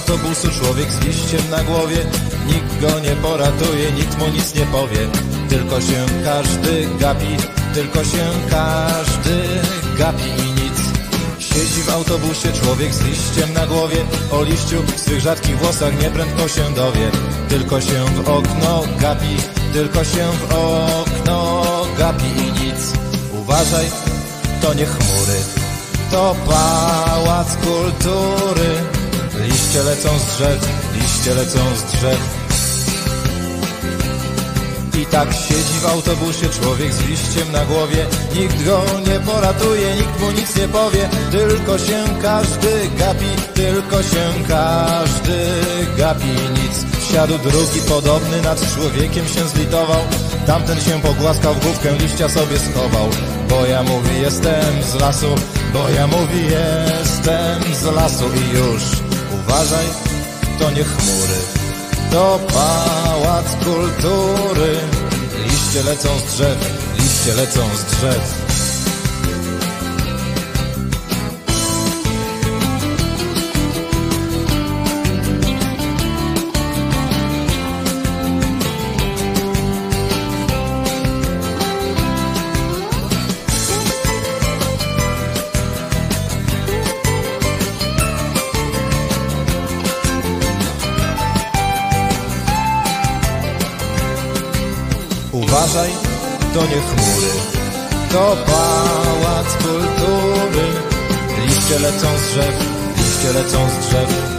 autobusu człowiek z liściem na głowie. Nikt go nie poratuje, nikt mu nic nie powie. Tylko się każdy gapi, tylko się każdy gapi i nic. Siedzi w autobusie człowiek z liściem na głowie. O liściu w swych rzadkich włosach nieprędko się dowie. Tylko się w okno gapi, tylko się w okno gapi i nic. Uważaj, to nie chmury, to pałac kultury. Liście lecą z drzew, liście lecą z drzew. I tak siedzi w autobusie człowiek z liściem na głowie. Nikt go nie poratuje, nikt mu nic nie powie. Tylko się każdy gapi, tylko się każdy gapi nic. Wsiadł drugi podobny, nad człowiekiem się zlitował. Tamten się pogłaskał, w główkę liścia sobie schował. Bo ja mówi jestem z lasu, bo ja mówi jestem z lasu i już. Uważaj, to nie chmury, to pałac kultury. Liście lecą z drzew, liście lecą z drzew. Uważaj, to nie chmury, to pałac kultury. Liście lecą z drzew, liście lecą z drzew.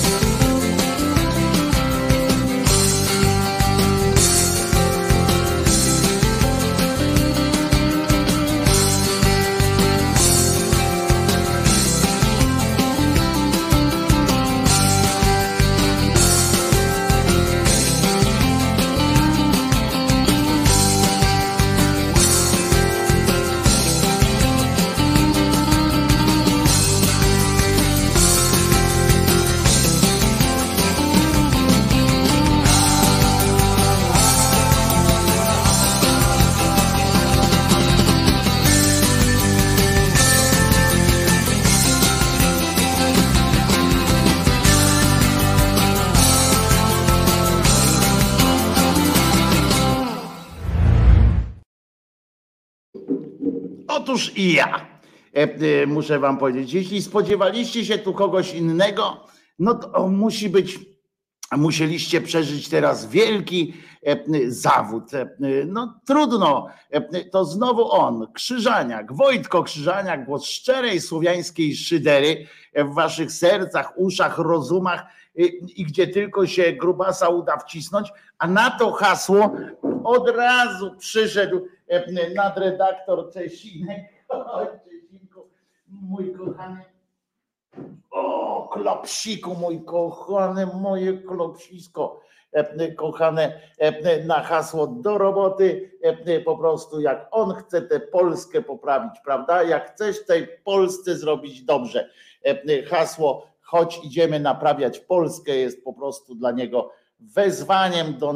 Otóż i ja muszę wam powiedzieć, jeśli spodziewaliście się tu kogoś innego, no to musieliście przeżyć teraz wielki zawód. No trudno, to znowu on, Krzyżaniak, Wojtko Krzyżaniak, głos szczerej słowiańskiej szydery w waszych sercach, uszach, rozumach i gdzie tylko się grubasa uda wcisnąć, a na to hasło od razu przyszedł nadredaktor Czesinek. Czesinku, mój kochany, o klopsiku, mój kochany, moje klopsisko, kochane, na hasło do roboty, po prostu jak on chce tę Polskę poprawić, prawda? Jak chcesz tej Polsce zrobić dobrze. Hasło choć idziemy naprawiać Polskę jest po prostu dla niego wezwaniem do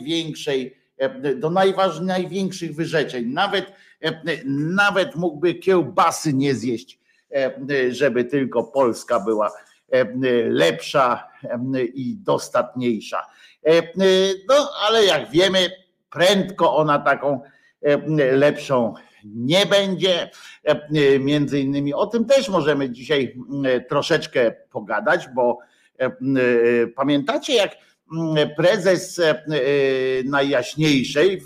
największych wyrzeczeń. Nawet mógłby kiełbasy nie zjeść, żeby tylko Polska była lepsza i dostatniejsza. No, ale jak wiemy, prędko ona taką lepszą nie będzie. Między innymi o tym też możemy dzisiaj troszeczkę pogadać, bo pamiętacie, jak prezes Najjaśniejszej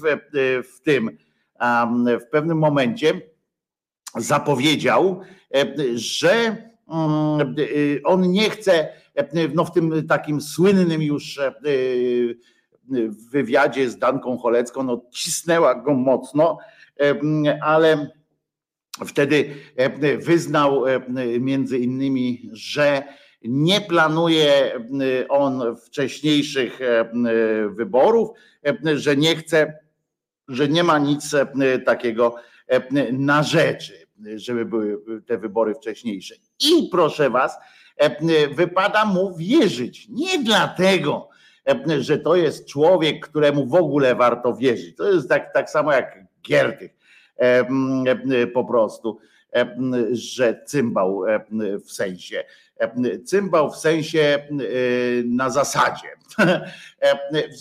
w pewnym momencie zapowiedział, że on nie chce, no w tym takim słynnym już wywiadzie z Danką Cholecką, no cisnęła go mocno, ale wtedy wyznał między innymi, że nie planuje on wcześniejszych wyborów, że nie chce, że nie ma nic takiego na rzeczy, żeby były te wybory wcześniejsze. I proszę was, wypada mu wierzyć. Nie dlatego, że to jest człowiek, któremu w ogóle warto wierzyć. To jest tak samo jak Giertych po prostu, że cymbał w sensie. Cymbał w sensie na zasadzie. W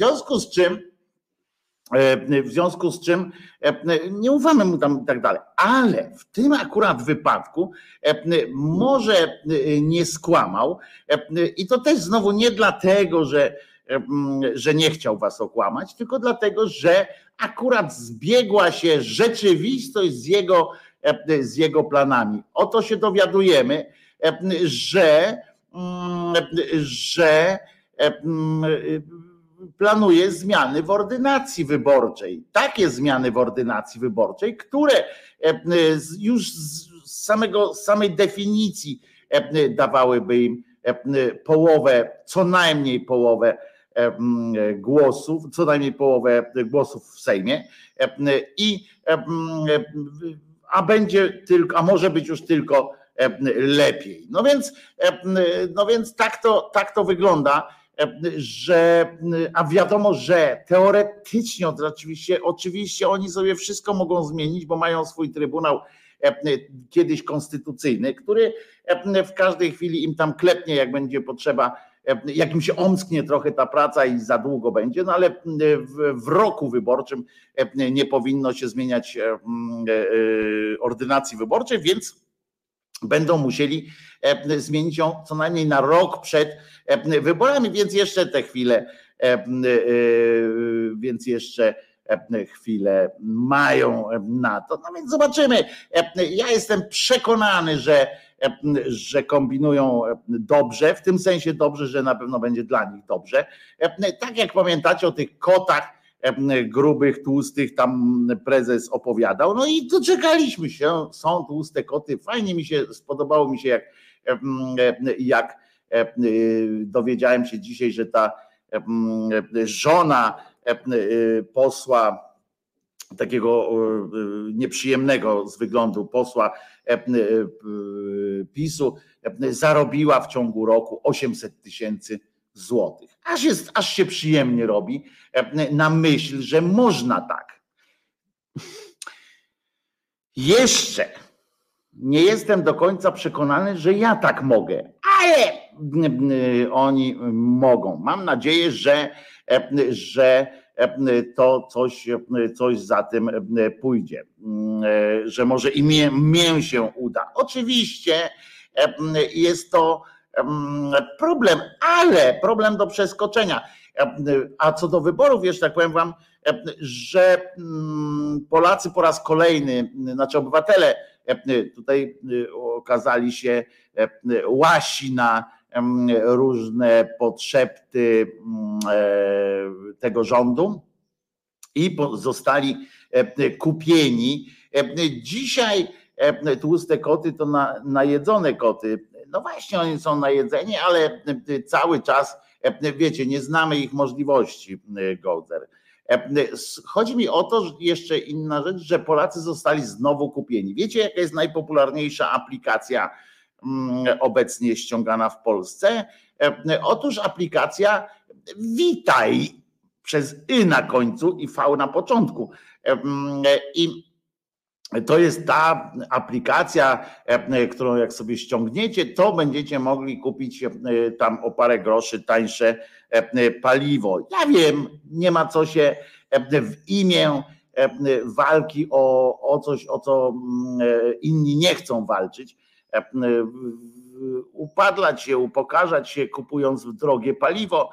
związku z czym nie ufamy mu tam i tak dalej. Ale w tym akurat wypadku może nie skłamał i to też znowu nie dlatego, że nie chciał was okłamać, tylko dlatego, że akurat zbiegła się rzeczywistość z jego planami. Oto się dowiadujemy, że planuje zmiany w ordynacji wyborczej. Takie zmiany w ordynacji wyborczej, które już z samej definicji dawałyby im połowę, co najmniej połowę głosów, w Sejmie a może być już tylko lepiej. No więc tak to wygląda, a wiadomo, że teoretycznie, oczywiście oni sobie wszystko mogą zmienić, bo mają swój trybunał kiedyś konstytucyjny, który w każdej chwili im tam klepnie, jak będzie potrzeba, jak im się omsknie trochę ta praca i za długo będzie, no ale w roku wyborczym nie powinno się zmieniać ordynacji wyborczej, więc będą musieli zmienić ją co najmniej na rok przed wyborami, więc jeszcze te chwile, chwilę mają na to. No więc zobaczymy. Ja jestem przekonany, że kombinują dobrze, w tym sensie dobrze, że na pewno będzie dla nich dobrze. Tak jak pamiętacie o tych kotach grubych, tłustych, tam prezes opowiadał, no i doczekaliśmy się, są tłuste koty, fajnie spodobało mi się jak dowiedziałem się dzisiaj, że ta żona posła, takiego nieprzyjemnego z wyglądu posła PiS-u, zarobiła w ciągu roku 800 000 złotych. Aż się przyjemnie robi na myśl, że można tak. Jeszcze nie jestem do końca przekonany, że ja tak mogę, ale oni mogą. Mam nadzieję, że to coś za tym pójdzie, że może i mnie się uda. Oczywiście jest to problem, ale problem do przeskoczenia. A co do wyborów, jeszcze tak powiem wam, że Polacy po raz kolejny, znaczy obywatele tutaj okazali się łasi na różne podszepty tego rządu i zostali kupieni. Dzisiaj tłuste koty to najedzone koty. No właśnie, oni są najedzeni, ale cały czas, wiecie, nie znamy ich możliwości, Gołder. Chodzi mi o to, że jeszcze inna rzecz, że Polacy zostali znowu kupieni. Wiecie, jaka jest najpopularniejsza aplikacja obecnie ściągana w Polsce? Otóż aplikacja Witaj przez Y na końcu i V na początku. I to jest ta aplikacja, którą jak sobie ściągniecie, to będziecie mogli kupić tam o parę groszy tańsze paliwo. Ja wiem, nie ma co się w imię walki o coś, o co inni nie chcą walczyć, upadlać się, upokarzać się, kupując drogie paliwo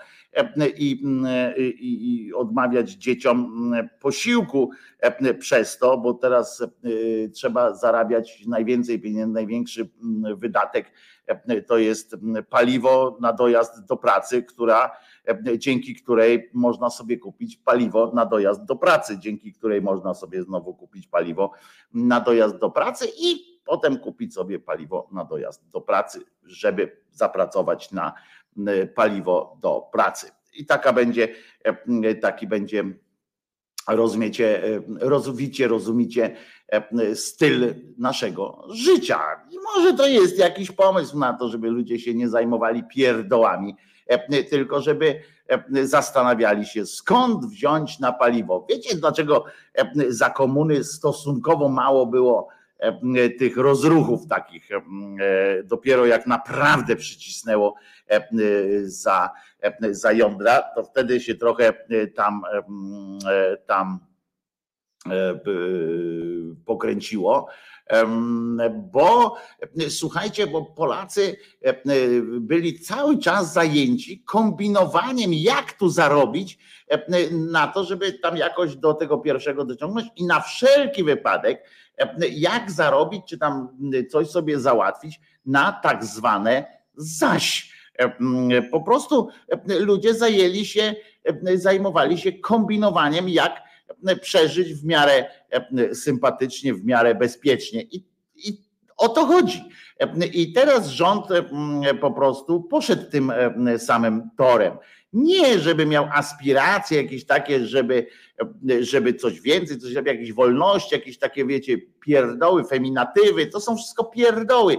i odmawiać dzieciom posiłku przez to, bo teraz trzeba zarabiać najwięcej pieniędzy, największy wydatek to jest paliwo na dojazd do pracy, dzięki której można sobie kupić paliwo na dojazd do pracy, dzięki której można sobie znowu kupić paliwo na dojazd do pracy i potem kupić sobie paliwo na dojazd do pracy, żeby zapracować na paliwo do pracy. I taki będzie rozumicie styl naszego życia. I może to jest jakiś pomysł na to, żeby ludzie się nie zajmowali pierdołami, tylko żeby zastanawiali się, skąd wziąć na paliwo. Wiecie, dlaczego za komuny stosunkowo mało było tych rozruchów takich, dopiero jak naprawdę przycisnęło za jądra, to wtedy się trochę tam pokręciło, bo słuchajcie, bo Polacy byli cały czas zajęci kombinowaniem, jak tu zarobić na to, żeby tam jakoś do tego pierwszego dociągnąć i na wszelki wypadek, jak zarobić, czy tam coś sobie załatwić na tak zwane zaś. Po prostu ludzie zajmowali się kombinowaniem, jak przeżyć w miarę sympatycznie, w miarę bezpiecznie. I o to chodzi. I teraz rząd po prostu poszedł tym samym torem. Nie, żeby miał aspiracje jakieś takie, żeby coś więcej, coś jakieś wolności, jakieś takie, wiecie, pierdoły, feminatywy, to są wszystko pierdoły.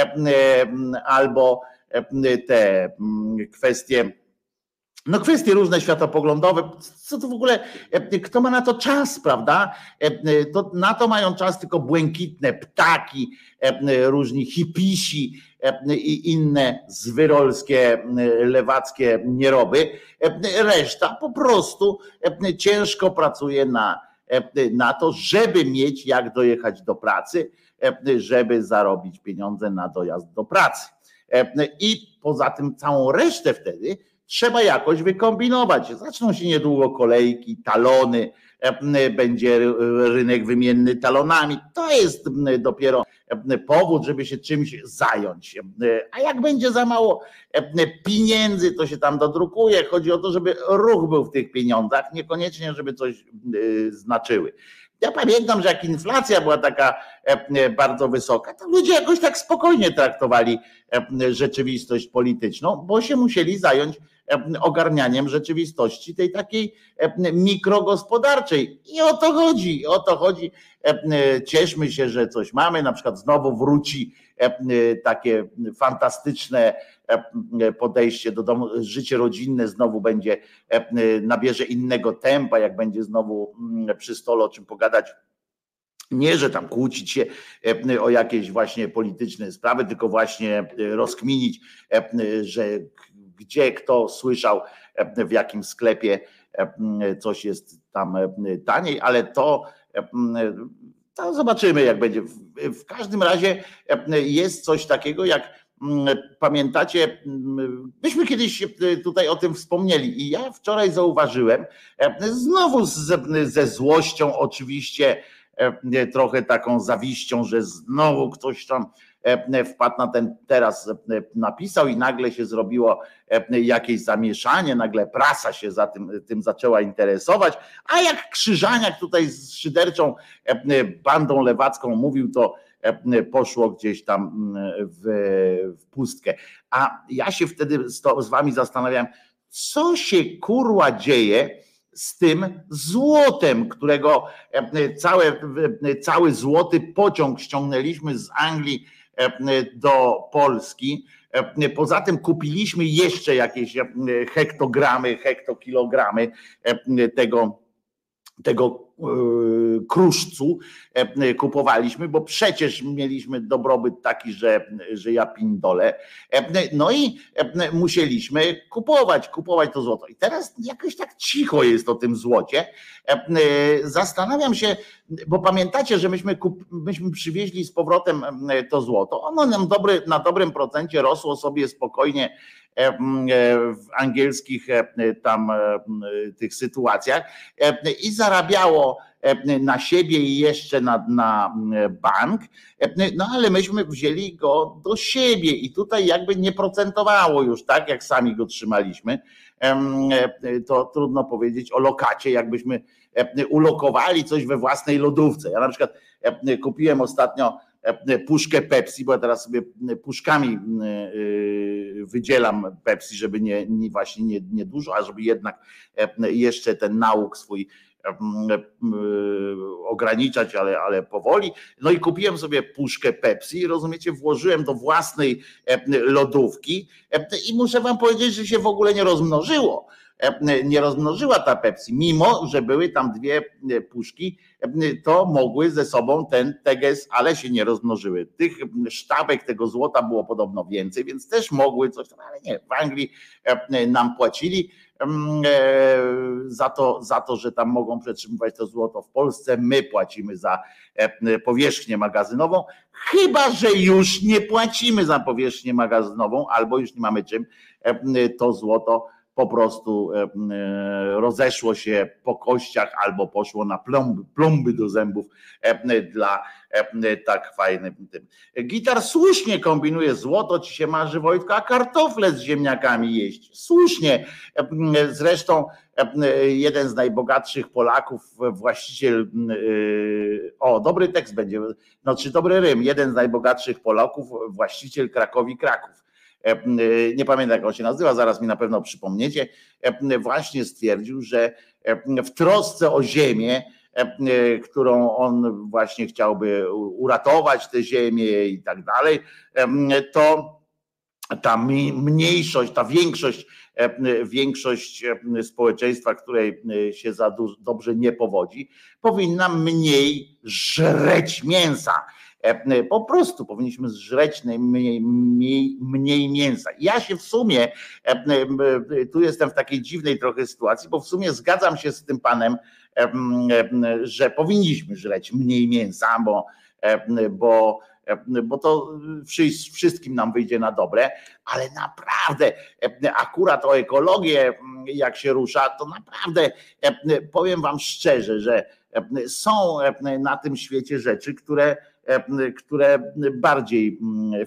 Albo te kwestie różne światopoglądowe, co to w ogóle, kto ma na to czas, prawda? To na to mają czas tylko błękitne ptaki, różni hipisi i inne zwyrolskie, lewackie nieroby. Reszta po prostu ciężko pracuje na to, żeby mieć jak dojechać do pracy, żeby zarobić pieniądze na dojazd do pracy. I poza tym całą resztę wtedy trzeba jakoś wykombinować. Zaczną się niedługo kolejki, talony, będzie rynek wymienny talonami. To jest dopiero powód, żeby się czymś zająć. A jak będzie za mało pieniędzy, to się tam dodrukuje. Chodzi o to, żeby ruch był w tych pieniądzach, niekoniecznie, żeby coś znaczyły. Ja pamiętam, że jak inflacja była taka bardzo wysoka, to ludzie jakoś tak spokojnie traktowali rzeczywistość polityczną, bo się musieli zająć ogarnianiem rzeczywistości tej takiej mikrogospodarczej. I o to chodzi. Cieszmy się, że coś mamy, na przykład znowu wróci takie fantastyczne podejście do domu, życie rodzinne znowu nabierze innego tempa, jak będzie znowu przy stole o czym pogadać. Nie, że tam kłócić się o jakieś właśnie polityczne sprawy, tylko właśnie rozkminić, że gdzie kto słyszał, w jakim sklepie coś jest tam taniej, ale to zobaczymy, jak będzie. W każdym razie jest coś takiego, jak pamiętacie, myśmy kiedyś tutaj o tym wspomnieli i ja wczoraj zauważyłem, znowu ze złością oczywiście, trochę taką zawiścią, że znowu ktoś tam wpadł na ten, teraz napisał i nagle się zrobiło jakieś zamieszanie, nagle prasa się tym zaczęła interesować, a jak Krzyżaniak tutaj z szyderczą bandą lewacką mówił, to poszło gdzieś tam w pustkę. A ja się wtedy z wami zastanawiałem, co się kurwa dzieje z tym złotem, którego cały złoty pociąg ściągnęliśmy z Anglii do Polski. Poza tym kupiliśmy jeszcze jakieś hektogramy, hektokilogramy tego kruszcu kupowaliśmy, bo przecież mieliśmy dobrobyt taki, że ja pindolę. No i musieliśmy kupować to złoto. I teraz jakoś tak cicho jest o tym złocie. Zastanawiam się, bo pamiętacie, że myśmy przywieźli z powrotem to złoto. Ono nam na dobrym procencie rosło sobie spokojnie w angielskich tam tych sytuacjach i zarabiało na siebie i jeszcze na bank, no ale myśmy wzięli go do siebie i tutaj jakby nie procentowało już tak, jak sami go trzymaliśmy. To trudno powiedzieć o lokacie, jakbyśmy ulokowali coś we własnej lodówce. Ja na przykład kupiłem ostatnio puszkę Pepsi, bo ja teraz sobie puszkami wydzielam Pepsi, żeby nie dużo, a żeby jednak jeszcze ten nałóg swój ograniczać, ale powoli. No i kupiłem sobie puszkę Pepsi, rozumiecie, włożyłem do własnej lodówki i muszę wam powiedzieć, że się w ogóle nie rozmnożyło. nie rozmnożyła ta Pepsi, mimo że były tam dwie puszki, to mogły ze sobą ten teges, ale się nie rozmnożyły. Tych sztabek tego złota było podobno więcej, więc też mogły coś tam, ale nie. W Anglii nam płacili za to, że tam mogą przetrzymywać to złoto. W Polsce my płacimy za powierzchnię magazynową, chyba że już nie płacimy za powierzchnię magazynową, albo już nie mamy czym, to złoto po prostu rozeszło się po kościach albo poszło na plomby do zębów dla tak fajnym tym. Gitar słusznie kombinuje, złoto ci się marzy, Wojtko, a kartofle z ziemniakami jeść. Słusznie. Zresztą jeden z najbogatszych Polaków, właściciel, dobry tekst będzie, czy dobry rym, jeden z najbogatszych Polaków, właściciel Krakowi Kraków. Nie pamiętam, jak on się nazywa, zaraz mi na pewno przypomniecie, właśnie stwierdził, że w trosce o ziemię, którą on właśnie chciałby uratować tę ziemię i tak dalej, to ta mniejszość, ta większość społeczeństwa, której się za dobrze nie powodzi, powinna mniej żreć mięsa. Po prostu powinniśmy zżreć mniej mięsa. Ja się w sumie, tu jestem w takiej dziwnej trochę sytuacji, bo w sumie zgadzam się z tym panem, że powinniśmy żreć mniej mięsa, bo to wszystkim nam wyjdzie na dobre, ale naprawdę akurat o ekologię jak się rusza, to naprawdę powiem wam szczerze, że są na tym świecie rzeczy, które bardziej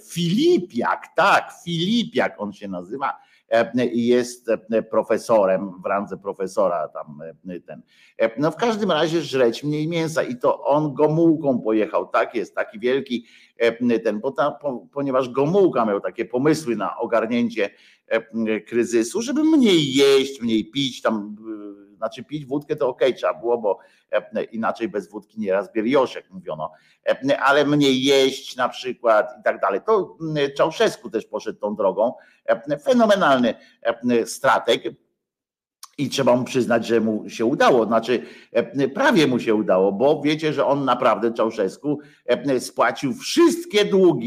Filipiak on się nazywa i jest profesorem w randze profesora tam ten. No w każdym razie żreć mniej mięsa i to on Gomułką pojechał, tak jest, taki wielki ten, ponieważ Gomułka miał takie pomysły na ogarnięcie kryzysu, żeby mniej jeść, mniej pić, tam znaczy pić wódkę to okej, trzeba było, bo inaczej bez wódki nieraz bierioszek mówiono, ale mniej jeść na przykład i tak dalej. To Czałszewski też poszedł tą drogą, fenomenalny strateg i trzeba mu przyznać, że mu się udało, znaczy prawie mu się udało, bo wiecie, że on naprawdę, Czałszewski, spłacił wszystkie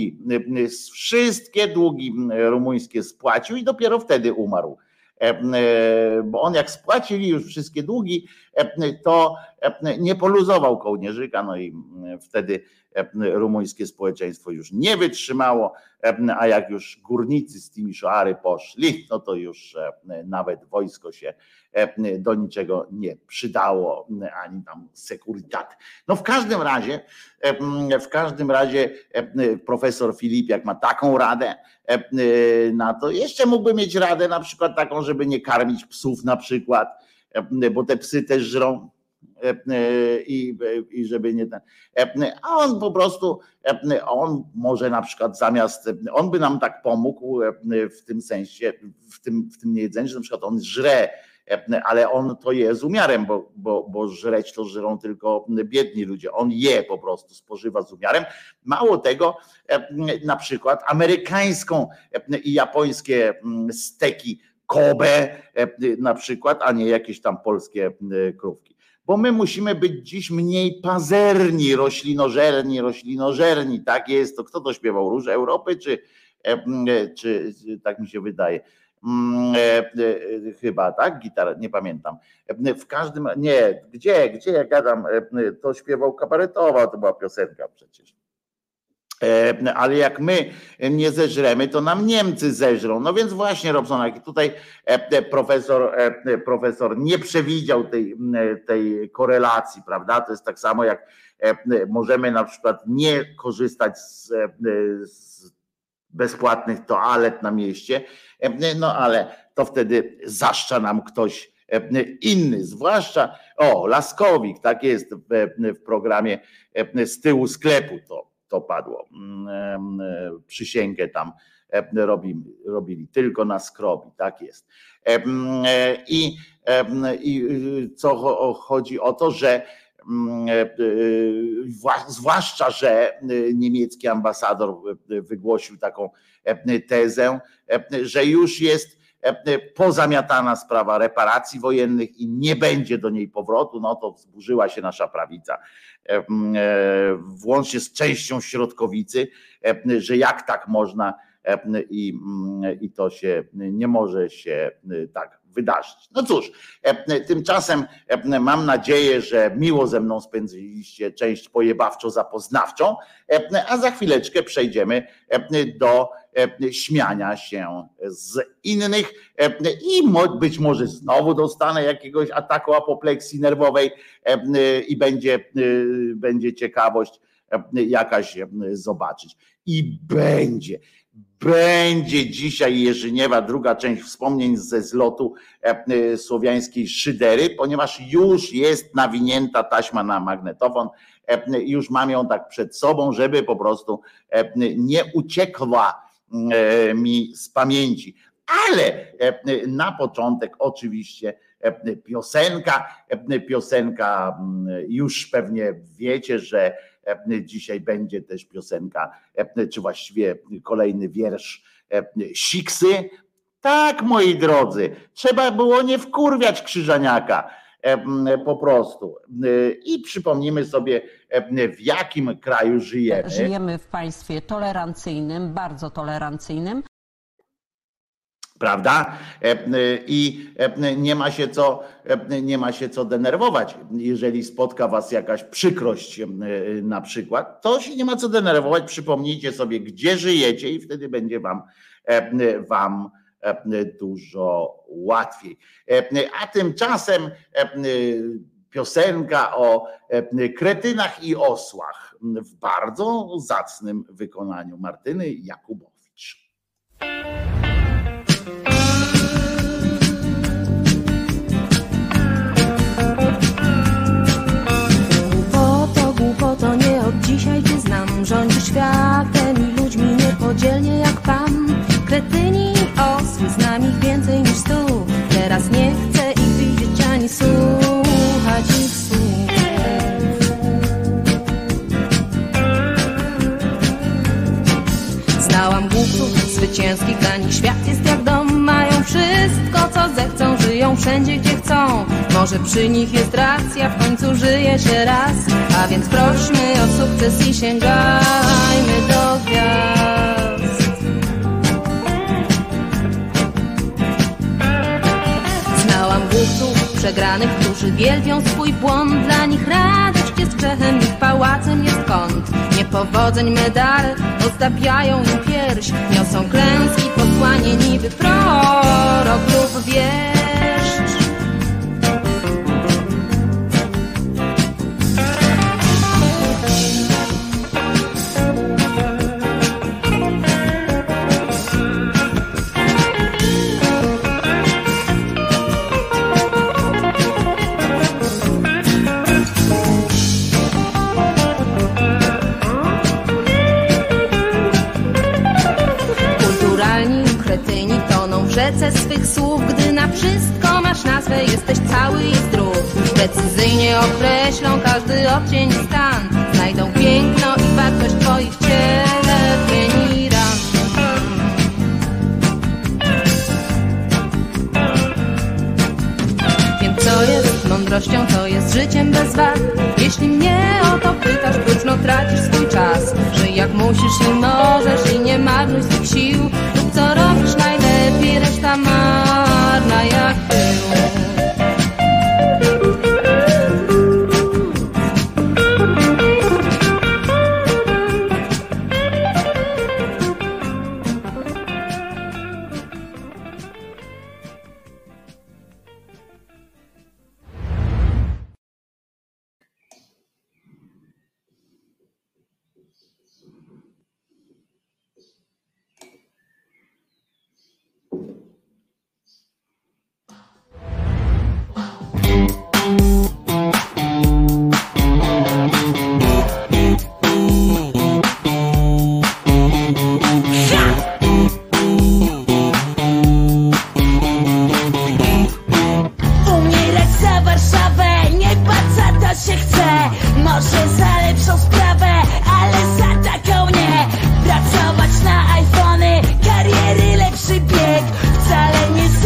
długi rumuńskie spłacił i dopiero wtedy umarł. Bo on jak spłacili już wszystkie długi, to nie poluzował kołnierzyka, no i wtedy rumuńskie społeczeństwo już nie wytrzymało, a jak już górnicy z Timișoary poszli, no to już nawet wojsko się do niczego nie przydało, ani tam sekuritat. No w każdym razie profesor Filipiak ma taką radę na to. Jeszcze mógłby mieć radę na przykład taką, żeby nie karmić psów na przykład, bo te psy też żrą i żeby nie ten. A on po prostu, on może na przykład on by nam tak pomógł w tym sensie, w tym niejedzeniu, że na przykład on żre, ale on to je z umiarem, bo żreć to żrą tylko biedni ludzie. On je po prostu, spożywa z umiarem. Mało tego, na przykład amerykańską i japońskie steki Kobe na przykład, a nie jakieś tam polskie krówki. Bo my musimy być dziś mniej pazerni, roślinożerni, tak jest. To kto to śpiewał? Róż Europy, czy tak mi się wydaje? Chyba, tak? Gitara, nie pamiętam. W każdym, nie, gdzie ja gadam, to śpiewał Kabaretowa, to była piosenka przecież. Ale jak my nie zeżremy, to nam Niemcy zeżrą. No więc właśnie, Robson, jak tutaj profesor nie przewidział tej korelacji, prawda? To jest tak samo jak możemy na przykład nie korzystać z bezpłatnych toalet na mieście, no ale to wtedy zaszcza nam ktoś inny, zwłaszcza Laskowik, tak jest w programie Z tyłu sklepu to padło. Przysięgę tam robili tylko na skrobi, tak jest. I co chodzi o to, że zwłaszcza, że niemiecki ambasador wygłosił taką tezę, że już jest pozamiatana sprawa reparacji wojennych i nie będzie do niej powrotu, no to wzburzyła się nasza prawica, włącznie z częścią środkowicy, że jak tak można i to się nie może się tak wydarzyć. No cóż, tymczasem mam nadzieję, że miło ze mną spędziliście część pojebawczo-zapoznawczą, a za chwileczkę przejdziemy do śmiania się z innych i być może znowu dostanę jakiegoś ataku apopleksji nerwowej i będzie ciekawość jakaś zobaczyć. I będzie dzisiaj Jerzyniewa druga część wspomnień ze zlotu słowiańskiej szydery, ponieważ już jest nawinięta taśma na magnetofon, już mam ją tak przed sobą, żeby po prostu nie uciekła mi z pamięci. Ale na początek oczywiście piosenka, już pewnie wiecie, że dzisiaj będzie też piosenka, czy właściwie kolejny wiersz Siksy. Tak, moi drodzy, trzeba było nie wkurwiać Krzyżaniaka po prostu. I przypomnimy sobie, w jakim kraju żyjemy. Żyjemy w państwie tolerancyjnym, bardzo tolerancyjnym. Prawda? I nie ma się co denerwować. Jeżeli spotka was jakaś przykrość na przykład, to się nie ma co denerwować. Przypomnijcie sobie, gdzie żyjecie i wtedy będzie wam dużo łatwiej. A tymczasem piosenka o kretynach i osłach w bardzo zacnym wykonaniu Martyny Jakubowicz. Głupoto nie od dzisiaj cię znam. Rządzi światem i ludźmi niepodzielnie jak pan. Kretyni i osły, znam ich więcej niż 100. Teraz nie chcę ich widzieć ani słuchać ich słów. Znałam głupców zwycięskich, dla nich świat jest jak dom. Mają wszystko co zechcą, żyją wszędzie gdzie chcą. Może przy nich jest racja, w końcu żyje się raz. A więc prośmy o sukces i sięgajmy do gwiazd. Znałam głupców przegranych, którzy wielbią swój błąd. Dla nich radość jest grzechem, ich pałacem jest kąt. Niepowodzeń medale ozdabiają im pierś. Niosą klęski, posłanie niby prorok lub wieszcz. Rzece swych słów, gdy na wszystko masz nazwę, jesteś cały i zdrów. Precyzyjnie określą każdy odcień i stan. Znajdą piękno i wartość twoich cierpień i ran. Wiem co jest mądrością, co jest życiem bez wad. Jeśli mnie o to pytasz, próżno tracisz swój czas. Żyj jak musisz i możesz i nie marnuj swych sił. Rób co robisz najlepiej, reszta marna jak pył. Wcale nie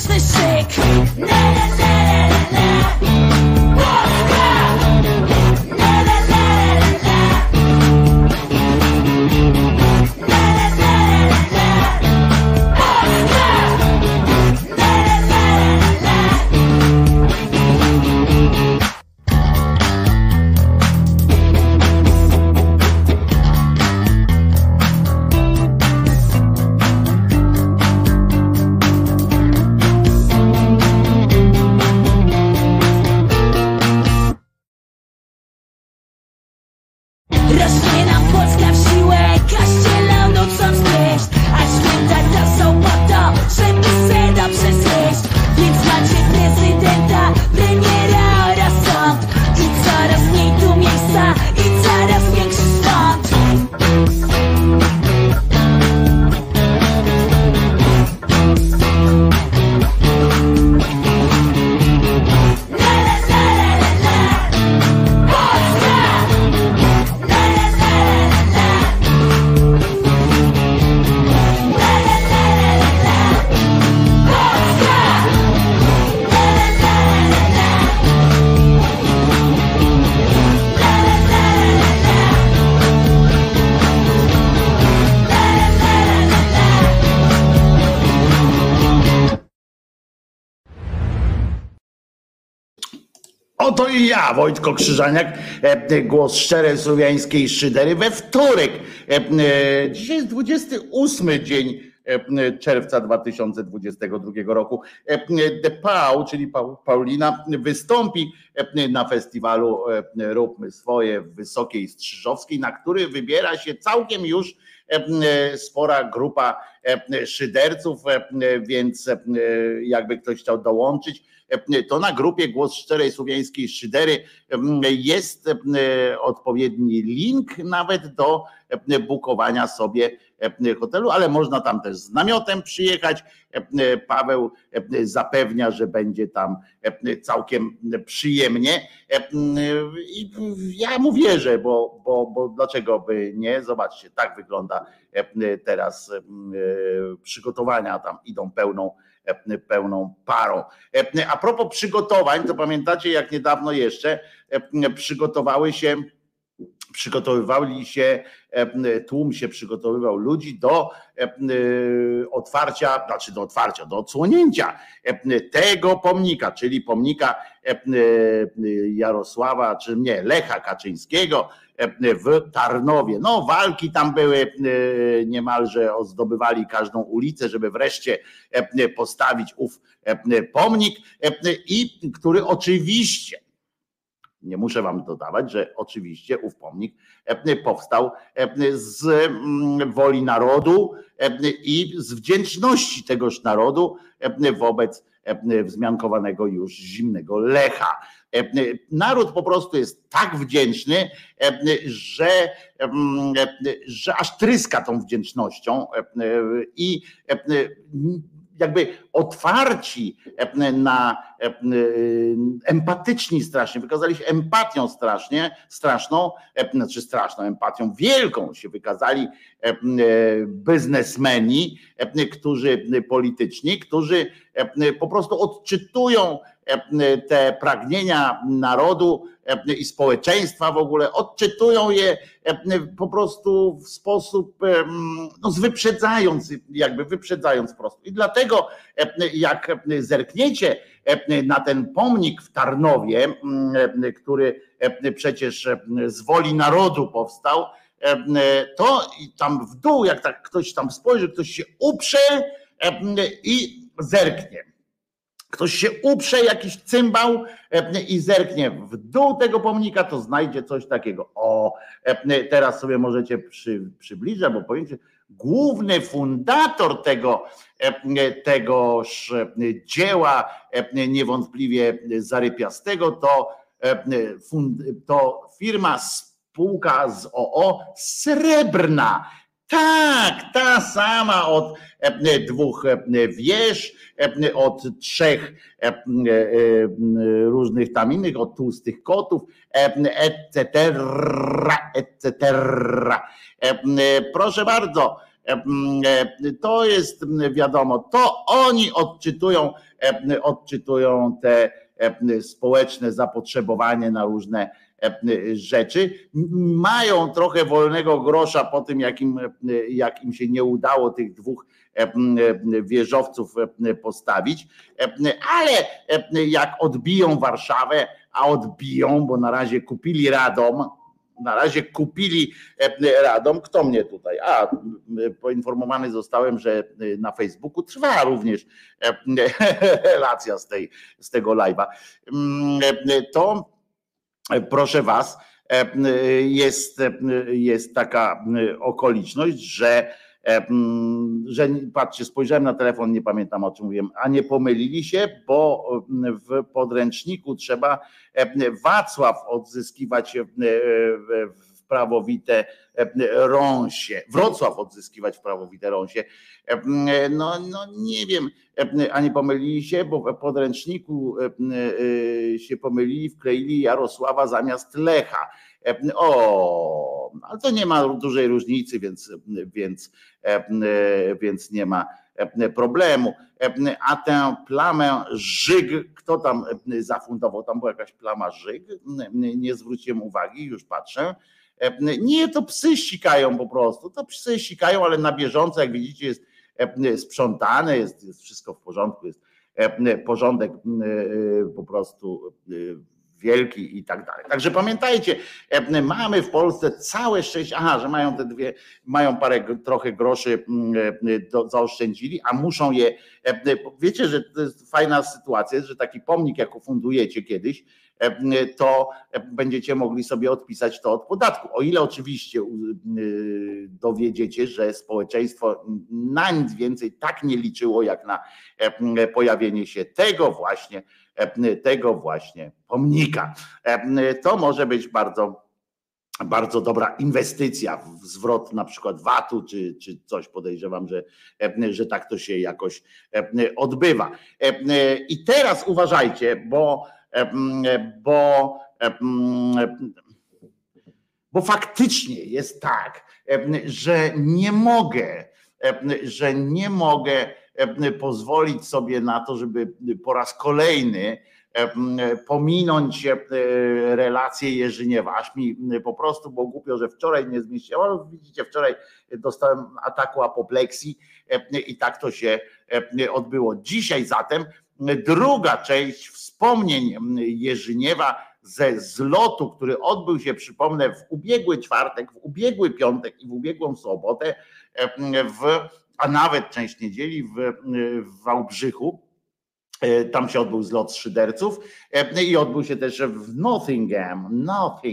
głośny szyk. Na, na, na, na, na. Polska! Na, na, na, na, na. Na, na, na, na, na. Polska! Na, na, na, na, na. Rośnie nam Polska w siłę, kościelą nocą znieść, a święta to są po to, żeby se dobrze zjeść. Więc macie prezydenta, premiera oraz sąd i coraz mniej tu miejsca i coraz większy stąd. Oto i ja, Wojtko Krzyżaniak, głos szczerej słowiańskiej szydery we wtorek. Dzisiaj jest 28 dzień czerwca 2022 roku. The Pau, czyli Paulina, wystąpi na festiwalu Róbmy Swoje w Wysokiej Strzyżowskiej, na który wybiera się całkiem już spora grupa szyderców, więc jakby ktoś chciał dołączyć, to na grupie Głos Szczerej Słowiańskiej Szydery jest odpowiedni link nawet do bukowania sobie hotelu, ale można tam też z namiotem przyjechać. Paweł zapewnia, że będzie tam całkiem przyjemnie. I ja mu wierzę, bo dlaczego by nie? Zobaczcie, tak wygląda teraz przygotowania, tam idą pełną parą. A propos przygotowań, to pamiętacie, jak niedawno jeszcze tłum się przygotowywał ludzi do otwarcia, do odsłonięcia tego pomnika, czyli pomnika Jarosława, czy nie, Lecha Kaczyńskiego w Tarnowie. No, walki tam były, niemalże zdobywali każdą ulicę, żeby wreszcie postawić ów pomnik, i który oczywiście, nie muszę wam dodawać, że oczywiście ów pomnik powstał z woli narodu i z wdzięczności tegoż narodu wobec wzmiankowanego już zimnego Lecha. Naród po prostu jest tak wdzięczny, że aż tryska tą wdzięcznością i jakby otwarci empatyczni strasznie, wykazali się empatią empatią wielką się wykazali biznesmeni, polityczni, którzy po prostu odczytują te pragnienia narodu i społeczeństwa w ogóle, odczytują je po prostu w sposób wyprzedzając prosto. I dlatego jak zerkniecie na ten pomnik w Tarnowie, który przecież z woli narodu powstał, to tam w dół, jak tak ktoś tam spojrzy, ktoś się uprze i zerknie. Ktoś się uprze, jakiś cymbał i zerknie w dół tego pomnika, to znajdzie coś takiego. O, teraz sobie możecie przybliżyć, bo powiecie, główny fundator tegoż dzieła niewątpliwie zarypiastego to firma, spółka z OO Srebrna. Tak, ta sama od 2 wież, od 3 różnych tam innych, od tłustych kotów, etc. Proszę bardzo, To jest wiadomo, to oni odczytują te społeczne zapotrzebowanie na różne rzeczy. Mają trochę wolnego grosza po tym, jak im się nie udało tych dwóch wieżowców postawić, ale jak odbiją Warszawę, a odbiją, bo na razie kupili Radom. Kto mnie tutaj? Poinformowany zostałem, że na Facebooku trwa również relacja z tego live'a. To proszę was, jest taka okoliczność, że patrzcie, spojrzałem na telefon, nie pamiętam o czym mówiłem, a nie pomylili się, bo w podręczniku trzeba Wacław odzyskiwać w prawowite rąsie, Wrocław odzyskiwać w prawowite rąsie. No nie wiem, a nie pomylili się, bo w podręczniku się pomylili, wkleili Jarosława zamiast Lecha. Ale to nie ma dużej różnicy, więc nie ma problemu. A tę plamę Żyg, kto tam zafundował? Tam była jakaś plama Żyg, nie zwróciłem uwagi, już patrzę. Nie, to psy ścikają po prostu, ale na bieżąco, jak widzicie, jest sprzątane, jest wszystko w porządku, jest porządek po prostu wielki i tak dalej. Także pamiętajcie, mamy w Polsce całe szczęście, że mają trochę groszy zaoszczędzili, a muszą je, wiecie, że to jest fajna sytuacja, że taki pomnik, jak ufundujecie kiedyś, to będziecie mogli sobie odpisać to od podatku. O ile oczywiście dowiedziecie, że społeczeństwo na nic więcej tak nie liczyło, jak na pojawienie się tego właśnie pomnika. To może być bardzo, bardzo dobra inwestycja w zwrot na przykład VAT-u czy coś, podejrzewam, że tak to się jakoś odbywa. I teraz uważajcie, bo faktycznie jest tak, że nie mogę pozwolić sobie na to, żeby po raz kolejny pominąć relację Jerzyniewa. Aż mi po prostu było głupio, że wczoraj nie zmieściłem, ale widzicie, wczoraj dostałem ataku apopleksji i tak to się odbyło. Dzisiaj zatem druga część wspomnień Jerzyniewa ze zlotu, który odbył się, przypomnę, w ubiegły czwartek, w ubiegły piątek i w ubiegłą sobotę, a nawet część niedzieli w Wałbrzychu. Tam się odbył zlot szyderców i odbył się też w Nottingham.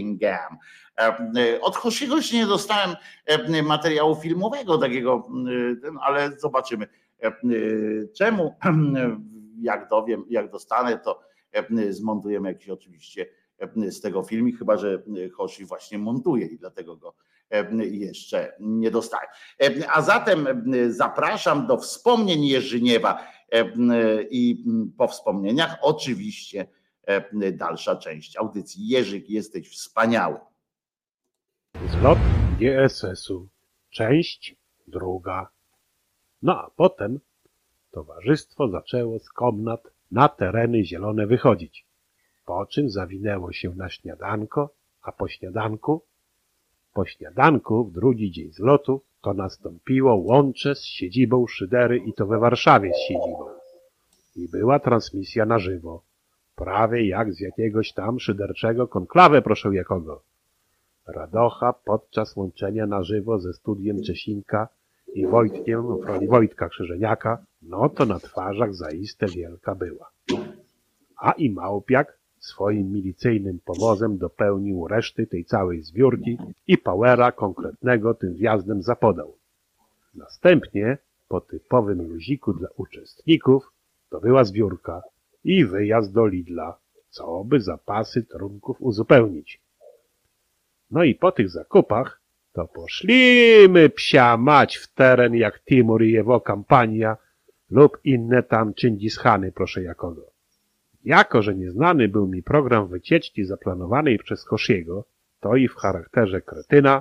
Od Hosiego się nie dostałem materiału filmowego takiego, ale zobaczymy czemu. Jak dostanę, to zmontujemy jakiś oczywiście z tego filmik, chyba że Hoshi właśnie montuje i dlatego go jeszcze nie dostałem. A zatem zapraszam do wspomnień Jerzyniewa i po wspomnieniach oczywiście dalsza część audycji. Jerzyk, jesteś wspaniały. Zlot GSS-u, część druga. No a potem towarzystwo zaczęło z komnat na tereny zielone wychodzić, po czym zawinęło się na śniadanko, a po śniadanku w drugi dzień zlotu to nastąpiło łącze z siedzibą Szydery i to we Warszawie z siedzibą. I była transmisja na żywo, prawie jak z jakiegoś tam szyderczego konklawę, proszę jakogo. Radocha podczas łączenia na żywo ze studiem Czesinka i Wojtkiem w roli Wojtka Krzyżeniaka, no to na twarzach zaiste wielka była. A i Małpiak swoim milicyjnym powozem dopełnił reszty tej całej zbiórki i Powera konkretnego tym wjazdem zapodał. Następnie, po typowym luziku dla uczestników, to była zbiórka i wyjazd do Lidla, co by zapasy trunków uzupełnić. No i po tych zakupach to poszlimy psia mać w teren jak Timur i jego kampania lub inne tam Czyngischany, proszę jakogo. Jako że nieznany był mi program wycieczki zaplanowanej przez Hoshiego, to i w charakterze kretyna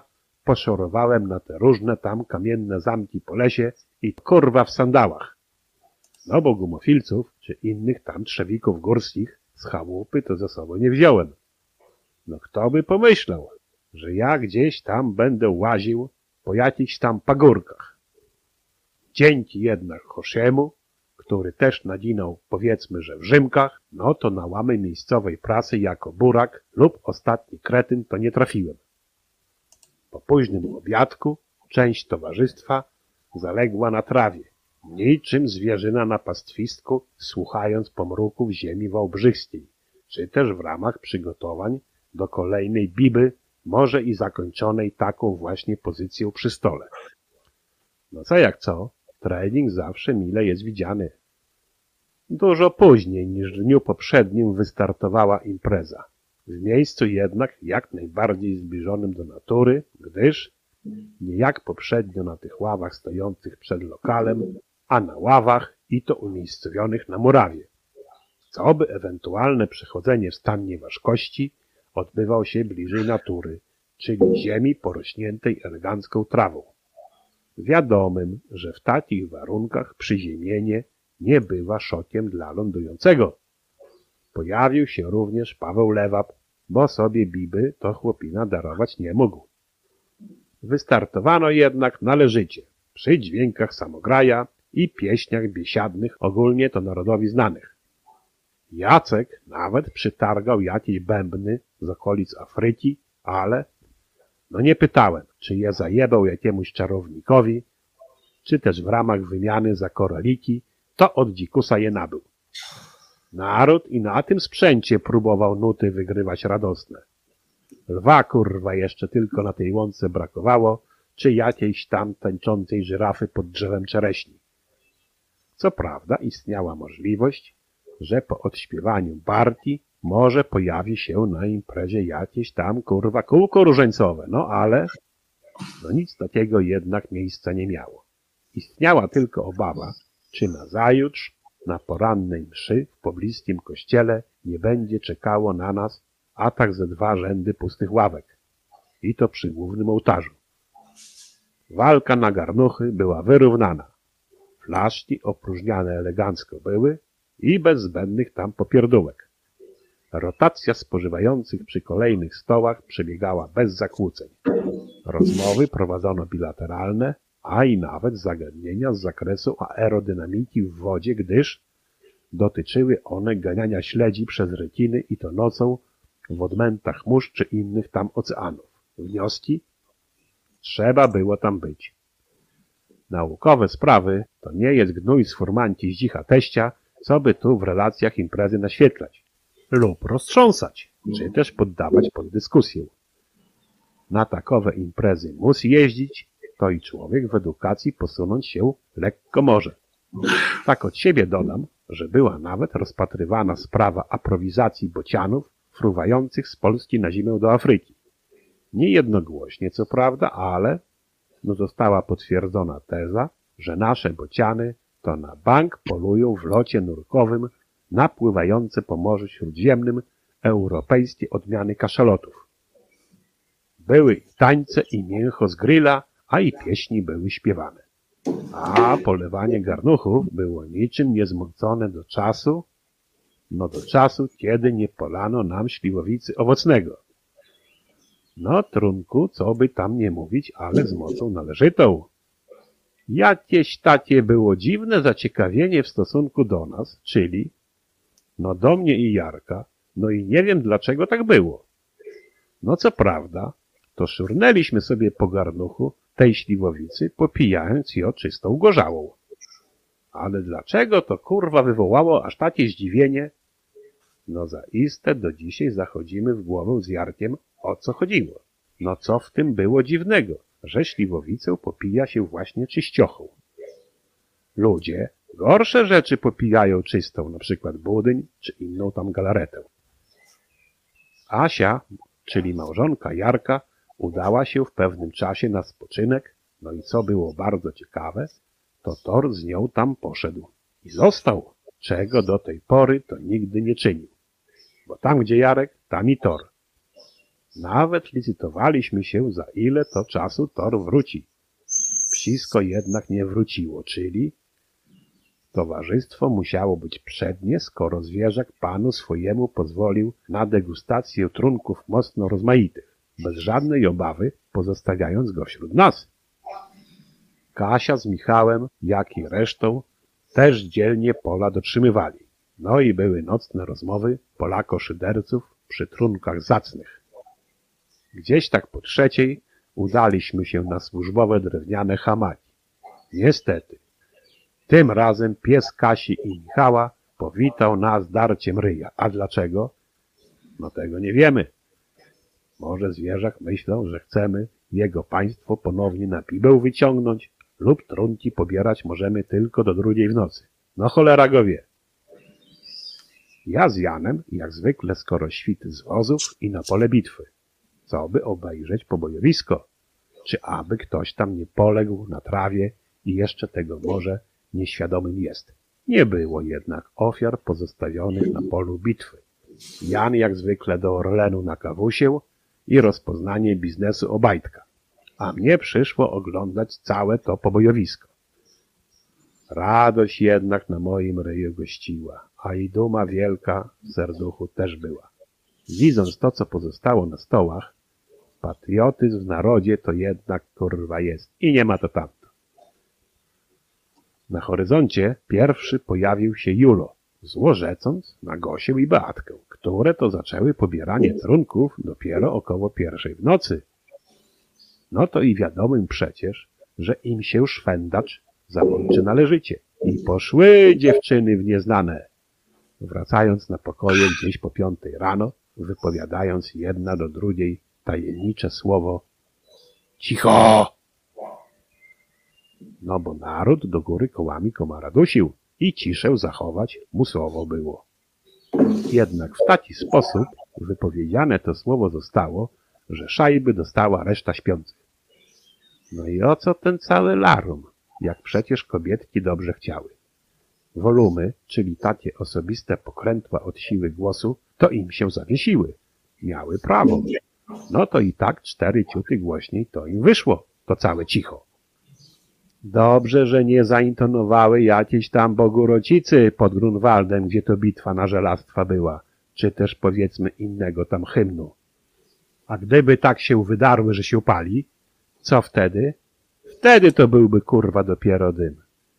poszorowałem na te różne tam kamienne zamki po lesie i kurwa w sandałach. No bo gumofilców czy innych tam trzewików górskich z chałupy to ze sobą nie wziąłem. No kto by pomyślał, że ja gdzieś tam będę łaził po jakichś tam pagórkach. Dzięki jednak Hosiemu, który też naginął, powiedzmy, że w Rzymkach, no to na łamy miejscowej prasy jako burak lub ostatni kretyn to nie trafiłem. Po późnym obiadku część towarzystwa zaległa na trawie, niczym zwierzyna na pastwisku, słuchając pomruków ziemi wałbrzyskiej, czy też w ramach przygotowań do kolejnej biby, może i zakończonej taką właśnie pozycją przy stole. No co jak co, trening zawsze mile jest widziany. Dużo później niż w dniu poprzednim wystartowała impreza. W miejscu jednak jak najbardziej zbliżonym do natury, gdyż nie jak poprzednio na tych ławach stojących przed lokalem, a na ławach i to umiejscowionych na murawie. Co by ewentualne przechodzenie w stan nieważkości odbywał się bliżej natury, czyli ziemi porośniętej elegancką trawą. Wiadomym, że w takich warunkach przyziemienie nie bywa szokiem dla lądującego. Pojawił się również Paweł Lewap, bo sobie biby to chłopina darować nie mógł. Wystartowano jednak należycie, przy dźwiękach samograja i pieśniach biesiadnych, ogólnie to narodowi znanych. Jacek nawet przytargał jakieś bębny z okolic Afryki, ale no nie pytałem, czy je zajebał jakiemuś czarownikowi, czy też w ramach wymiany za koraliki, to od dzikusa je nabył. Naród i na tym sprzęcie próbował nuty wygrywać radosne. Lwa kurwa jeszcze tylko na tej łące brakowało, czy jakiejś tam tańczącej żyrafy pod drzewem czereśni. Co prawda istniała możliwość, że po odśpiewaniu Barti może pojawi się na imprezie jakieś tam kurwa kółko różańcowe, no ale no nic takiego jednak miejsca nie miało. Istniała tylko obawa, czy nazajutrz na porannej mszy w pobliskim kościele nie będzie czekało na nas atak ze 2 rzędy pustych ławek. I to przy głównym ołtarzu. Walka na garnuchy była wyrównana. Flaszki opróżniane elegancko były i bez zbędnych tam popierdółek. Rotacja spożywających przy kolejnych stołach przebiegała bez zakłóceń. Rozmowy prowadzono bilateralne, a i nawet zagadnienia z zakresu aerodynamiki w wodzie, gdyż dotyczyły one ganiania śledzi przez rekiny i to nocą w odmętach mórz czy innych tam oceanów. Wnioski? Trzeba było tam być. Naukowe sprawy to nie jest gnój z furmanki z dzicha teścia, co by tu w relacjach imprezy naświetlać lub roztrząsać, czy też poddawać pod dyskusję. Na takowe imprezy musi jeździć, to i człowiek w edukacji posunąć się lekko może. Tak od siebie dodam, że była nawet rozpatrywana sprawa aprowizacji bocianów fruwających z Polski na zimę do Afryki. Nie jednogłośnie, co prawda, ale no została potwierdzona teza, że nasze bociany to na bank polują w locie nurkowym na pływające po Morzu Śródziemnym europejskie odmiany kaszalotów. Były i tańce i mięcho z grilla, a i pieśni były śpiewane. A polewanie garnuchów było niczym niezmącone do czasu, kiedy nie polano nam śliwowicy owocnego. No, trunku, co by tam nie mówić, ale z mocą należytą. Jakieś takie było dziwne zaciekawienie w stosunku do nas, czyli no do mnie i Jarka, no i nie wiem dlaczego tak było. No co prawda, to szurnęliśmy sobie po garnuchu tej śliwowicy, popijając ją czystą gorzałą. Ale dlaczego to kurwa wywołało aż takie zdziwienie? No zaiste do dzisiaj zachodzimy w głowę z Jarkiem, o co chodziło. No co w tym było dziwnego, że śliwowicę popija się właśnie czyściochą? Ludzie gorsze rzeczy popijają czystą, na przykład budyń czy inną tam galaretę. Asia, czyli małżonka Jarka, udała się w pewnym czasie na spoczynek, no i co było bardzo ciekawe, to Tor z nią tam poszedł i został, czego do tej pory to nigdy nie czynił. Bo tam, gdzie Jarek, tam i Tor. Nawet licytowaliśmy się, za ile to czasu tor wróci. Psisko jednak nie wróciło, czyli towarzystwo musiało być przednie, skoro zwierzak panu swojemu pozwolił na degustację trunków mocno rozmaitych, bez żadnej obawy pozostawiając go wśród nas. Kasia z Michałem, jak i resztą, też dzielnie pola dotrzymywali. No i były nocne rozmowy Polako-szyderców przy trunkach zacnych. Gdzieś tak po 3:00 udaliśmy się na służbowe drewniane hamaki. Niestety, tym razem pies Kasi i Michała powitał nas darciem ryja. A dlaczego? No tego nie wiemy. Może zwierzak myślał, że chcemy jego państwo ponownie na pibeł wyciągnąć lub trunki pobierać możemy tylko do 2:00 w nocy. No cholera go wie. Ja z Janem, jak zwykle skoro świt z wozów i na pole bitwy. Co by obejrzeć pobojowisko? Czy aby ktoś tam nie poległ na trawie i jeszcze tego może nieświadomym jest. Nie było jednak ofiar pozostawionych na polu bitwy. Jan jak zwykle do Orlenu na kawusię i rozpoznanie biznesu Obajtka. A mnie przyszło oglądać całe to pobojowisko. Radość jednak na moim ryju gościła, a i duma wielka w serduchu też była. Widząc to, co pozostało na stołach, patriotyzm w narodzie to jednak kurwa jest i nie ma to tamto. Na horyzoncie pierwszy pojawił się Julo, złorzecąc na Gosię i Beatkę, które to zaczęły pobieranie trunków dopiero około 1:00 w nocy. No to i wiadomym przecież, że im się szwendacz zamączy należycie. I poszły dziewczyny w nieznane, wracając na pokoje gdzieś po 5:00 rano, wypowiadając jedna do drugiej tajemnicze słowo cicho! No bo naród do góry kołami komara dusił i ciszę zachować musowo było. Jednak w taki sposób wypowiedziane to słowo zostało, że szajby dostała reszta śpiących. No i o co ten cały larum, jak przecież kobietki dobrze chciały. Wolumy, czyli takie osobiste pokrętła od siły głosu, to im się zawiesiły. Miały prawo. No to i tak 4 ciuty głośniej to im wyszło, to całe cicho. Dobrze, że nie zaintonowały jakieś tam bogurocicy pod Grunwaldem, gdzie to bitwa na żelastwa była, czy też powiedzmy innego tam hymnu. A gdyby tak się wydarły, że się pali, co wtedy? Wtedy to byłby kurwa dopiero dym.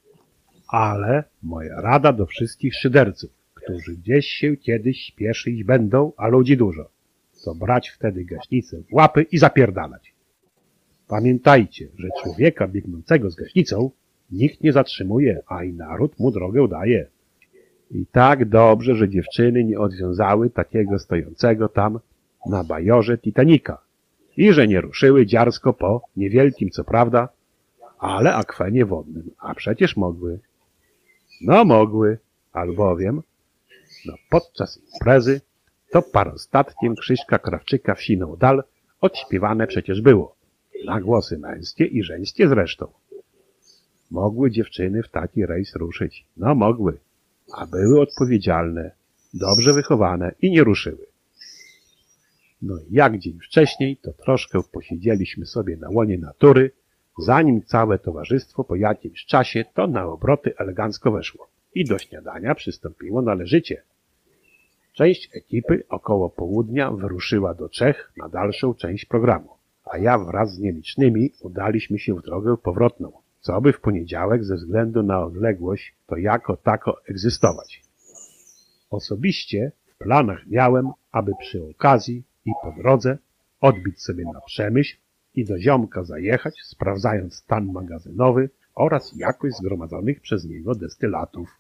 Ale moja rada do wszystkich szyderców, którzy gdzieś się kiedyś śpieszyć będą, a ludzi dużo, to brać wtedy gaśnicę w łapy i zapierdalać. Pamiętajcie, że człowieka biegnącego z gaśnicą nikt nie zatrzymuje, a i naród mu drogę daje. I tak dobrze, że dziewczyny nie odwiązały takiego stojącego tam na bajorze Titanika i że nie ruszyły dziarsko po niewielkim, co prawda, ale akwenie wodnym, a przecież mogły. No mogły, albowiem podczas imprezy to parostatkiem Krzyśka Krawczyka wsiną dal odśpiewane przecież było, na głosy męskie i żeńskie zresztą. Mogły dziewczyny w taki rejs ruszyć, no mogły, a były odpowiedzialne, dobrze wychowane i nie ruszyły. No i jak dzień wcześniej, to troszkę posiedzieliśmy sobie na łonie natury, zanim całe towarzystwo po jakimś czasie to na obroty elegancko weszło i do śniadania przystąpiło należycie. Część ekipy około południa wyruszyła do Czech na dalszą część programu, a ja wraz z nielicznymi udaliśmy się w drogę powrotną, co by w poniedziałek ze względu na odległość to jako tako egzystować. Osobiście w planach miałem, aby przy okazji i po drodze odbić sobie na Przemyśl i do ziomka zajechać, sprawdzając stan magazynowy oraz jakość zgromadzonych przez niego destylatów.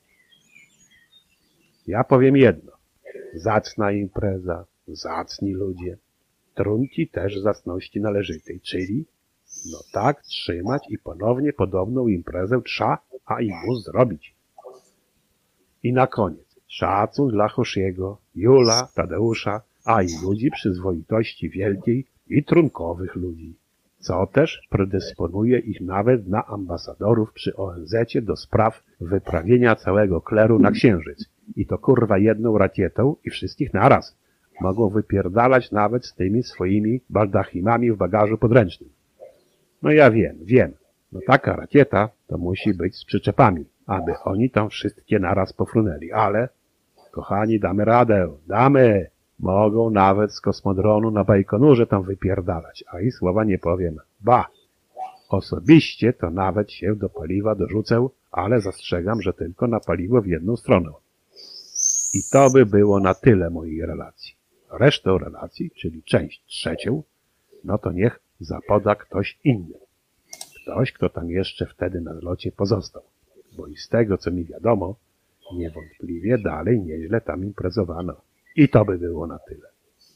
Ja powiem jedno. Zacna impreza, zacni ludzie. Trunki też zacności należytej, czyli no tak trzymać i ponownie podobną imprezę trza, a i mus zrobić. I na koniec szacun dla Hoshiego, Jula, Tadeusza, a i ludzi przyzwoitości wielkiej i trunkowych ludzi, co też predysponuje ich nawet na ambasadorów przy ONZ-cie do spraw wyprawienia całego kleru na Księżyc. I to kurwa jedną rakietą i wszystkich naraz, mogą wypierdalać nawet z tymi swoimi baldachimami w bagażu podręcznym. No ja wiem. No taka rakieta to musi być z przyczepami, aby oni tam wszystkie naraz pofrunęli. Ale, kochani, damy radę, damy. Mogą nawet z kosmodronu na Bajkonurze tam wypierdalać, a i słowa nie powiem. Ba! Osobiście to nawet się do paliwa dorzucę, ale zastrzegam, że tylko na paliwo w jedną stronę. I to by było na tyle mojej relacji. Resztę relacji, czyli część trzecią, no to niech zapoda ktoś inny. Ktoś, kto tam jeszcze wtedy na zlocie pozostał. Bo i z tego, co mi wiadomo, niewątpliwie dalej nieźle tam imprezowano. I to by było na tyle.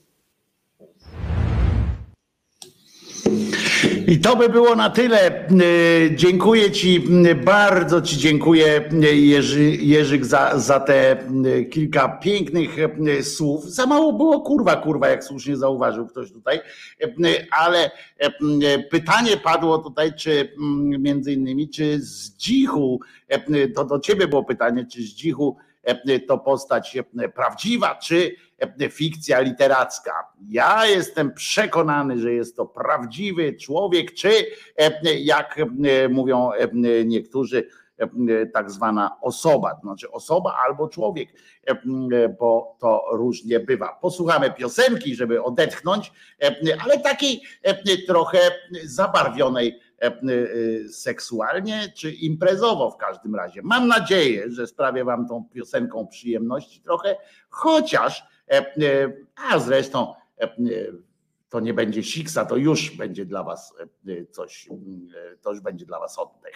I to by było na tyle. Dziękuję Ci, bardzo Ci dziękuję, Jerzyk, za te kilka pięknych słów. Za mało było kurwa, jak słusznie zauważył ktoś tutaj, ale pytanie padło tutaj, czy między innymi, czy Zdzichu, to do Ciebie było pytanie, czy Zdzichu to postać prawdziwa, czy fikcja literacka. Ja jestem przekonany, że jest to prawdziwy człowiek, czy jak mówią niektórzy, tak zwana osoba, to znaczy osoba albo człowiek, bo to różnie bywa. Posłuchamy piosenki, żeby odetchnąć, ale takiej trochę zabarwionej seksualnie czy imprezowo w każdym razie. Mam nadzieję, że sprawię wam tą piosenką przyjemności trochę, chociaż, a zresztą to nie będzie siksa, to już będzie dla was coś, to już będzie dla was oddech.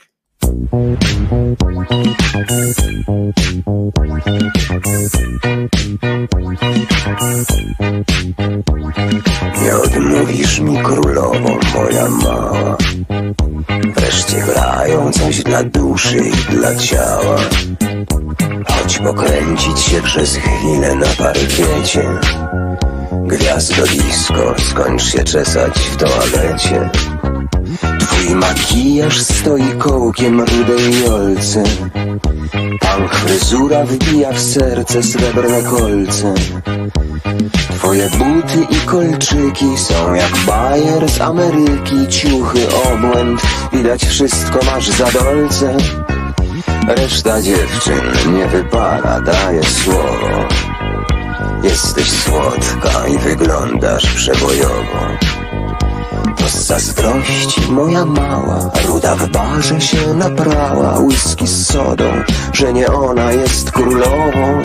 Nie odmówisz mi, królowo moja mała. Wreszcie grają coś dla duszy i dla ciała. Chodź pokręcić się przez chwilę na parkiecie. Gwiazdo disco, skończ się czesać w toalecie. Twój makijaż stoi kołkiem rudej jolce. Punk fryzura wbija w serce srebrne kolce. Twoje buty i kolczyki są jak bajer z Ameryki. Ciuchy, obłęd, widać wszystko masz za dolce. Reszta dziewczyn nie wypala, daje słowo. Jesteś słodka i wyglądasz przebojowo. To z zazdrości moja mała, ruda w barze się naprała. Whisky z sodą, że nie ona jest królową.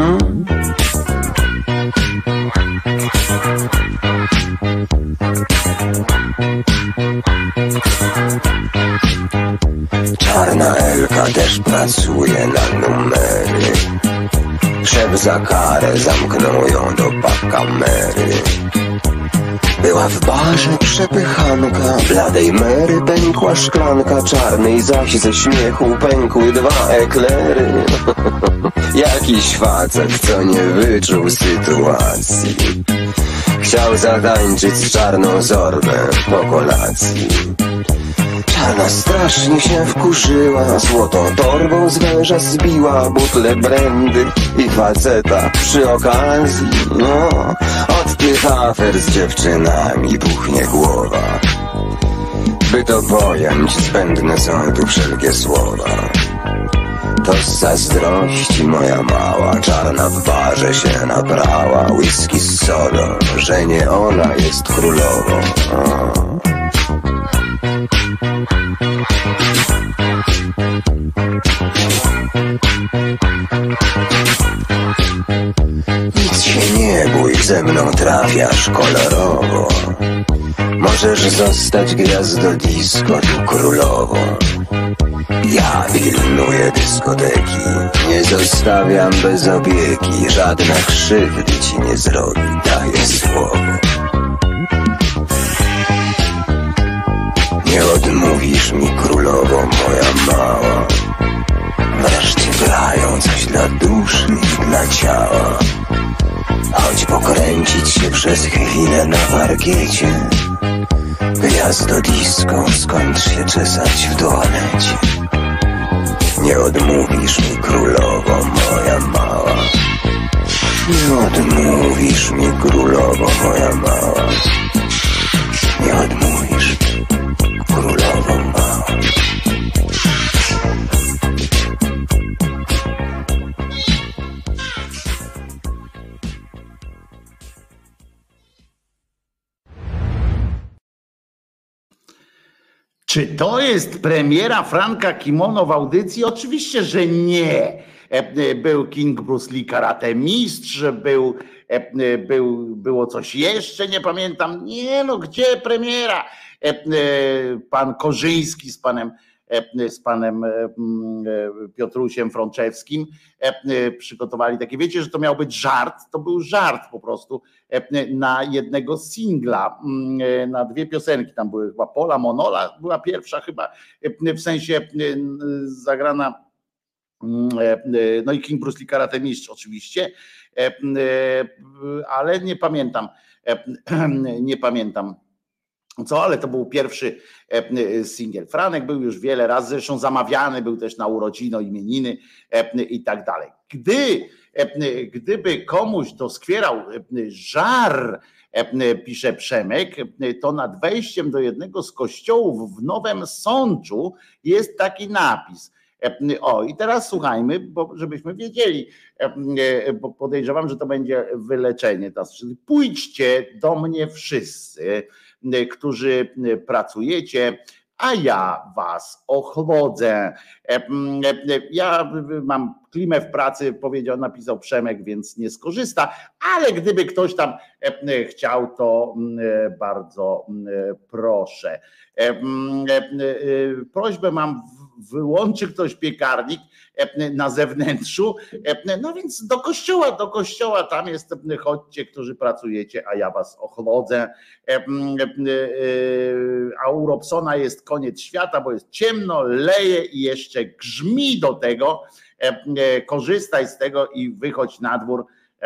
Czarna Elka też pracuje na numery. Szef za karę zamknął ją do kamery. Była w barze przepychanka, bladej Mary pękła szklanka, czarnej zaś ze śmiechu pękły 2 eklery. Jakiś facet, co nie wyczuł sytuacji, chciał zatańczyć z czarną Zorbę po kolacji. Czarna strasznie się wkurzyła, złotą torbą z węża zbiła butlę brandy i faceta przy okazji. No, od tych afer z dziewczynami puchnie głowa. By to pojąć, zbędne są tu wszelkie słowa. To z zazdrości moja mała, czarna w barze się nabrała. Whisky z sodą, że nie ona jest królową. Nic się nie bój, ze mną trafiasz kolorowo. Możesz zostać gwiazdo disco, tu królową. Ja pilnuję dyskoteki, nie zostawiam bez opieki. Żadna krzywdy ci nie zrobi, daję słowo. Nie odmówisz mi, królowo moja mała. Wreszcie grają coś dla duszy i dla ciała. Chodź pokręcić się przez chwilę na parkiecie. Gwiazdo disco, skończ się czesać w toalecie. Nie odmówisz mi, królowo moja mała. Nie odmówisz mi, królowo moja mała. Nie odmówisz mi, królowo mała. Czy to jest premiera Franka Kimono w audycji? Oczywiście, że nie. Był King Bruce Lee karate mistrz, było coś jeszcze, nie pamiętam. Nie no, gdzie premiera? Pan Korzyński z panem Piotrusiem Frączewskim przygotowali takie, wiecie, że to miał być żart, to był żart po prostu na jednego singla, na dwie piosenki, tam były chyba Pola Monola, była pierwsza chyba, w sensie zagrana, no i King Bruce Lee karate mistrz oczywiście, ale nie pamiętam co, ale to był pierwszy singiel. Franek był już wiele razy, zresztą zamawiany, był też na urodziny, imieniny i tak dalej. Gdyby komuś doskwierał żar, pisze Przemek, to nad wejściem do jednego z kościołów w Nowym Sączu jest taki napis. O, i teraz słuchajmy, bo żebyśmy wiedzieli, bo podejrzewam, że to będzie wyleczenie. Pójdźcie do mnie wszyscy, którzy pracujecie, a ja was ochłodzę. Ja mam klimę w pracy, napisał Przemek, więc nie skorzysta, ale gdyby ktoś tam chciał, to bardzo proszę. Prośbę mam, wyłączy ktoś piekarnik na zewnętrzu, no więc do kościoła tam jest, chodźcie, którzy pracujecie, a ja was ochłodzę. A u Robsona jest koniec świata, bo jest ciemno, leje i jeszcze grzmi do tego. Korzystaj z tego i wychodź na dwór,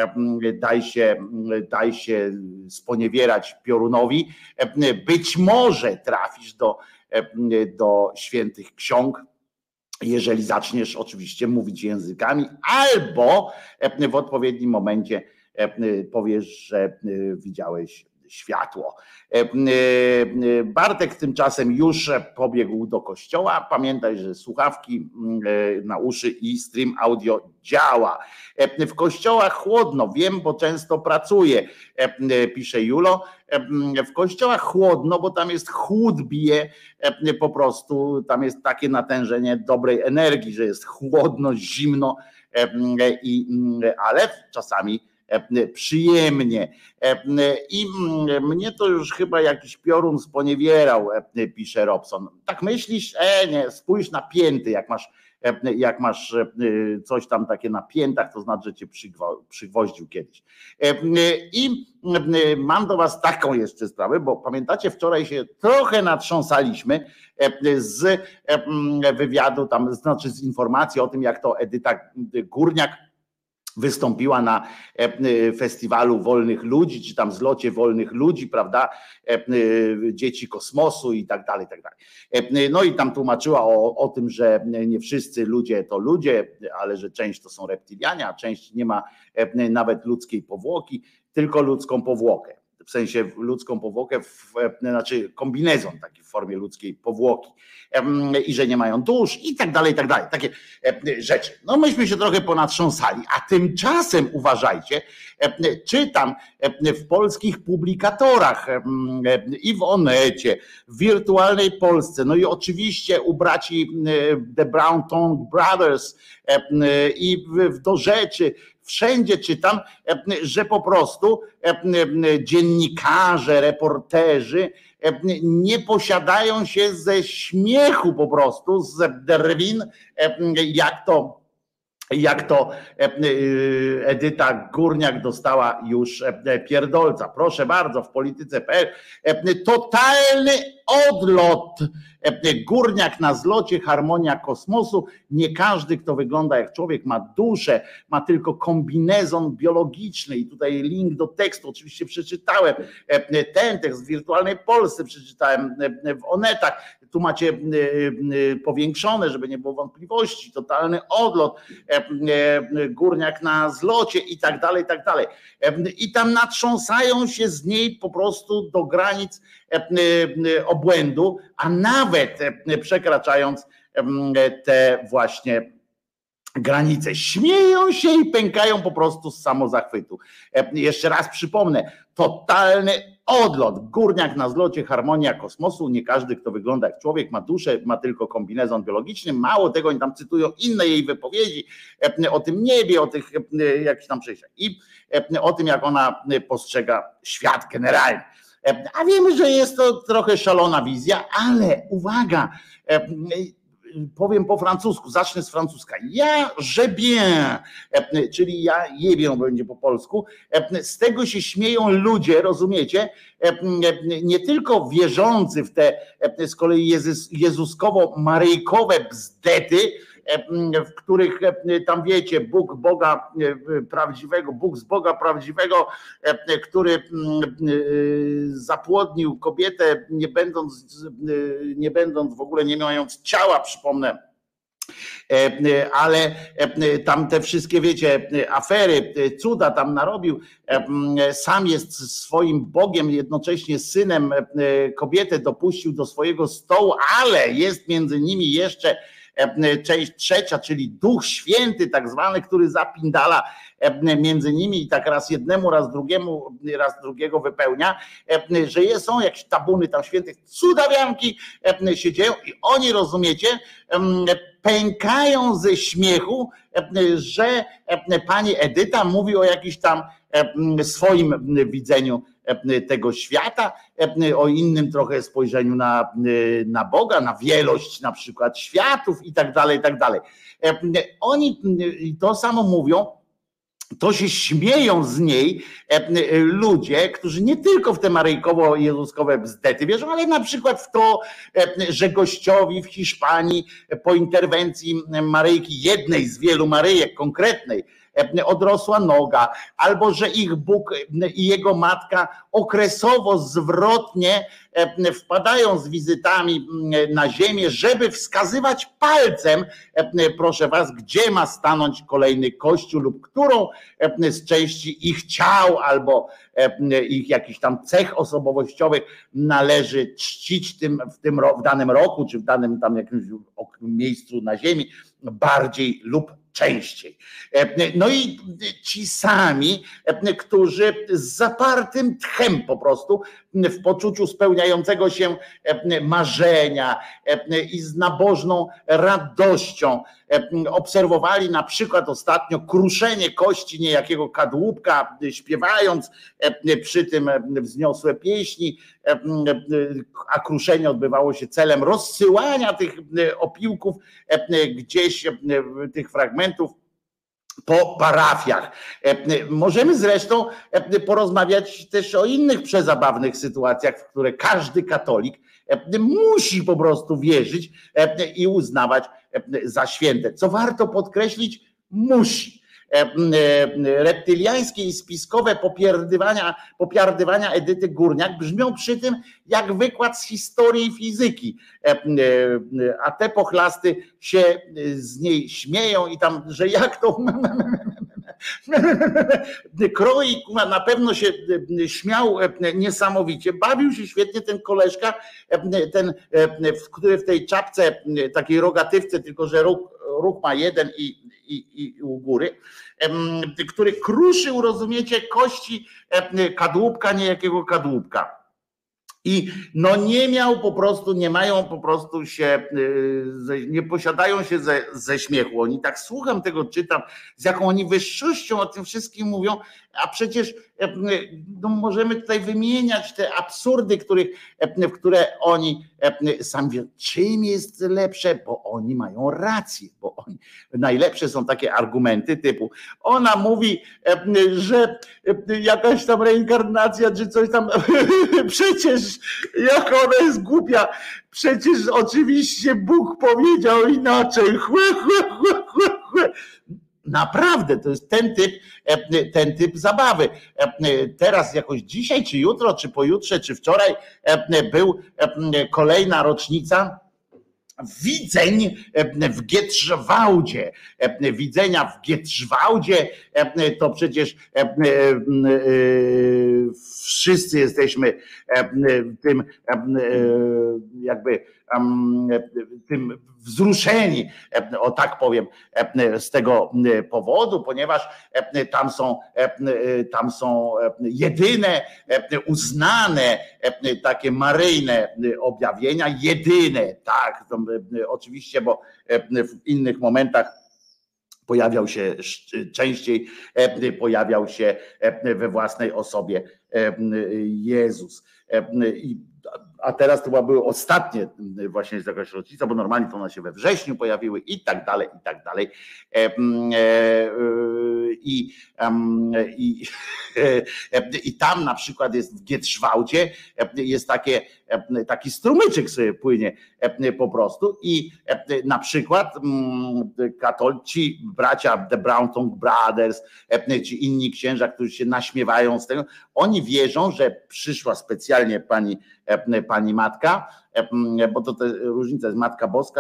daj się sponiewierać piorunowi. Być może trafisz do świętych ksiąg, jeżeli zaczniesz oczywiście mówić językami, albo w odpowiednim momencie powiesz, że widziałeś światło. Bartek tymczasem już pobiegł do kościoła. Pamiętaj, że słuchawki na uszy i stream audio działa. W kościołach chłodno, wiem, bo często pracuję, pisze Julo. W kościołach chłodno, bo tam jest chłód, bije po prostu, tam jest takie natężenie dobrej energii, że jest chłodno, zimno, ale czasami przyjemnie. I mnie to już chyba jakiś piorun sponiewierał, pisze Robson. Tak myślisz? Nie, spójrz na pięty, jak masz coś tam takie na piętach, to znaczy, że cię przygwoździł kiedyś. I mam do was taką jeszcze sprawę, bo pamiętacie, wczoraj się trochę natrząsaliśmy z wywiadu, tam, znaczy z informacji o tym, jak to Edyta Górniak wystąpiła na festiwalu wolnych ludzi, czy tam zlocie wolnych ludzi, prawda, dzieci kosmosu i tak dalej, tak dalej. No i tam tłumaczyła o tym, że nie wszyscy ludzie to ludzie, ale że część to są reptilianie, a część nie ma nawet ludzkiej powłoki, tylko ludzką powłokę. W sensie ludzką powłokę, znaczy kombinezon taki w formie ludzkiej powłoki i że nie mają dusz i tak dalej, takie rzeczy. No myśmy się trochę ponatrząsali, a tymczasem uważajcie, czytam w polskich publikatorach i w Onecie, w Wirtualnej Polsce, no i oczywiście u braci The Brown Tongue Brothers i Do Rzeczy, wszędzie czytam, że po prostu dziennikarze, reporterzy nie posiadają się ze śmiechu po prostu, z drwin, jak to Edyta Górniak dostała już pierdolca. Proszę bardzo, w polityce.pl totalny odlot. Górniak na zlocie, harmonia kosmosu. Nie każdy, kto wygląda jak człowiek, ma duszę, ma tylko kombinezon biologiczny. I tutaj link do tekstu, oczywiście przeczytałem ten tekst w Wirtualnej Polsce, przeczytałem w Onetach. Tu macie powiększone, żeby nie było wątpliwości, totalny odlot, górniak na zlocie i tak dalej, i tak dalej. I tam natrząsają się z niej po prostu do granic obłędu, a nawet przekraczając te właśnie granice. Śmieją się i pękają po prostu z samozachwytu. Jeszcze raz przypomnę, totalny odlot, górniak na zlocie, harmonia kosmosu. Nie każdy, kto wygląda jak człowiek, ma duszę, ma tylko kombinezon biologiczny. Mało tego, oni tam cytują inne jej wypowiedzi o tym niebie, o tych jakichś tam przejściach i o tym, jak ona postrzega świat generalnie. A wiemy, że jest to trochę szalona wizja, ale uwaga, powiem po francusku, zacznę z francuska. Ja je bien, czyli ja jebię będzie po polsku. Z tego się śmieją ludzie, rozumiecie? Nie tylko wierzący w te z kolei jezuskowo-maryjkowe bzdety, w których tam wiecie, Bóg Boga prawdziwego, Bóg z Boga prawdziwego, który zapłodnił kobietę, nie będąc w ogóle, nie mając ciała, przypomnę, ale tam te wszystkie, wiecie, afery, cuda tam narobił, sam jest swoim Bogiem, jednocześnie synem kobietę dopuścił do swojego stołu, ale jest między nimi jeszcze część trzecia, czyli Duch Święty tak zwany, który zapindala między nimi i tak raz jednemu, raz drugiego wypełnia, że są jakieś tabuny tam świętych, cudawianki się dzieją i oni, rozumiecie, pękają ze śmiechu, że pani Edyta mówi o jakimś tam swoim widzeniu tego świata, o innym trochę spojrzeniu na Boga, na wielość na przykład światów i tak dalej, i tak dalej. Oni to samo mówią, to się śmieją z niej ludzie, którzy nie tylko w te maryjkowo-jezuskowe bzdety wierzą, ale na przykład w to, że gościowi w Hiszpanii po interwencji Maryjki, jednej z wielu Maryjek konkretnej, odrosła noga, albo że ich Bóg i jego matka okresowo, zwrotnie wpadają z wizytami na ziemię, żeby wskazywać palcem, proszę was, gdzie ma stanąć kolejny kościół lub którą z części ich ciał albo ich jakichś tam cech osobowościowych należy czcić w danym roku, czy w danym tam jakimś miejscu na ziemi bardziej lub częściej. No i ci sami, którzy z zapartym tchem po prostu w poczuciu spełniającego się marzenia i z nabożną radością obserwowali na przykład ostatnio kruszenie kości niejakiego kadłubka, śpiewając przy tym wzniosłe pieśni, a kruszenie odbywało się celem rozsyłania tych opiłków gdzieś, tych fragmentów po parafiach. Możemy zresztą porozmawiać też o innych przezabawnych sytuacjach, w które każdy katolik musi po prostu wierzyć i uznawać za święte. Co warto podkreślić, musi. Reptyliańskie i spiskowe popiardywania Edyty Górniak brzmią przy tym jak wykład z historii fizyki, a te pochlasty się z niej śmieją i tam, że jak to Kroik na pewno się śmiał niesamowicie, bawił się świetnie ten koleżka, który w tej czapce, takiej rogatywce, tylko że róg ma jeden i u góry, który kruszył, rozumiecie, kości kadłubka, niejakiego kadłubka. I no nie mają po prostu się, nie posiadają się ze śmiechu. Oni tak słucham tego, czytam, z jaką oni wyższością o tym wszystkim mówią, a przecież no możemy tutaj wymieniać te absurdy, w które oni sami wiedzą, czym jest lepsze, bo oni mają rację, bo oni, najlepsze są takie argumenty typu, ona mówi, że jakaś tam reinkarnacja, czy coś tam, przecież jak ona jest głupia, przecież oczywiście Bóg powiedział inaczej, Naprawdę, to jest ten typ zabawy. Teraz jakoś dzisiaj, czy jutro, czy pojutrze, czy wczoraj był kolejna rocznica widzeń w Gietrzwałdzie. Widzenia w Gietrzwałdzie to przecież wszyscy jesteśmy tym jakby tym wzruszeni, o tak powiem, z tego powodu, ponieważ tam są jedyne uznane takie maryjne objawienia, jedyne, tak, to, oczywiście, bo w innych momentach pojawiał się częściej, pojawiał się we własnej osobie Jezus. A teraz to były ostatnie właśnie jakaś rocznica, bo normalnie to one się we wrześniu pojawiły i tak dalej, i tak dalej. I tam na przykład jest w Gietrzwałdzie jest taki strumyczek sobie płynie po prostu i na przykład katolicy, bracia The Browntongue Brothers, czy inni księża, którzy się naśmiewają z tego, oni wierzą, że przyszła specjalnie pani matka, bo to różnica jest Matka Boska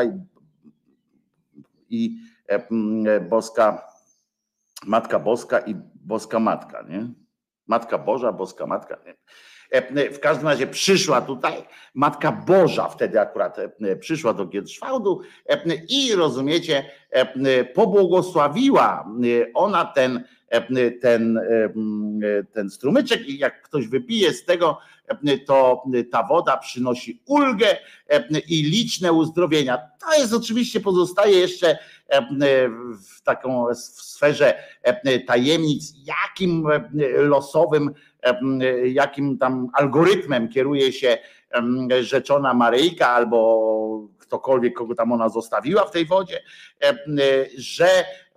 i Boska, Matka Boska i Boska Matka, nie? Matka Boża, Boska Matka, nie? W każdym razie przyszła tutaj Matka Boża, wtedy akurat przyszła do Gietrzwałdu i rozumiecie, pobłogosławiła ona ten strumyczek i jak ktoś wypije z tego, to ta woda przynosi ulgę i liczne uzdrowienia. To jest oczywiście, pozostaje jeszcze w sferze tajemnic, jakim losowym, jakim tam algorytmem kieruje się rzeczona Maryjka albo ktokolwiek, kogo tam ona zostawiła w tej wodzie, że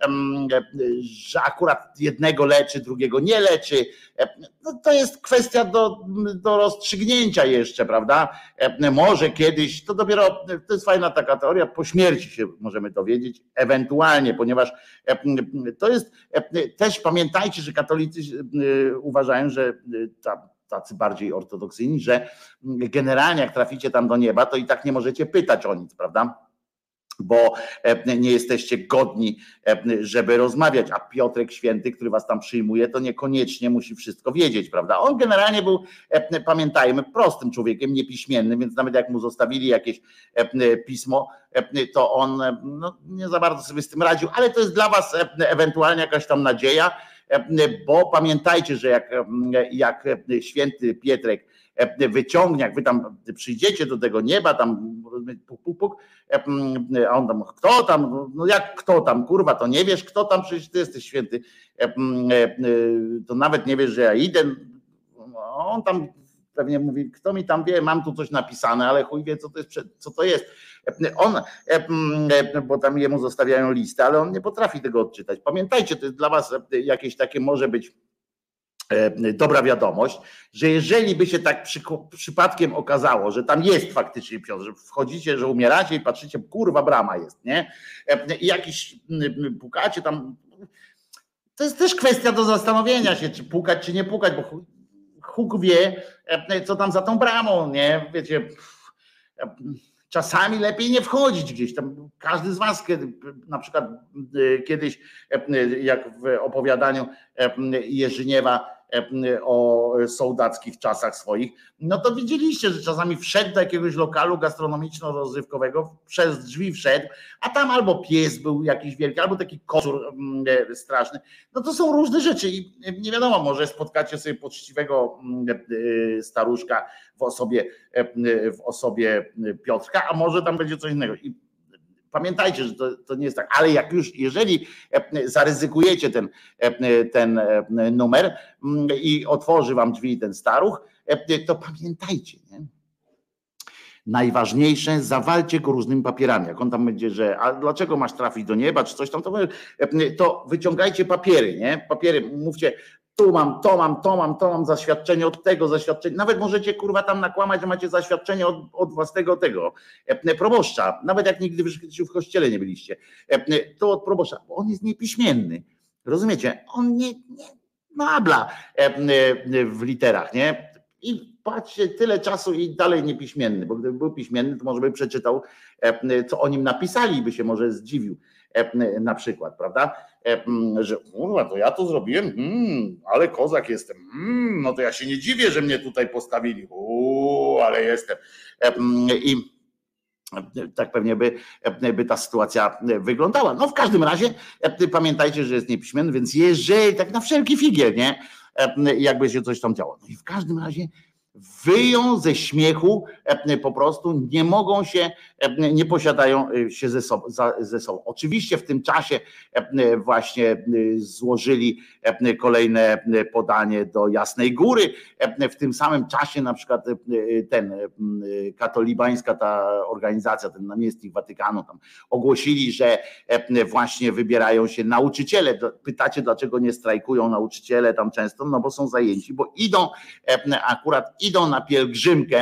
akurat jednego leczy, drugiego nie leczy. No to jest kwestia do rozstrzygnięcia jeszcze, prawda? Może kiedyś, to dopiero, to jest fajna taka teoria, po śmierci się możemy dowiedzieć, ewentualnie, ponieważ to jest, też pamiętajcie, że katolicy uważają, że tacy bardziej ortodoksyjni, że generalnie jak traficie tam do nieba, to i tak nie możecie pytać o nic, prawda? Bo nie jesteście godni, żeby rozmawiać, a Piotrek Święty, który was tam przyjmuje, to niekoniecznie musi wszystko wiedzieć, prawda? On generalnie był, pamiętajmy, prostym człowiekiem, niepiśmiennym, więc nawet jak mu zostawili jakieś pismo, to on nie za bardzo sobie z tym radził, ale to jest dla was ewentualnie jakaś tam nadzieja, bo pamiętajcie, że jak święty Pietrek wyciągnie, jak wy tam przyjdziecie do tego nieba, tam puk, a on tam, kto tam, no jak kto tam, kurwa, to nie wiesz, kto tam, przecież ty jesteś święty, to nawet nie wiesz, że ja idę, on tam pewnie mówi, kto mi tam wie, mam tu coś napisane, ale chuj wie, co to jest. On, bo tam jemu zostawiają listę, ale on nie potrafi tego odczytać. Pamiętajcie, to jest dla was jakieś takie może być dobra wiadomość, że jeżeli by się tak przypadkiem okazało, że tam jest faktycznie Piotr, że wchodzicie, że umieracie i patrzycie, kurwa, brama jest, nie? I jakiś pukacie tam, to jest też kwestia do zastanowienia się, czy pukać, czy nie pukać, bo Huk wie, co tam za tą bramą, nie? Wiecie, czasami lepiej nie wchodzić gdzieś tam. Każdy z was na przykład kiedyś, jak w opowiadaniu Jerzyniewa o sołdackich czasach swoich, no to widzieliście, że czasami wszedł do jakiegoś lokalu gastronomiczno-rozrywkowego, przez drzwi wszedł, a tam albo pies był jakiś wielki, albo taki kocur straszny. No to są różne rzeczy i nie wiadomo, może spotkacie sobie poczciwego staruszka w osobie Piotrka, a może tam będzie coś innego. I pamiętajcie, że to nie jest tak, ale jak już, jeżeli zaryzykujecie ten numer i otworzy wam drzwi ten staruch, to pamiętajcie, nie? Najważniejsze, zawalcie go różnymi papierami. Jak on tam będzie, że a dlaczego masz trafić do nieba, czy coś tam, to wyciągajcie papiery, nie? Papiery, mówcie, tu mam, to mam zaświadczenie od tego, zaświadczenie. Nawet możecie kurwa tam nakłamać, że macie zaświadczenie od własnego tego proboszcza. Nawet jak nigdy w kościele nie byliście. To od proboszcza, bo on jest niepiśmienny. Rozumiecie? On nie nabla w literach, nie? I patrzcie, tyle czasu i dalej niepiśmienny, bo gdyby był piśmienny, to może by przeczytał, co o nim napisali i by się może zdziwił na przykład, prawda? Że kurwa, to ja to zrobiłem, ale kozak jestem, no to ja się nie dziwię, że mnie tutaj postawili, ale jestem. I tak pewnie by ta sytuacja wyglądała. No w każdym razie pamiętajcie, że jest niepiśmienny, więc jeżeli tak na wszelki figiel, nie? Jakby się coś tam działo. No i w każdym razie wyją ze śmiechu, po prostu nie mogą się, nie posiadają się ze sobą. Oczywiście w tym czasie właśnie złożyli kolejne podanie do Jasnej Góry. W tym samym czasie na przykład ten katolibańska ta organizacja, ten namiestnik Watykanu tam ogłosili, że właśnie wybierają się nauczyciele. Pytacie, dlaczego nie strajkują nauczyciele tam często? No bo są zajęci, bo idą na pielgrzymkę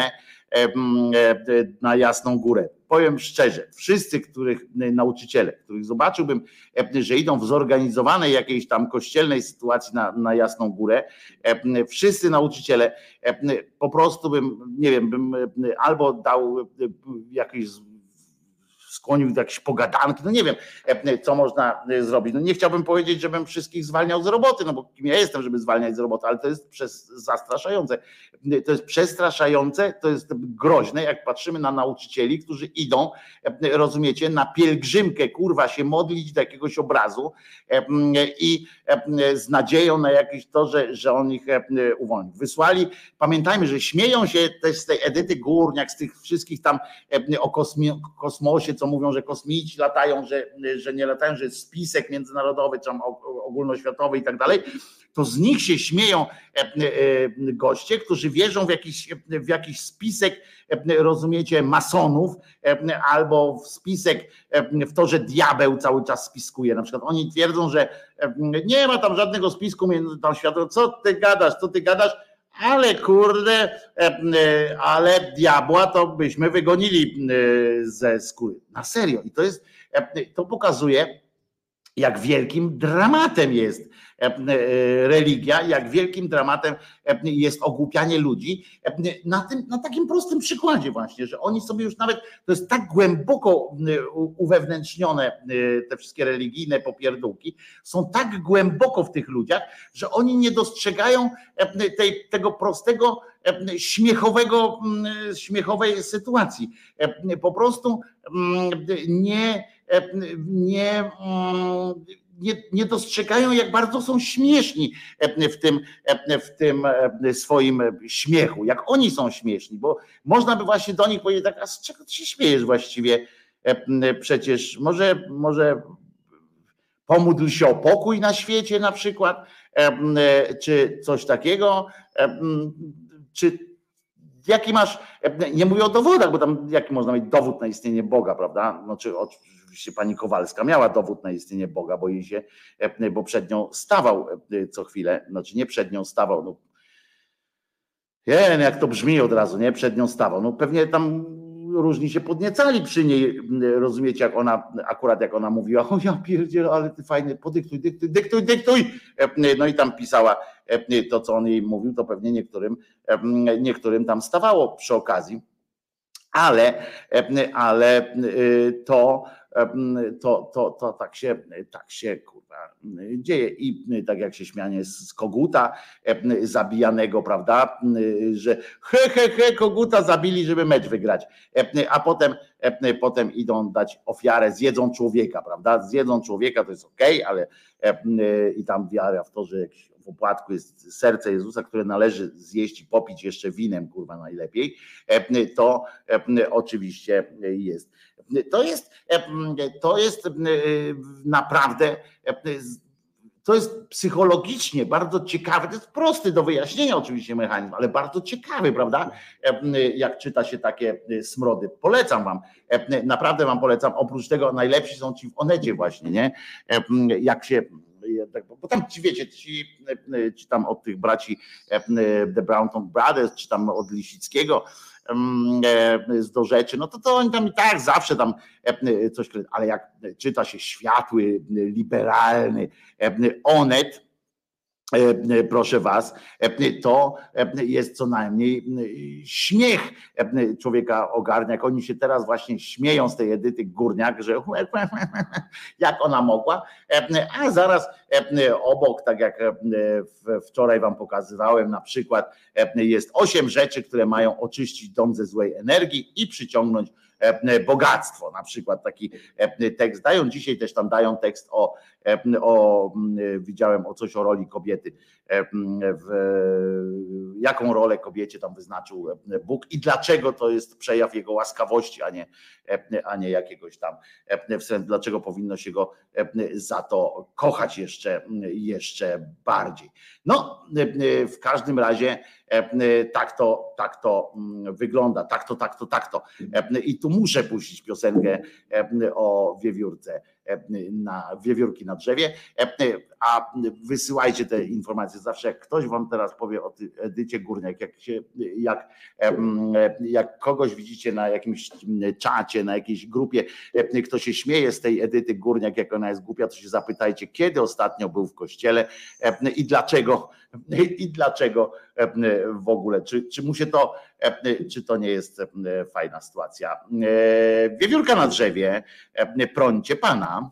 na Jasną Górę. Powiem szczerze, wszyscy, nauczyciele, których zobaczyłbym, że idą w zorganizowanej jakiejś tam kościelnej sytuacji na Jasną Górę, wszyscy nauczyciele, po prostu bym albo dał jakieś, skłonił do jakiejś pogadanki, no nie wiem, co można zrobić. No nie chciałbym powiedzieć, żebym wszystkich zwalniał z roboty, no bo kim ja jestem, żeby zwalniać z roboty, ale to jest zastraszające. To jest przestraszające, to jest groźne, jak patrzymy na nauczycieli, którzy idą, rozumiecie, na pielgrzymkę, kurwa, się modlić do jakiegoś obrazu i z nadzieją na jakieś to, że on ich uwolni. Wysłali, pamiętajmy, że śmieją się też z tej Edyty Górniak, z tych wszystkich tam o kosmosie, co mówią, że kosmici latają, że nie latają, że jest spisek międzynarodowy, czy tam ogólnoświatowy i tak dalej, to z nich się śmieją goście, którzy wierzą w jakiś spisek, rozumiecie, masonów, albo w spisek, w to, że diabeł cały czas spiskuje. Na przykład oni twierdzą, że nie ma tam żadnego spisku między tam światowym. Co ty gadasz? Ale kurde, ale diabła to byśmy wygonili ze skóry. Na serio. I to pokazuje, jak wielkim dramatem jest religia, jak wielkim dramatem jest ogłupianie ludzi. Na takim prostym przykładzie właśnie, że oni sobie już nawet, to jest tak głęboko uwewnętrznione, te wszystkie religijne popierdółki, są tak głęboko w tych ludziach, że oni nie dostrzegają tego prostego, śmiechowej sytuacji. Po prostu nie dostrzegają, jak bardzo są śmieszni w tym swoim śmiechu, jak oni są śmieszni, bo można by właśnie do nich powiedzieć tak, a z czego ty się śmiejesz właściwie? Przecież może pomódl się o pokój na świecie na przykład, czy coś takiego, czy jaki masz, nie mówię o dowodach, bo tam jaki można mieć dowód na istnienie Boga, prawda? Znaczy oczywiście pani Kowalska miała dowód na istnienie Boga, bo przed nią stawał co chwilę, znaczy nie przed nią stawał, no nie wiem jak to brzmi od razu, nie? Przed nią stawał, no pewnie tam różni się podniecali przy niej, rozumiecie, jak ona mówiła, o ja pierdzielę, ale ty fajny, dyktuj. No i tam pisała to, co on jej mówił, to pewnie niektórym tam stawało przy okazji, ale to tak się kurwa dzieje. I tak jak się śmianie z koguta zabijanego, prawda, że he, koguta zabili, żeby mecz wygrać, a potem potem idą dać ofiarę, zjedzą człowieka, prawda? Zjedzą człowieka, to jest okej, ale i tam wiara w to, że w opłatku jest serce Jezusa, które należy zjeść i popić jeszcze winem, kurwa, najlepiej, to oczywiście jest. To jest naprawdę, to jest psychologicznie bardzo ciekawe, to jest prosty do wyjaśnienia oczywiście mechanizm, ale bardzo ciekawy, prawda? Jak czyta się takie smrody. Polecam wam, naprawdę wam polecam. Oprócz tego najlepsi są ci w Onecie właśnie, nie? Jak się, bo tam ci wiecie, ci tam od tych braci The Brownton Brothers, czy tam od Lisickiego, do rzeczy, no to oni tam i tak zawsze tam coś, ale jak czyta się światły, liberalny Onet, proszę was, to jest co najmniej śmiech człowieka ogarnia, jak oni się teraz właśnie śmieją z tej Edyty Górniak, że jak ona mogła, a zaraz obok, tak jak wczoraj wam pokazywałem, na przykład jest 8 rzeczy, które mają oczyścić dom ze złej energii i przyciągnąć bogactwo. Na przykład taki tekst dają, dzisiaj też tam dają tekst widziałem coś o roli kobiety, jaką rolę kobiecie tam wyznaczył Bóg i dlaczego to jest przejaw jego łaskawości, a nie jakiegoś tam, dlaczego powinno się go za to kochać jeszcze bardziej. No, w każdym razie tak to wygląda, tak to. I tu muszę puścić piosenkę o wiewiórce, wiewiórki na drzewie, a wysyłajcie te informacje zawsze, jak ktoś wam teraz powie o Edycie Górniak, jak kogoś widzicie na jakimś czacie, na jakiejś grupie, kto się śmieje z tej Edyty Górniak, jak ona jest głupia, to się zapytajcie, kiedy ostatnio był w kościele i dlaczego w ogóle, czy mu się to, czy to nie jest fajna sytuacja. Wiewiórka na drzewie, prońcie pana.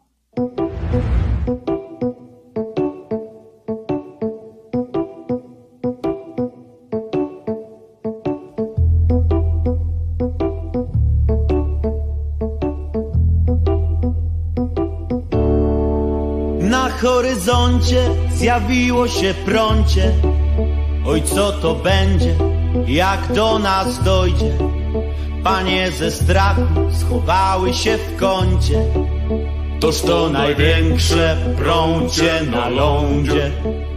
Na horyzoncie zjawiło się prącie. Oj, co to będzie, jak do nas dojdzie? Panie ze strachu schowały się w kącie. Toż to największe prącie na lądzie.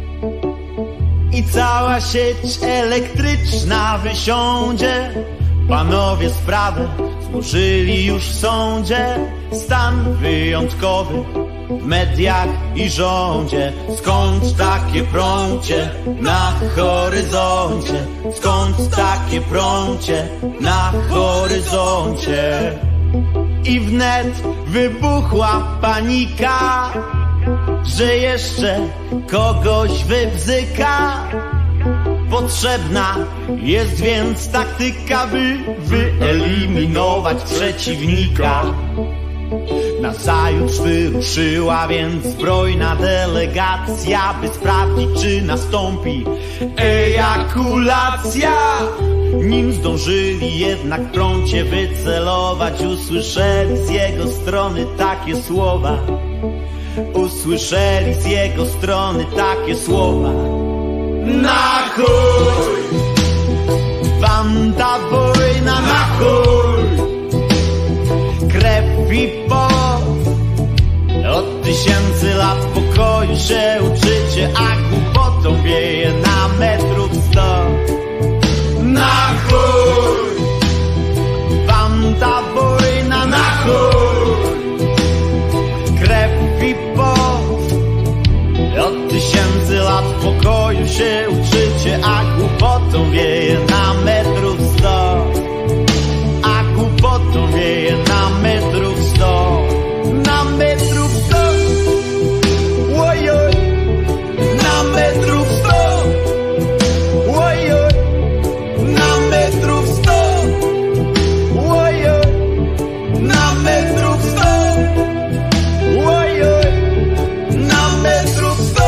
I cała sieć elektryczna wysiądzie. Panowie sprawę złożyli już w sądzie. Stan wyjątkowy w mediach i rządzie. Skąd takie prącie na horyzoncie? Skąd takie prącie na horyzoncie? I wnet wybuchła panika, że jeszcze kogoś wybzyka. Potrzebna jest więc taktyka, by wyeliminować przeciwnika. Nazajutrz wyruszyła więc zbrojna delegacja, by sprawdzić, czy nastąpi ejakulacja. Nim zdążyli jednak w prącie wycelować, usłyszeli z jego strony takie słowa. Usłyszeli z jego strony takie słowa. Na chuj! Wam ta wojna na chuj! Krew i pot. Od 1000 lat pokoju się uczycie, a głupotą wieje na metrów 100. Na chuj! Wam ta wojna na chuj! Krew i pot. Od 1000 lat pokoju się uczycie, a głupotą wieje na metrów 100. A głupotą wieje na metrów 100. Na metrów 100. Ojoj. Na metrów 100. Ojoj. Na metrów 100. Ojoj. Na metrów 100. Ojoj. Na metrów 100.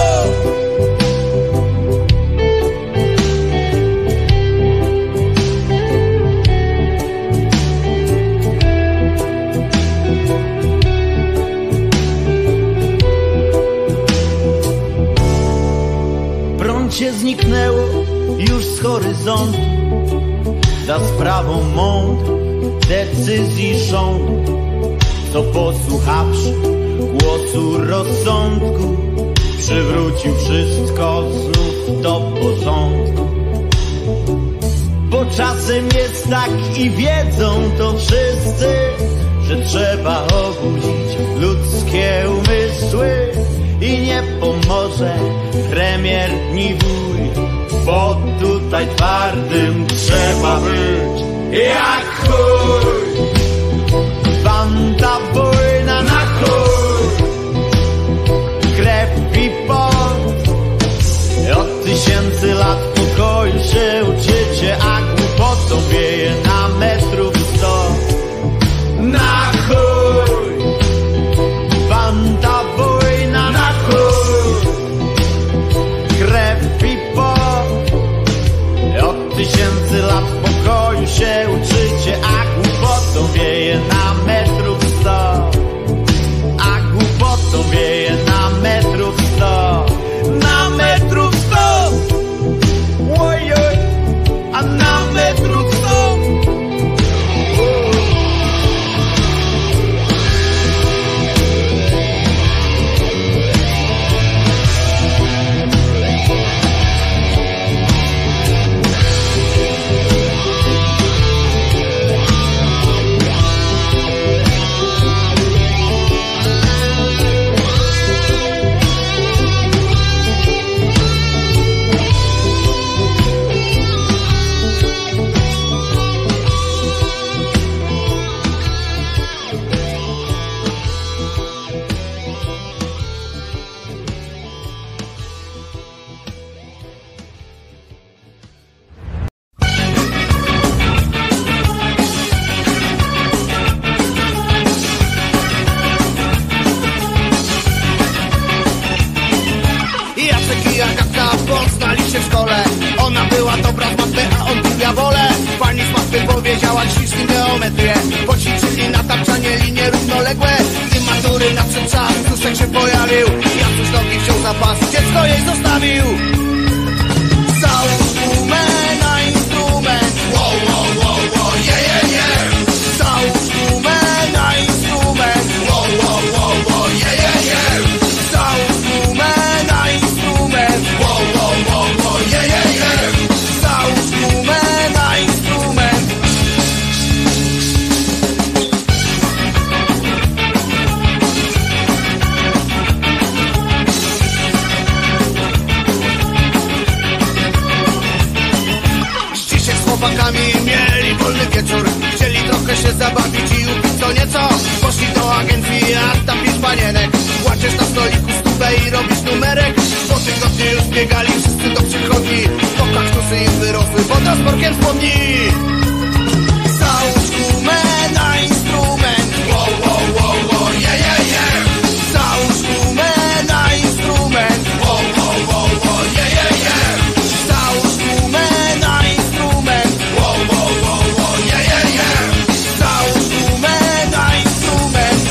Życie zniknęło już z horyzontu za sprawą mądrych decyzji rządu, co posłuchawszy głosu rozsądku przywrócił wszystko znów do porządku. Bo czasem jest tak i wiedzą to wszyscy, że trzeba obudzić ludzkie umysły i nie pomoże premier ni wuj, bo tutaj twardym trzeba być jak chuj. Banda, wojna na chuj, krew i pot. Od 1000 lat pokoju się uczycie, a głupotą wieje na metrów 100. Na chuj, banda, wojna na chuj, krew i pot. Od 1000 lat pokoju się uczycie, a głupotą wieje na metrów 100. A głupotą wieje na metrów 100. Na metrów 100. Ojoj, a na metrów 100. Powiedziała ćwiczny geometrię, poćwiczyli nataczanie linie równoległe. I matury nadszedł czas, Duszek się pojawił. Jacuś nogi wziął za pas, dziecko jej zostawił. Załóż gumę na instrument. Wow, wow, wow, wow, je, je. Załóż gumę na instrument. Wow, wow, wow, wow, je, je. Załóż gumę na instrument. Wow, wow, wow, wow, je, je. Załóż gumę na instrument. Chłopakami mieli wolny wieczór, chcieli trochę się zabawić i upić co nieco. Poszli do agencji, a tam 5 panienek. Płaczesz na stoliku stówę i robisz numerek. Po tygodniu już biegali wszyscy do przychodni, bo kaktusy im wyrosły pod rozporkiem spodni. Załóż gumę na instrument. Wow, wow, wow, wow, je, je, je. Załóż gumę na instrument. Wow, wow, wow, wow, je, je, je. Załóż gumę na instrument. Wow, wow, wow, wow, je, je, je. Załóż gumę na instrument.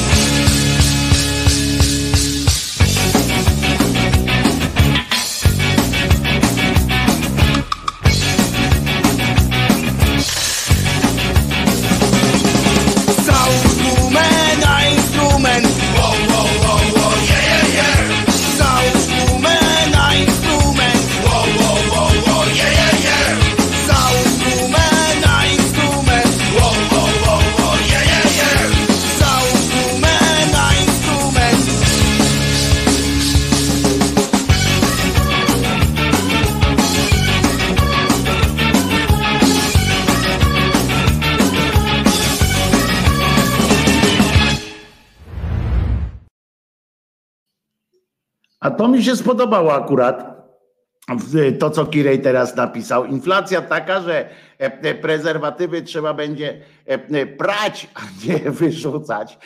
Załóż gumę na instrument. Wow, wow, wow, wow, je, je, je. Załóż gumę na instrument. Wow, wow, wow, wow, je, je, je. Załóż gumę na instrument. Wow, wow, wow, wow, je, je, je. Załóż gumę na instrument. A to mi się spodobało akurat, to co Kirej teraz napisał. Inflacja taka, że prezerwatywy trzeba będzie prać, a nie wyrzucać.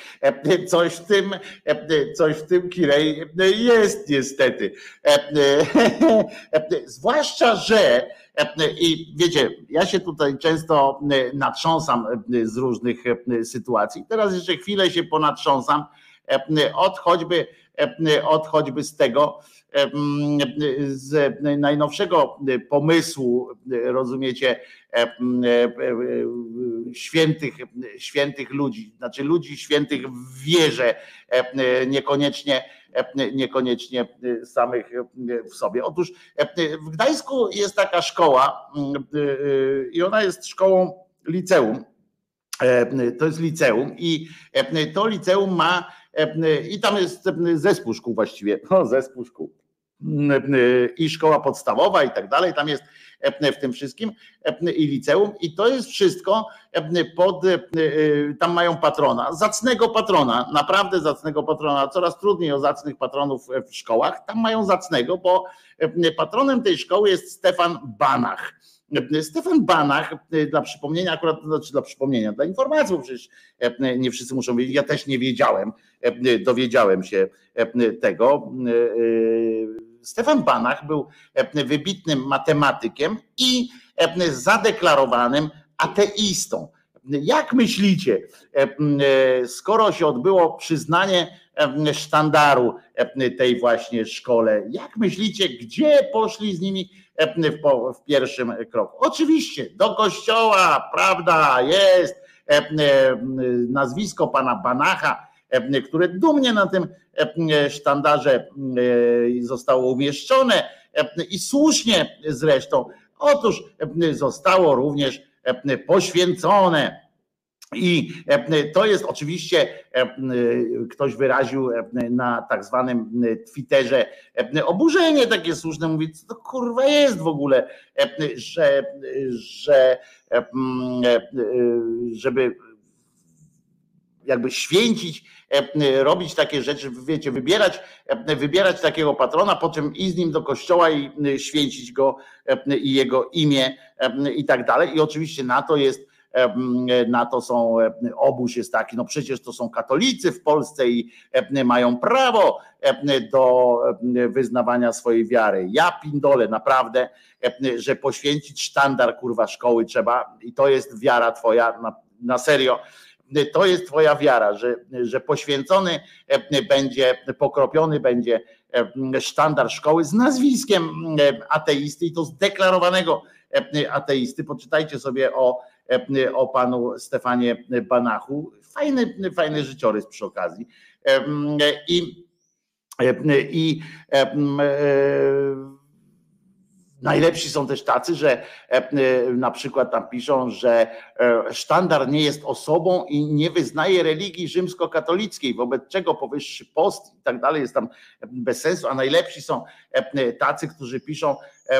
Coś w tym Kirej jest niestety. Zwłaszcza, że i wiecie, ja się tutaj często natrząsam z różnych sytuacji. Teraz jeszcze chwilę się ponatrząsam od choćby z tego, z najnowszego pomysłu, rozumiecie, świętych ludzi, znaczy ludzi świętych w wierze, niekoniecznie samych w sobie. Otóż w Gdańsku jest taka szkoła i ona jest szkołą liceum. To jest liceum i to liceum ma, i tam jest zespół szkół właściwie, zespół szkół i szkoła podstawowa i tak dalej, tam jest w tym wszystkim i liceum i to jest wszystko tam mają patrona, zacnego patrona, naprawdę zacnego patrona, coraz trudniej o zacnych patronów w szkołach, tam mają zacnego, bo patronem tej szkoły jest Stefan Banach. Stefan Banach, dla przypomnienia, akurat znaczy dla przypomnienia, dla informacji, bo przecież nie wszyscy muszą wiedzieć, ja też nie wiedziałem, dowiedziałem się tego. Stefan Banach był wybitnym matematykiem i zadeklarowanym ateistą. Jak myślicie, skoro się odbyło przyznanie sztandaru tej właśnie szkole, jak myślicie, gdzie poszli z nimi w pierwszym kroku? Oczywiście do kościoła, prawda, jest nazwisko pana Banacha, które dumnie na tym sztandarze zostało umieszczone i słusznie zresztą. Otóż zostało również poświęcone. I to jest oczywiście, ktoś wyraził na tak zwanym Twitterze oburzenie takie słuszne, mówi, co to kurwa jest w ogóle, żeby jakby święcić, robić takie rzeczy, wiecie, wybierać takiego patrona, po czym iść z nim do kościoła i święcić go i jego imię i tak dalej. I oczywiście na to są, obóz jest taki, no przecież to są katolicy w Polsce i mają prawo do wyznawania swojej wiary. Ja pindolę, naprawdę, że poświęcić sztandar kurwa szkoły trzeba i to jest wiara twoja, na serio. To jest twoja wiara, że poświęcony będzie, pokropiony będzie sztandar szkoły z nazwiskiem ateisty i to zdeklarowanego ateisty. Poczytajcie sobie o panu Stefanie Banachu. Fajny życiorys przy okazji. Najlepsi są też tacy, że na przykład tam piszą, że sztandar nie jest osobą i nie wyznaje religii rzymskokatolickiej, wobec czego powyższy post i tak dalej jest tam bez sensu, a najlepsi są tacy, którzy piszą,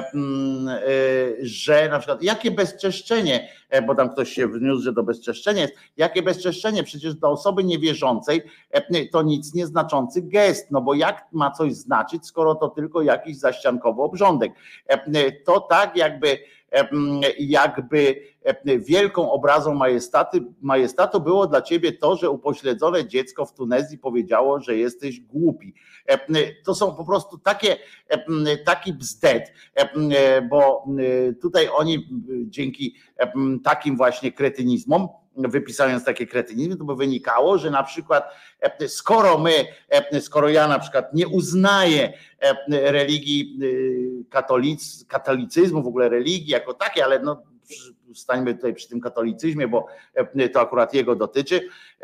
że na przykład jakie bezczeszczenie, bo tam ktoś się wniósł, że to bezczeszczenie jest, jakie bezczeszczenie, przecież dla osoby niewierzącej to nic nieznaczący gest, no bo jak ma coś znaczyć, skoro to tylko jakiś zaściankowy obrządek. To tak jakby wielką obrazą majestatu było dla ciebie to, że upośledzone dziecko w Tunezji powiedziało, że jesteś głupi. To są po prostu taki bzdet, bo tutaj oni dzięki takim właśnie kretynizmom, wypisując takie kretynizmy, to by wynikało, że na przykład skoro ja na przykład nie uznaję religii katolicyzmu, w ogóle religii jako takiej, ale no stańmy tutaj przy tym katolicyzmie, bo to akurat jego dotyczy,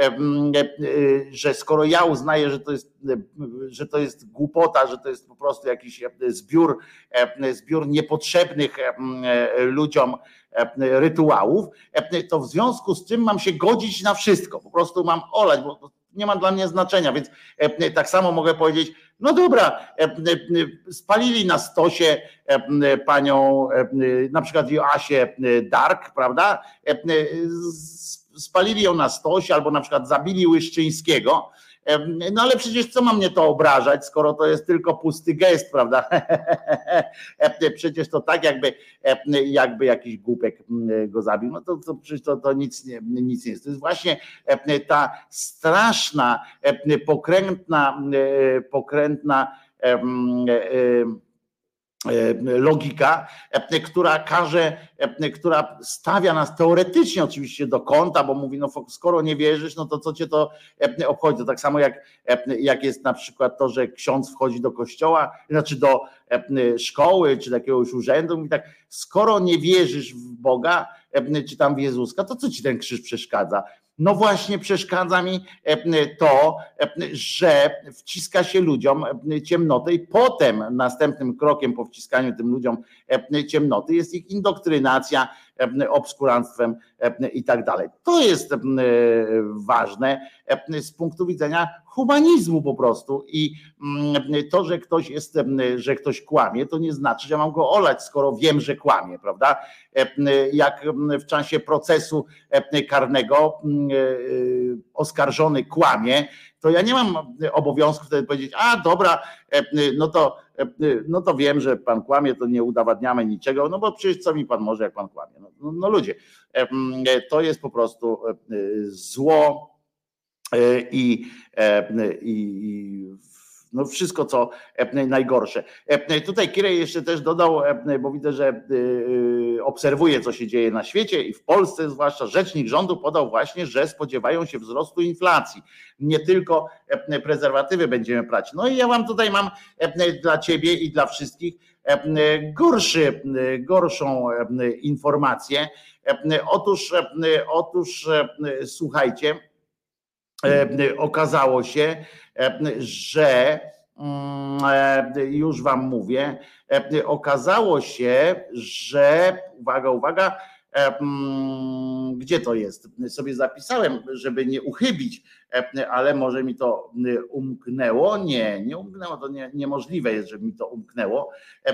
że skoro ja uznaję, że to jest głupota, że to jest po prostu jakiś zbiór niepotrzebnych ludziom rytuałów, to w związku z czym mam się godzić na wszystko, po prostu mam olać, bo nie ma dla mnie znaczenia, więc tak samo mogę powiedzieć, no dobra, spalili na stosie panią, na przykład Joasię Dark, prawda? Spalili ją na stosie, albo na przykład zabili Łyszczyńskiego. No ale przecież co ma mnie to obrażać, skoro to jest tylko pusty gest, prawda? Przecież to tak jakby jakiś głupek go zabił, no to przecież to nic nie jest. To jest właśnie ta straszna, pokrętna logika, która stawia nas teoretycznie oczywiście do kąta, bo mówi, no skoro nie wierzysz, no to co cię to obchodzi. To tak samo jak jest na przykład to, że ksiądz wchodzi do kościoła, znaczy do szkoły, czy do jakiegoś urzędu, mówi tak, skoro nie wierzysz w Boga, czy tam w Jezuska, to co ci ten krzyż przeszkadza? No właśnie przeszkadza mi to, że wciska się ludziom ciemnotę i potem następnym krokiem po wciskaniu tym ludziom ciemnoty jest ich indoktrynacja obskuranstwem i tak dalej. To jest ważne z punktu widzenia humanizmu po prostu i to, że ktoś kłamie, to nie znaczy, że mam go olać, skoro wiem, że kłamie, prawda? Jak w czasie procesu karnego oskarżony kłamie, to ja nie mam obowiązku wtedy powiedzieć, a dobra, no to wiem, że pan kłamie, to nie udowadniamy niczego, no bo przecież co mi pan może, jak pan kłamie? No ludzie, to jest po prostu zło i no wszystko, co najgorsze. Tutaj Kirej jeszcze też dodał, bo widzę, że obserwuje, co się dzieje na świecie i w Polsce zwłaszcza. Rzecznik rządu podał właśnie, że spodziewają się wzrostu inflacji. Nie tylko prezerwatywy będziemy brać. No i ja tutaj mam dla ciebie i dla wszystkich gorszą informację. Otóż słuchajcie, okazało się, że już wam mówię, okazało się, że uwaga, gdzie to jest? Sobie zapisałem, żeby nie uchybić, ale może mi to umknęło. Nie umknęło, to niemożliwe jest, żeby mi to umknęło,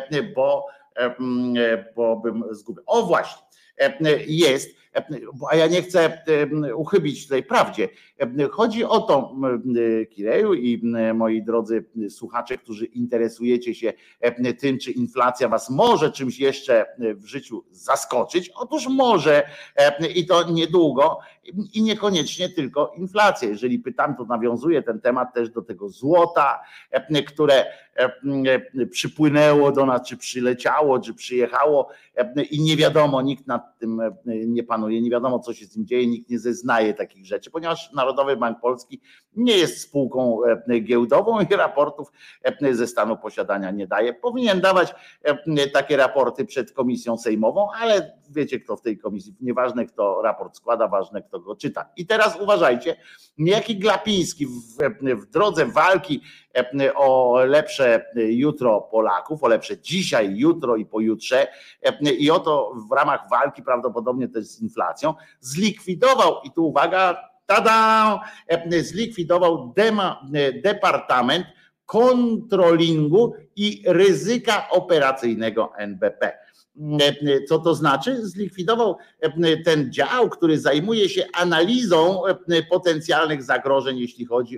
bo bym zgubił. O właśnie, jest, a ja nie chcę uchybić tutaj prawdzie. Chodzi o to, Kireju i moi drodzy słuchacze, którzy interesujecie się tym, czy inflacja was może czymś jeszcze w życiu zaskoczyć. Otóż może i to niedługo i niekoniecznie tylko inflacja. Jeżeli pytam, to nawiązuje ten temat też do tego złota, które przypłynęło do nas, czy przyleciało, czy przyjechało i nie wiadomo, nikt nad tym nie panuje, nie wiadomo, co się z tym dzieje, nikt nie zeznaje takich rzeczy, ponieważ Narodowy Bank Polski nie jest spółką giełdową i raportów ze stanu posiadania nie daje. Powinien dawać takie raporty przed komisją sejmową, ale wiecie, kto w tej komisji, nieważne kto raport składa, ważne kto go czyta. I teraz uważajcie, niejaki Glapiński w drodze walki o lepsze jutro Polaków, o lepsze dzisiaj, jutro i pojutrze i oto w ramach walki prawdopodobnie też z inflacją zlikwidował, i tu uwaga, tada, zlikwidował Departament Kontrolingu i Ryzyka Operacyjnego NBP. Co to znaczy? Zlikwidował ten dział, który zajmuje się analizą potencjalnych zagrożeń, jeśli chodzi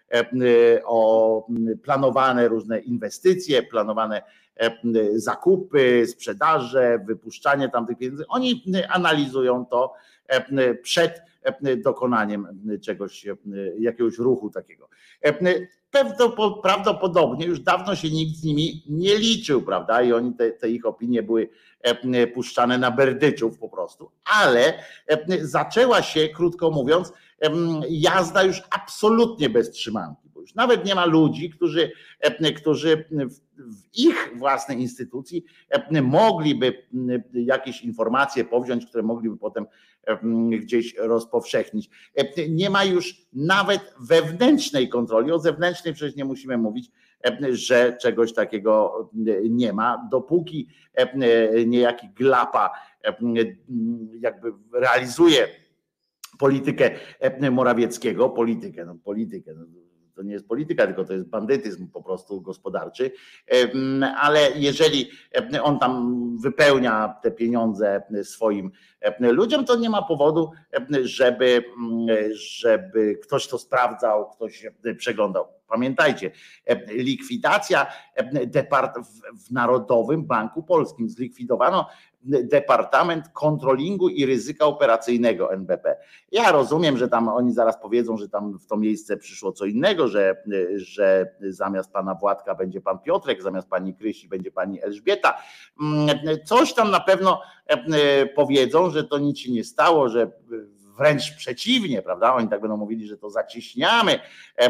o planowane różne inwestycje, planowane zakupy, sprzedaże, wypuszczanie tamtych pieniędzy. Oni analizują to przed dokonaniem czegoś, jakiegoś ruchu takiego. Prawdopodobnie już dawno się nikt z nimi nie liczył, prawda? I oni te ich opinie były puszczane na berdyczów po prostu. Ale zaczęła się, krótko mówiąc, jazda już absolutnie bez trzymanki, bo już nawet nie ma ludzi, którzy w ich własnej instytucji mogliby jakieś informacje powziąć, które mogliby potem gdzieś rozpowszechnić. Nie ma już nawet wewnętrznej kontroli, o zewnętrznej przecież nie musimy mówić, że czegoś takiego nie ma, dopóki niejaki Glapa jakby realizuje politykę Morawieckiego, politykę, to nie jest polityka, tylko to jest bandytyzm po prostu gospodarczy, ale jeżeli on tam wypełnia te pieniądze swoim ludziom, to nie ma powodu, żeby ktoś to sprawdzał, ktoś przeglądał. pamiętajcie, likwidacja w Narodowym Banku Polskim, zlikwidowano Departament Kontrolingu i Ryzyka Operacyjnego NBP. Ja rozumiem, że tam oni zaraz powiedzą, że tam w to miejsce przyszło co innego, że zamiast pana Władka będzie pan Piotrek, zamiast pani Krysi będzie pani Elżbieta. Coś tam na pewno powiedzą, że to nic się nie stało, że wręcz przeciwnie, prawda? Oni tak będą mówili, że to zacieśniamy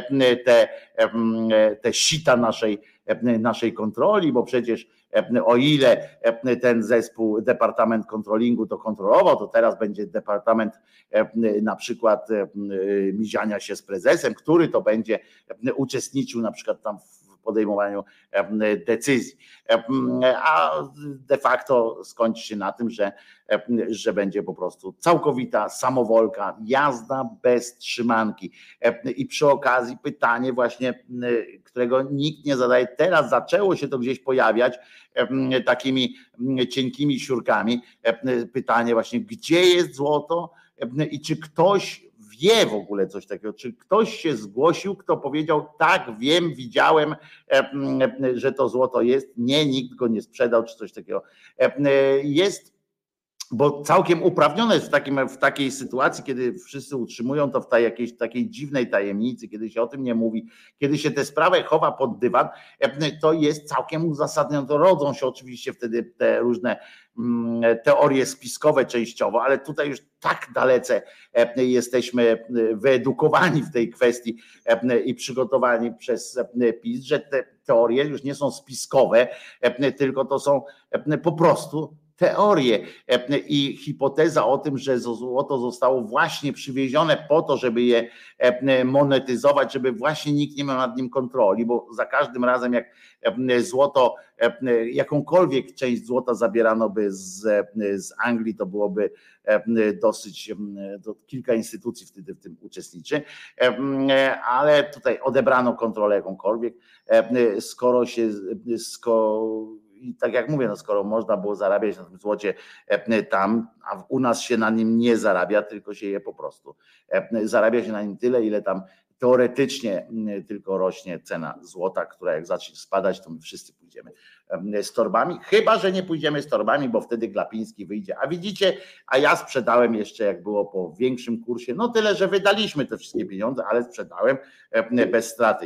te sita naszej kontroli, bo przecież o ile ten zespół, Departament Kontrolingu to kontrolował, to teraz będzie Departament na przykład miziania się z prezesem, który to będzie uczestniczył na przykład tam w podejmowaniu decyzji. A de facto skończy się na tym, że będzie po prostu całkowita samowolka, jazda bez trzymanki. I przy okazji pytanie właśnie, którego nikt nie zadaje, teraz zaczęło się to gdzieś pojawiać takimi cienkimi siurkami, pytanie właśnie, gdzie jest złoto i czy ktoś wie w ogóle coś takiego, czy ktoś się zgłosił, kto powiedział, tak, wiem, widziałem, że to złoto jest, nie, nikt go nie sprzedał, czy coś takiego. Jest, bo całkiem uprawnione jest w takiej sytuacji, kiedy wszyscy utrzymują to w jakiejś takiej dziwnej tajemnicy, kiedy się o tym nie mówi, kiedy się tę sprawę chowa pod dywan, to jest całkiem uzasadnione. To rodzą się oczywiście wtedy te różne teorie spiskowe częściowo, ale tutaj już tak dalece jesteśmy wyedukowani w tej kwestii i przygotowani przez PiS, że te teorie już nie są spiskowe, tylko to są po prostu teorie i hipoteza o tym, że złoto zostało właśnie przywiezione po to, żeby je monetyzować, żeby właśnie nikt nie miał nad nim kontroli, bo za każdym razem jak złoto, jakąkolwiek część złota zabierano by z Anglii, to byłoby dosyć, kilka instytucji wtedy w tym uczestniczy, ale tutaj odebrano kontrolę jakąkolwiek, i tak jak mówię, skoro można było zarabiać na tym złocie tam, a u nas się na nim nie zarabia, tylko się je po prostu zarabia się na nim tyle, ile tam teoretycznie tylko rośnie cena złota, która jak zacznie spadać, to my wszyscy pójdziemy z torbami, chyba że nie pójdziemy z torbami, bo wtedy Glapiński wyjdzie, a widzicie, a ja sprzedałem jeszcze, jak było po większym kursie, no tyle, że wydaliśmy te wszystkie pieniądze, ale sprzedałem bez straty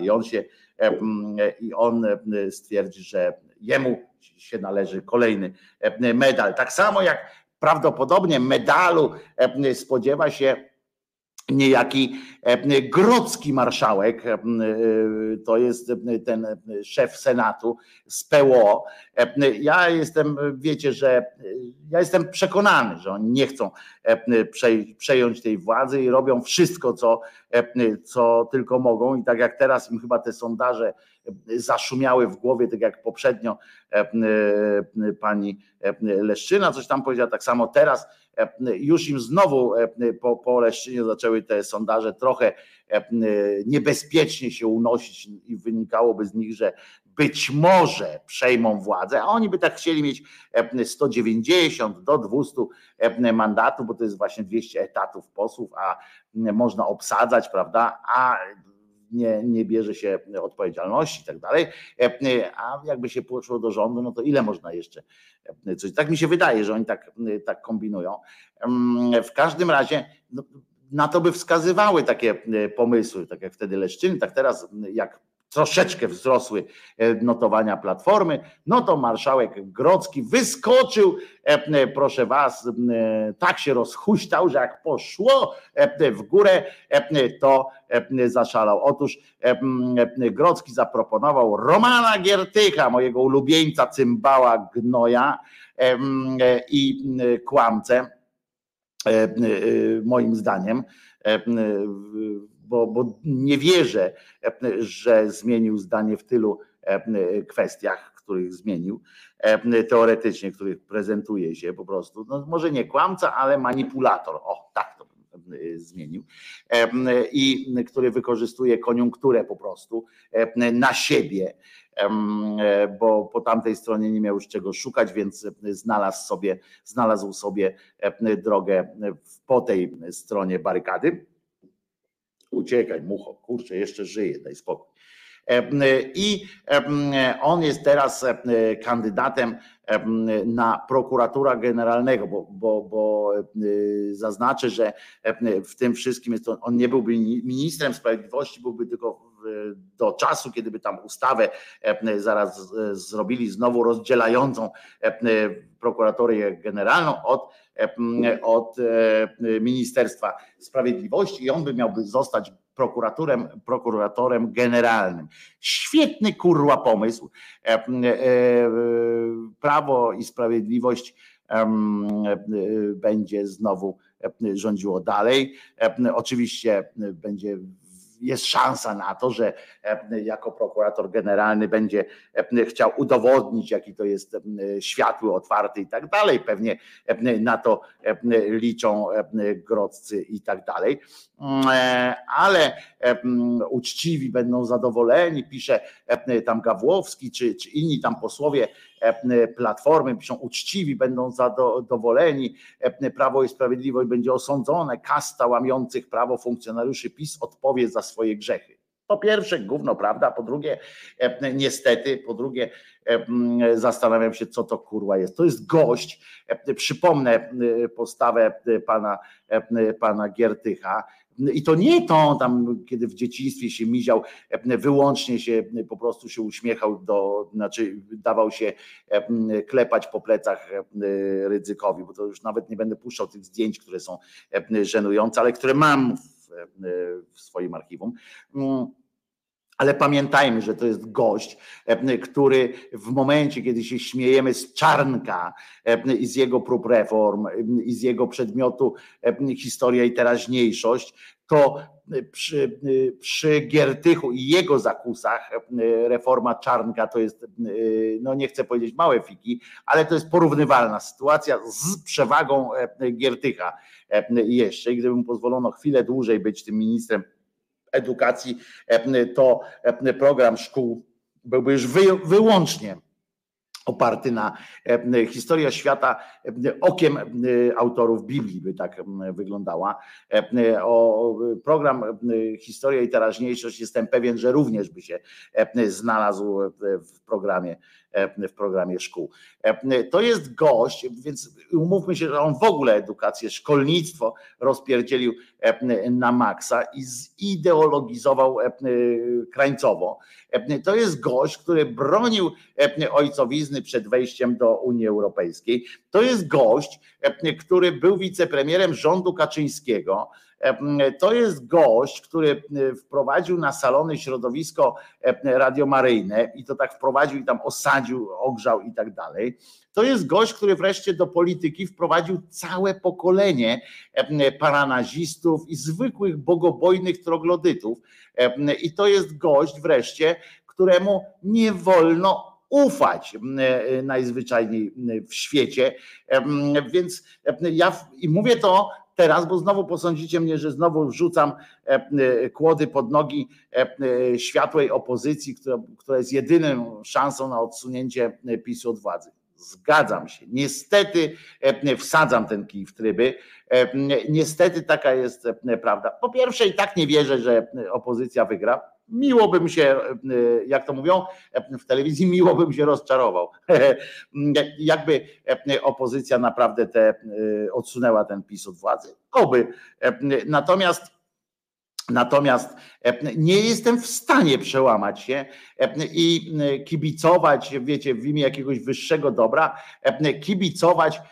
i on stwierdzi, że jemu się należy kolejny medal. Tak samo jak prawdopodobnie medalu spodziewa się niejaki grodzki marszałek, to jest ten szef Senatu z PO. Ja jestem, wiecie, że ja jestem przekonany, że oni nie chcą przejąć tej władzy i robią wszystko, co tylko mogą. I tak jak teraz im chyba te sondaże zaszumiały w głowie, tak jak poprzednio pani Leszczyna coś tam powiedziała, tak samo teraz już im znowu po Leszczynie zaczęły te sondaże trochę niebezpiecznie się unosić i wynikałoby z nich, że być może przejmą władzę, a oni by tak chcieli mieć 190 do 200 mandatów, bo to jest właśnie 200 etatów posłów, a można obsadzać, prawda, a nie bierze się odpowiedzialności i tak dalej, a jakby się poszło do rządu, no to ile można jeszcze coś, tak mi się wydaje, że oni tak kombinują. W każdym razie na to by wskazywały takie pomysły, tak jak wtedy Leszczyny, tak teraz jak troszeczkę wzrosły notowania Platformy, no to marszałek Grodzki wyskoczył, proszę was, tak się rozhuśtał, że jak poszło w górę, to zaszalał. Otóż Grodzki zaproponował Romana Giertycha, mojego ulubieńca, cymbała, gnoja i kłamcę, moim zdaniem, bo nie wierzę, że zmienił zdanie w tylu kwestiach, których zmienił, teoretycznie, których prezentuje się po prostu, no może nie kłamca, ale manipulator, o tak to zmienił, i który wykorzystuje koniunkturę po prostu na siebie, bo po tamtej stronie nie miał już czego szukać, więc znalazł sobie drogę po tej stronie barykady. Uciekaj, mucho, kurczę, jeszcze żyje, daj spokój. I on jest teraz kandydatem na prokuratora generalnego, bo zaznaczę, że w tym wszystkim jest on nie byłby ministrem sprawiedliwości, byłby tylko do czasu, kiedy by tam ustawę zaraz zrobili znowu rozdzielającą prokuratorię generalną od Ministerstwa Sprawiedliwości i on miałby zostać prokuratorem generalnym. Świetny kurwa pomysł. Prawo i Sprawiedliwość będzie znowu rządziło dalej. Oczywiście jest szansa na to, że jako prokurator generalny będzie chciał udowodnić, jaki to jest światły, otwarty i tak dalej. Pewnie na to liczą grodzcy i tak dalej. Ale uczciwi będą zadowoleni, pisze tam Gawłowski, czy inni tam posłowie Platformy, piszą, uczciwi będą zadowoleni, Prawo i Sprawiedliwość będzie osądzone, kasta łamiących prawo funkcjonariuszy PiS odpowie za swoje grzechy. Po pierwsze gówno prawda, po drugie niestety, po drugie zastanawiam się, co to kurwa jest. To jest gość, przypomnę postawę pana Giertycha, i to nie to tam, kiedy w dzieciństwie się miział, wyłącznie się po prostu się uśmiechał, znaczy dawał się klepać po plecach Rydzykowi, bo to już nawet nie będę puszczał tych zdjęć, które są żenujące, ale które mam w swoim archiwum. Ale pamiętajmy, że to jest gość, który w momencie, kiedy się śmiejemy z Czarnka i z jego prób reform i z jego przedmiotu historia i teraźniejszość, to przy Giertychu i jego zakusach reforma Czarnka to jest, no nie chcę powiedzieć małe fiki, ale to jest porównywalna sytuacja z przewagą Giertycha jeszcze. I gdyby mu pozwolono chwilę dłużej być tym ministrem edukacji, to program szkół byłby już wyłącznie oparty na historia świata okiem autorów Biblii, by tak wyglądała. Program Historia i teraźniejszość jestem pewien, że również by się znalazł w programie szkół. To jest gość, więc umówmy się, że on w ogóle edukację, szkolnictwo rozpierdzielił na maksa i zideologizował krańcowo. To jest gość, który bronił ojcowizny przed wejściem do Unii Europejskiej. To jest gość, który był wicepremierem rządu Kaczyńskiego. To jest gość, który wprowadził na salony środowisko radiomaryjne i to tak wprowadził i tam osadził, ogrzał i tak dalej. To jest gość, który wreszcie do polityki wprowadził całe pokolenie paranazistów i zwykłych bogobojnych troglodytów. I to jest gość wreszcie, któremu nie wolno ufać najzwyczajniej w świecie. Więc ja i mówię to teraz, bo znowu posądzicie mnie, że znowu wrzucam kłody pod nogi światłej opozycji, która jest jedyną szansą na odsunięcie PiS-u od władzy. Zgadzam się. Niestety wsadzam ten kij w tryby. Niestety taka jest prawda. Po pierwsze i tak nie wierzę, że opozycja wygra. Miło bym się, jak to mówią w telewizji, miło bym się rozczarował. Jakby opozycja naprawdę odsunęła ten PiS od władzy. Oby. Natomiast nie jestem w stanie przełamać się i kibicować, wiecie, w imię jakiegoś wyższego dobra, kibicować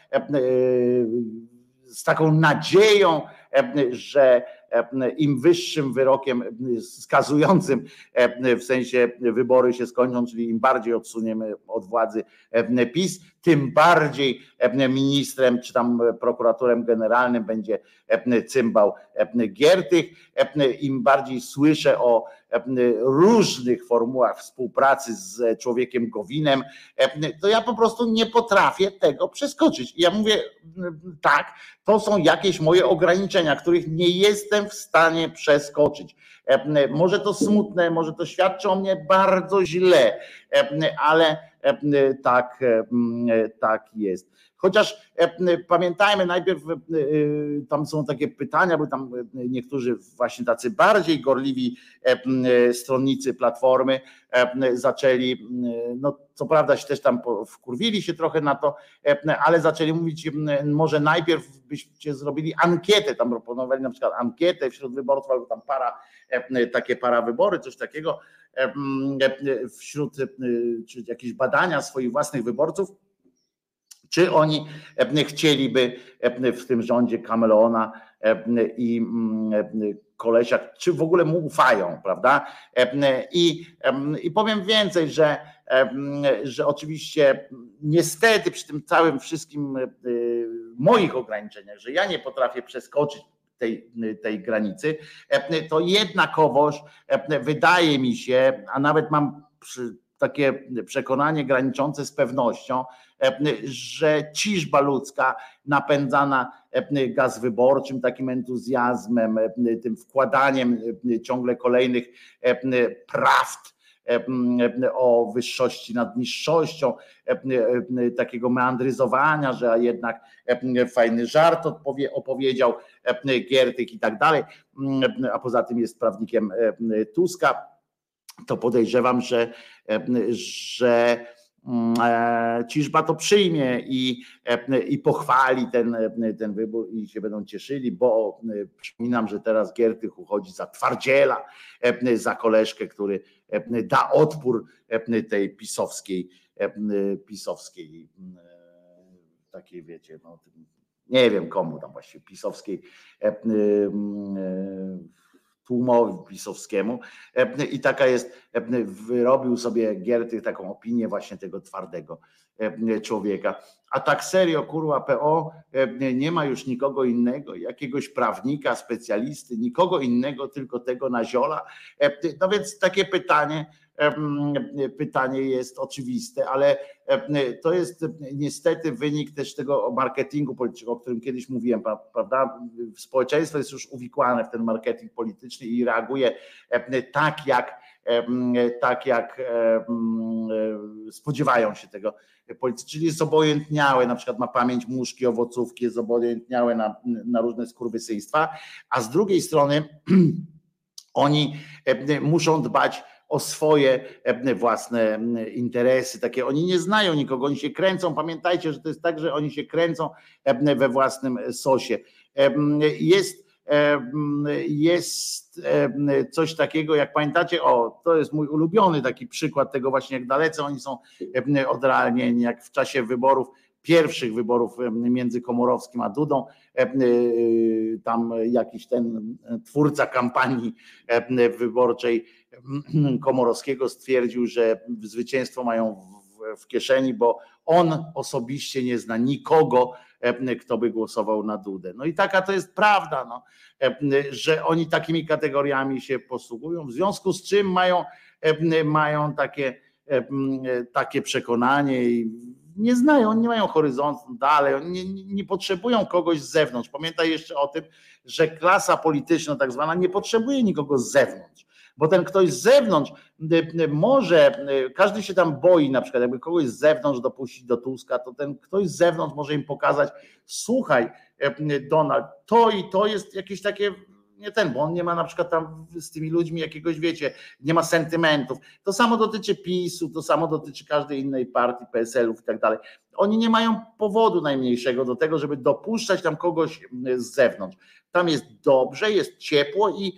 z taką nadzieją, że im wyższym wyrokiem skazującym, w sensie wybory się skończą, czyli im bardziej odsuniemy od władzy PiS, tym bardziej ministrem czy tam prokuratorem generalnym będzie cymbał Giertych. Im bardziej słyszę o różnych formułach współpracy z człowiekiem Gowinem, to ja po prostu nie potrafię tego przeskoczyć. Ja mówię tak, to są jakieś moje ograniczenia, których nie jestem w stanie przeskoczyć. Może to smutne, może to świadczy o mnie bardzo źle, ale tak jest. Chociaż pamiętajmy, najpierw tam są takie pytania, bo tam niektórzy właśnie tacy bardziej gorliwi stronnicy Platformy zaczęli, no co prawda się też tam wkurwili się trochę na to, ale zaczęli mówić, może najpierw byście zrobili ankietę, tam proponowali na przykład ankietę wśród wyborców, albo tam takie parawybory, coś takiego wśród, czy jakieś badania swoich własnych wyborców, czy oni chcieliby w tym rządzie kameleona i kolesia, czy w ogóle mu ufają, prawda? I powiem więcej, że oczywiście niestety przy tym całym wszystkim moich ograniczeniach, że ja nie potrafię przeskoczyć tej granicy, to jednakowoż wydaje mi się, a nawet mam takie przekonanie graniczące z pewnością, że ciżba ludzka napędzana gaz wyborczym, takim entuzjazmem, tym wkładaniem ciągle kolejnych prawd o wyższości nad niższością, takiego meandryzowania, że jednak fajny żart opowiedział Giertych i tak dalej, a poza tym jest prawnikiem Tuska, to podejrzewam, że ciżba to przyjmie i pochwali ten wybór i się będą cieszyli, bo przypominam, że teraz Giertych uchodzi za twardziela, za koleżkę, który da odpór tej pisowskiej takiej, wiecie, no, nie wiem komu tam właściwie, pisowskiej tłumowi pisowskiemu i taka jest, wyrobił sobie Giertych taką opinię właśnie tego twardego człowieka. A tak serio, kurwa, PO nie ma już nikogo innego, jakiegoś prawnika, specjalisty, nikogo innego, tylko tego Naziola. No więc takie pytanie jest oczywiste, ale to jest niestety wynik też tego marketingu politycznego, o którym kiedyś mówiłem, prawda? Społeczeństwo jest już uwikłane w ten marketing polityczny i reaguje tak jak spodziewają się tego politycy, czyli jest obojętniałe, na przykład ma pamięć muszki, owocówki, jest obojętniałe na różne skurwysyństwa, a z drugiej strony oni muszą dbać o swoje własne interesy, takie oni nie znają nikogo, oni się kręcą, pamiętajcie, że to jest tak, że oni się kręcą we własnym sosie. Jest coś takiego, jak pamiętacie, to jest mój ulubiony taki przykład tego właśnie, jak dalece oni są odrealnieni, jak w czasie pierwszych wyborów między Komorowskim a Dudą, tam jakiś ten twórca kampanii wyborczej Komorowskiego stwierdził, że zwycięstwo mają w kieszeni, bo on osobiście nie zna nikogo, kto by głosował na Dudę. No i taka to jest prawda, no, że oni takimi kategoriami się posługują, w związku z czym mają takie przekonanie i nie znają, nie mają horyzontu dalej, oni nie potrzebują kogoś z zewnątrz. Pamiętaj jeszcze o tym, że klasa polityczna tak zwana nie potrzebuje nikogo z zewnątrz, bo ten ktoś z zewnątrz może, każdy się tam boi, na przykład jakby kogoś z zewnątrz dopuścić do Tuska, to ten ktoś z zewnątrz może im pokazać, słuchaj Donald, to i to jest jakieś takie, nie ten, bo on nie ma na przykład tam z tymi ludźmi jakiegoś, wiecie, nie ma sentymentów. To samo dotyczy PiS-u, to samo dotyczy każdej innej partii, PSL-ów i tak dalej. Oni nie mają powodu najmniejszego do tego, żeby dopuszczać tam kogoś z zewnątrz. Tam jest dobrze, jest ciepło i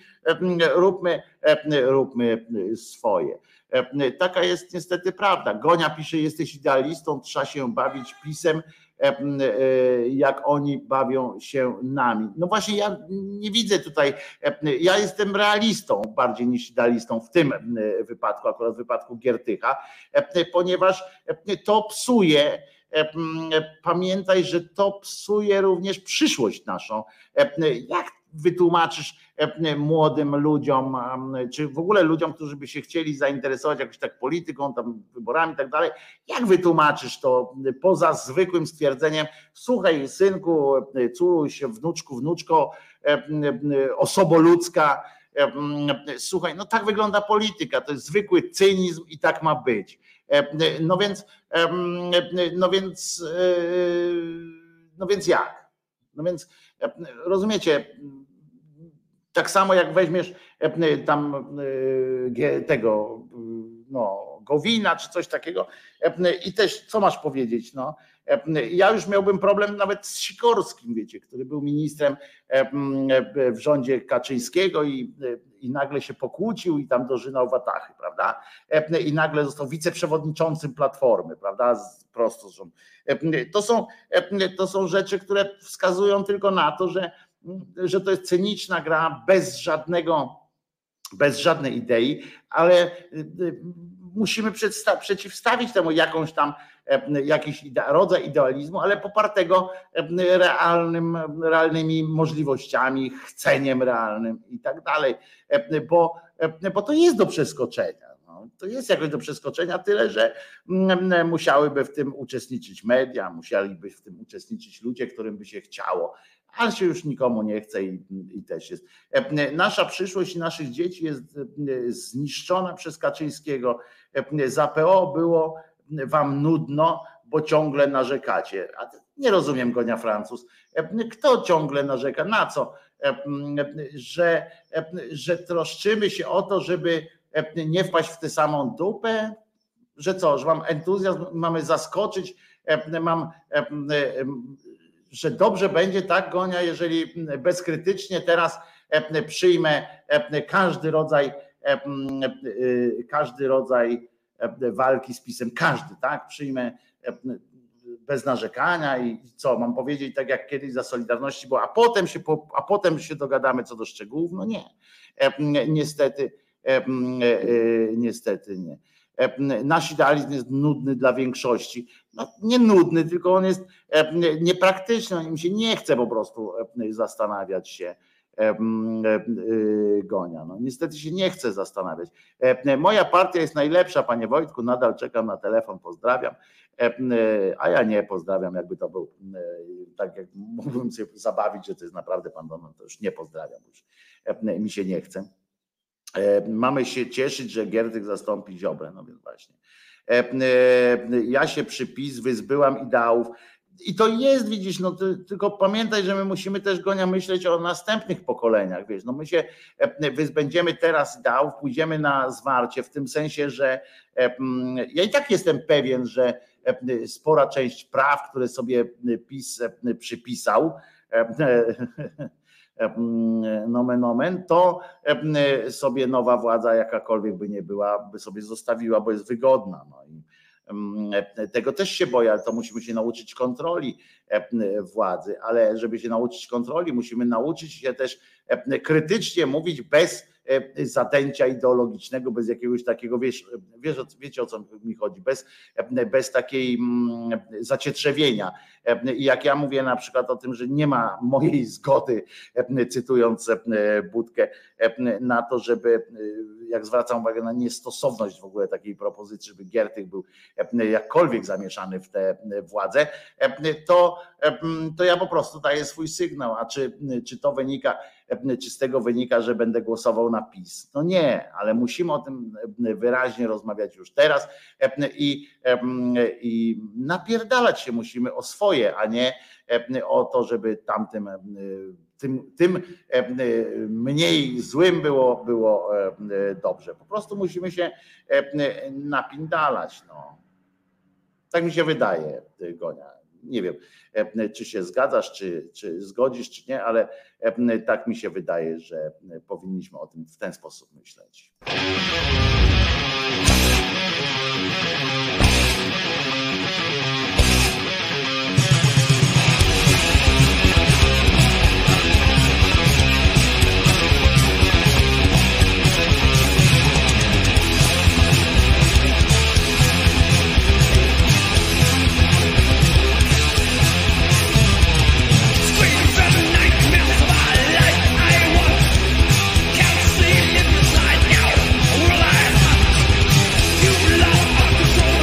róbmy swoje. Taka jest niestety prawda. Gonia pisze, jesteś idealistą, trzeba się bawić PiS-em, jak oni bawią się nami. No właśnie ja nie widzę tutaj, ja jestem realistą bardziej niż idealistą w tym wypadku, akurat w wypadku Giertycha, ponieważ to psuje, pamiętaj, że to psuje również przyszłość naszą. Jak wytłumaczysz młodym ludziom, czy w ogóle ludziom, którzy by się chcieli zainteresować jakoś tak polityką, tam wyborami i tak dalej, jak wytłumaczysz to poza zwykłym stwierdzeniem, słuchaj synku, córuś, wnuczku, wnuczko, osobo ludzka, słuchaj, no tak wygląda polityka, to jest zwykły cynizm i tak ma być. No więc jak? No więc rozumiecie, tak samo jak weźmiesz tam tego Gowina czy coś takiego i też co masz powiedzieć, no ja już miałbym problem nawet z Sikorskim, wiecie, który był ministrem w rządzie Kaczyńskiego i nagle się pokłócił i tam dożynał watachy, prawda? I nagle został wiceprzewodniczącym Platformy, prawda? Prosto. To są rzeczy, które wskazują tylko na to, że to jest cyniczna gra bez żadnej idei, ale musimy przeciwstawić temu jakiś rodzaj idealizmu, ale popartego realnymi możliwościami, chceniem realnym i tak dalej, bo to jest do przeskoczenia. To jest jakoś do przeskoczenia, tyle że musiałyby w tym uczestniczyć media, musieliby w tym uczestniczyć ludzie, którym by się chciało, ale się już nikomu nie chce i też jest. Nasza przyszłość i naszych dzieci jest zniszczona przez Kaczyńskiego. Za PO było wam nudno, bo ciągle narzekacie. Nie rozumiem, Gonia Francuz. Kto ciągle narzeka? Na co? Że troszczymy się o to, żeby nie wpaść w tę samą dupę? Że co? Że mam entuzjazm, mamy zaskoczyć, że dobrze będzie, tak, Gonia, jeżeli bezkrytycznie teraz przyjmę każdy rodzaj walki z PiS-em, każdy, tak, przyjmę bez narzekania i co, mam powiedzieć tak jak kiedyś za Solidarności było, a potem się dogadamy co do szczegółów? No nie, niestety nie. Nasz idealizm jest nudny dla większości. No, nie nudny, tylko on jest niepraktyczny. Im się nie chce po prostu zastanawiać się, Gonia. No, niestety się nie chce zastanawiać. Moja partia jest najlepsza, panie Wojtku, nadal czekam na telefon, pozdrawiam. A ja nie pozdrawiam, jakby to był, tak jak mógłbym się zabawić, że to jest naprawdę pan Donald, to już nie pozdrawiam, już mi się nie chce. Mamy się cieszyć, że Giertych zastąpi Ziobrę, no więc właśnie. Ja się przy PiS wyzbyłam ideałów i to jest, widzisz, no tylko pamiętaj, że my musimy też, Gonia, myśleć o następnych pokoleniach, wiesz, no my się wyzbędziemy teraz ideałów, pójdziemy na zwarcie w tym sensie, że ja i tak jestem pewien, że spora część praw, które sobie PiS przypisał, nomen omen, to sobie nowa władza, jakakolwiek by nie była, by sobie zostawiła, bo jest wygodna. No i tego też się boję, ale to musimy się nauczyć kontroli władzy, ale żeby się nauczyć kontroli, musimy nauczyć się też krytycznie mówić bez zadęcia ideologicznego, bez jakiegoś takiego, wiecie o co mi chodzi, bez takiej zacietrzewienia. I jak ja mówię na przykład o tym, że nie ma mojej zgody, cytując Budkę, na to, żeby, jak zwracam uwagę na niestosowność w ogóle takiej propozycji, żeby Giertych był jakkolwiek zamieszany w tę władzę, to ja po prostu daję swój sygnał, a czy to wynika, czy z tego wynika, że będę głosował na PiS? No nie, ale musimy o tym wyraźnie rozmawiać już teraz i napierdalać się musimy o swoje, a nie o to, żeby tamtym tym mniej złym było dobrze. Po prostu musimy się napindalać. No. Tak mi się wydaje, Gonia. Nie wiem, czy się zgadzasz, czy zgodzisz, czy nie, ale tak mi się wydaje, że powinniśmy o tym w ten sposób myśleć. Control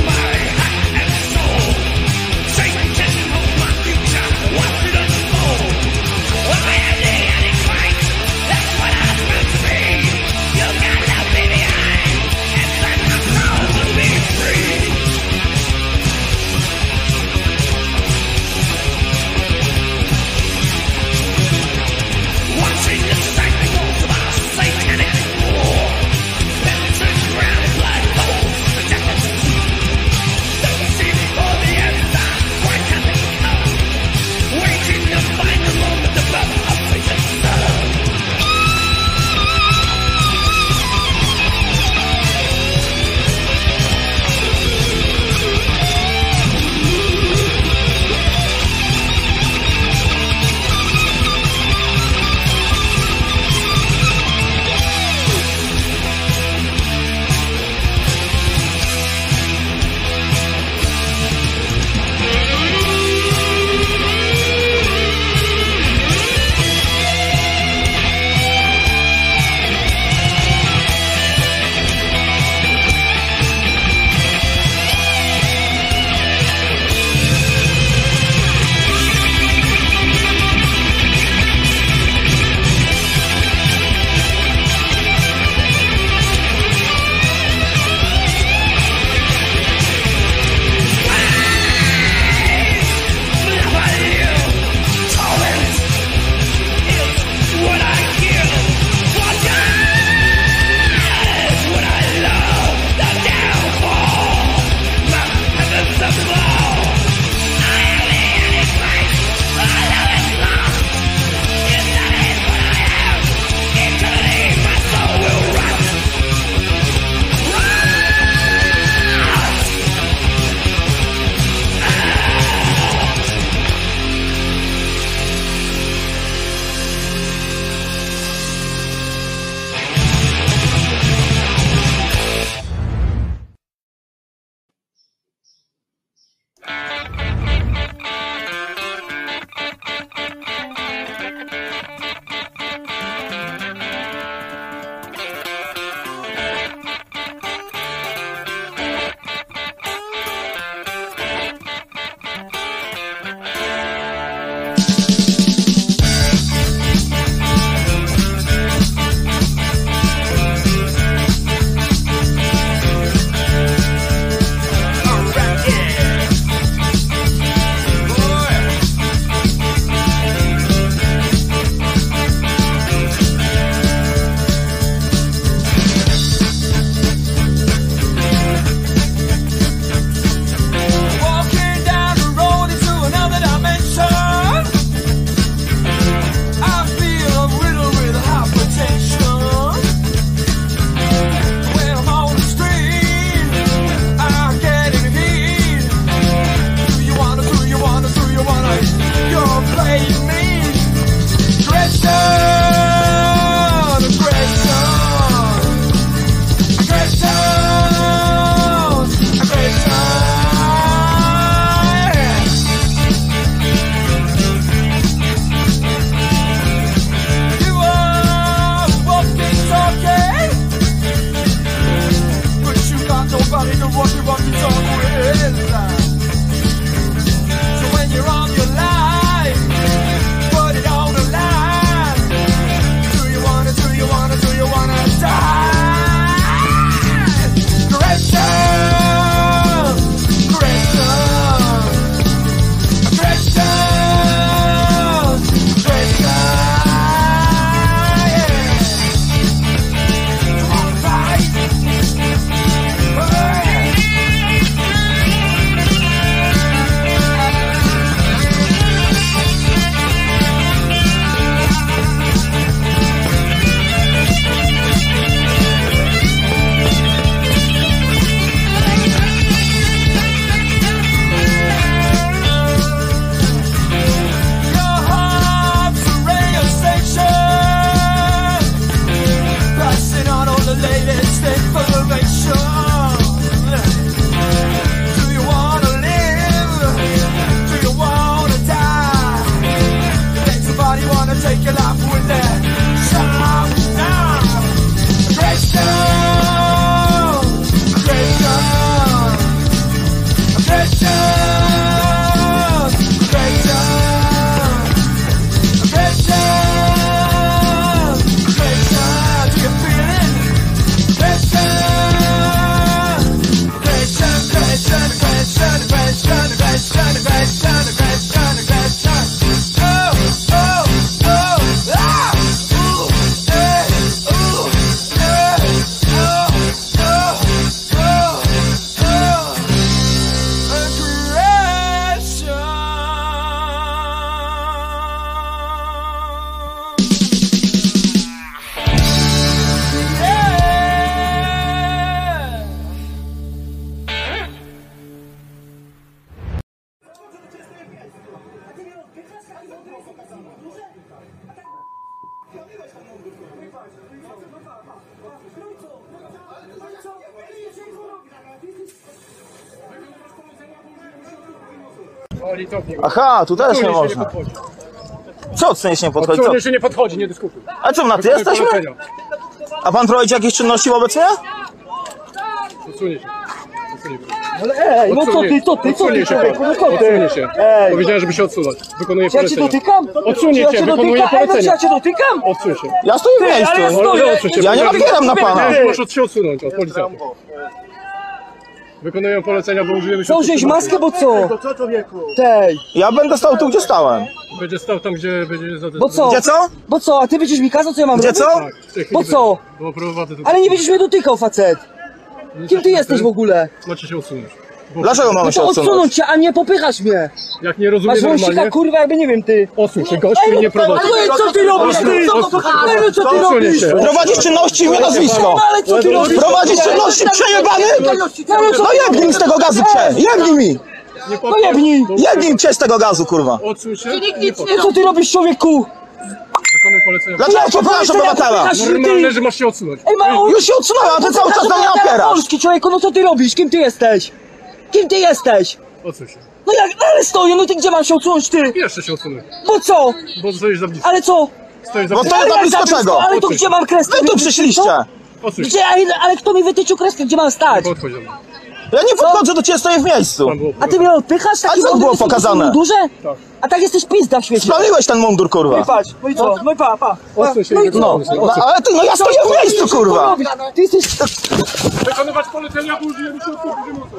Aha, tu też nie można. Co odsunie się nie podchodzi? Odsunie się nie podchodzi, nie dyskutuj. A co, na ty jesteśmy? A pan prowadzi jakieś czynności wobec mnie? Odsunie się. Ale ej, no co ty, człowieku, no co ty? Odsunie się. Ej. Powiedziałem, żeby się odsunąć. Wykonuję Czy ja cię polecenia. dotykam? Odsunie się, wykonuję Ej, no czy polecenia. ja cię dotykam? Odsuń się. Ja stoję w Ty, ale ja miejscu. stoję. Ja nie napieram na pana. Proszę się odsunąć od policjantów. Wykonuję polecenia, bo użyjemy się. Założyłeś maskę, bo co? Co człowieku? Tej. Ja będę stał tu, gdzie stałem. Będzie stał tam, gdzie będzie za... Bo co? Gdzie co? Bo co? A ty będziesz mi kazał, co ja mam Gdzie robić? co? Tak, w tej chwili Po co? Bo prowadzę tu... Ale nie będziesz mnie dotykał, facet. Kim ty jesteś w ogóle? Macie się odsunąć. Bo... Dlaczego mamy No się to odsunąć? odsunąć cię, a nie popychasz mnie. Jak nie rozumiem Masz wąsika, normalnie... kurwa, jakby nie wiem, ty. Odsuń się, gościu i nie prowadzi. Ale co ty robisz, ty? Ale co ty robisz? Prowadzisz czynności, imię, nazwisko. No ale co ty robisz? Prowadzisz czynności, przejebany? No jebnij mi z tego gazu, jebnij mi. No jebnij. Jebnij mi z tego gazu, kurwa. Odsuń się. No co ty robisz, człowieku? Wykonuj polecenia. Dlaczego poprawiasz obywatela? Normalne, że masz się odsunąć. Ej, ma Już się odsunąłem, a ty cały czas do mnie opierasz. Polski, człowieku, no co ty robisz? Kim ty jesteś? Kim ty jesteś? Odsuń się. No jak, ale stoję, no ty gdzie mam się odsunąć, ty? Jeszcze się odsunę. Bo co? Bo stoisz za blisko. Ale co? Stoisz za Bo blisko. to jest za blisko czego? Ale to gdzie mam kreskę? Wy tu przyszliście. Odsuń się. Gdzie, ale kto mi wytyczył kreskę, gdzie mam stać? Podchodź do mnie. Ja nie podchodzę do ciebie, stoję w miejscu. Tam było A ty mnie odpychasz? A co było pokazane? Duże? Tak. A tak jesteś pizda w świecie. Spaliłeś ten mundur, kurwa. No i patrz, no i co? No i pa. Odsuń się. No i co? No, ale ty, no ja stoję w miejscu, kurwa. Ty jesteś... Wykonywać polecenia, bo użyjemy środków przymusu.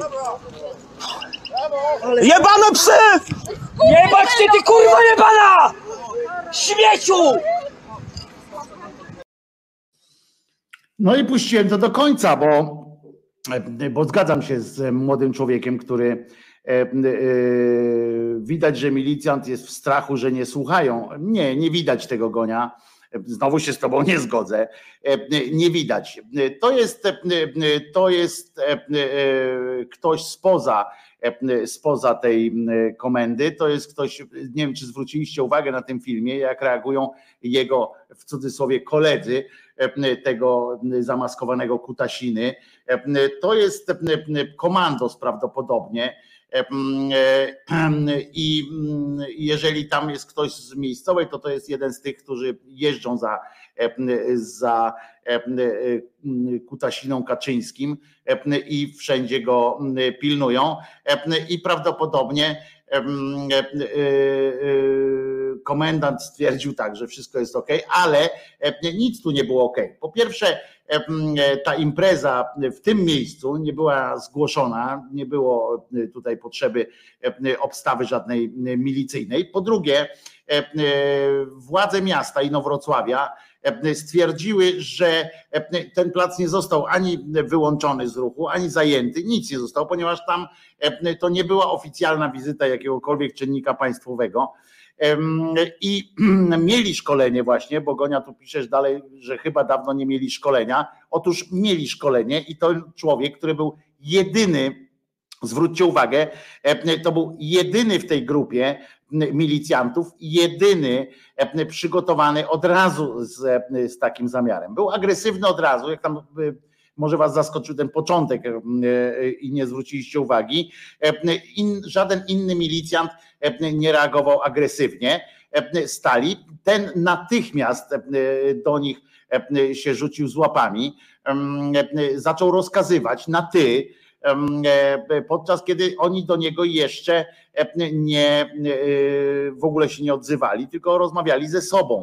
Jebane psy! Jebać cię, ty kurwa jebana! Śmieciu! No i puściłem to do końca, bo zgadzam się z młodym człowiekiem, który widać, że milicjant jest w strachu, że nie słuchają. Nie widać tego Gonia. Znowu się z tobą nie zgodzę. Nie widać. To jest ktoś spoza tej komendy. To jest ktoś, nie wiem, czy zwróciliście uwagę na tym filmie, jak reagują jego, w cudzysłowie, koledzy tego zamaskowanego kutasiny. To jest komandos prawdopodobnie. I jeżeli tam jest ktoś z miejscowej, to jest jeden z tych, którzy jeżdżą za Kutasiną Kaczyńskim i wszędzie go pilnują i prawdopodobnie komendant stwierdził tak, że wszystko jest ok, ale nic tu nie było ok. Po pierwsze, ta impreza w tym miejscu nie była zgłoszona, nie było tutaj potrzeby obstawy żadnej milicyjnej. Po drugie, władze miasta Inowrocławia stwierdziły, że ten plac nie został ani wyłączony z ruchu, ani zajęty, nic nie zostało, ponieważ tam to nie była oficjalna wizyta jakiegokolwiek czynnika państwowego. I mieli szkolenie właśnie, bo Gonia tu piszesz dalej, że chyba dawno nie mieli szkolenia. Otóż mieli szkolenie i to człowiek, który był jedyny, zwróćcie uwagę, to był jedyny w tej grupie milicjantów, jedyny przygotowany od razu z takim zamiarem. Był agresywny od razu, jak tam może was zaskoczył ten początek i nie zwróciliście uwagi. Żaden inny milicjant nie reagował agresywnie. Stali. Ten natychmiast do nich się rzucił z łapami, zaczął rozkazywać na ty, podczas kiedy oni do niego jeszcze w ogóle się nie odzywali, tylko rozmawiali ze sobą.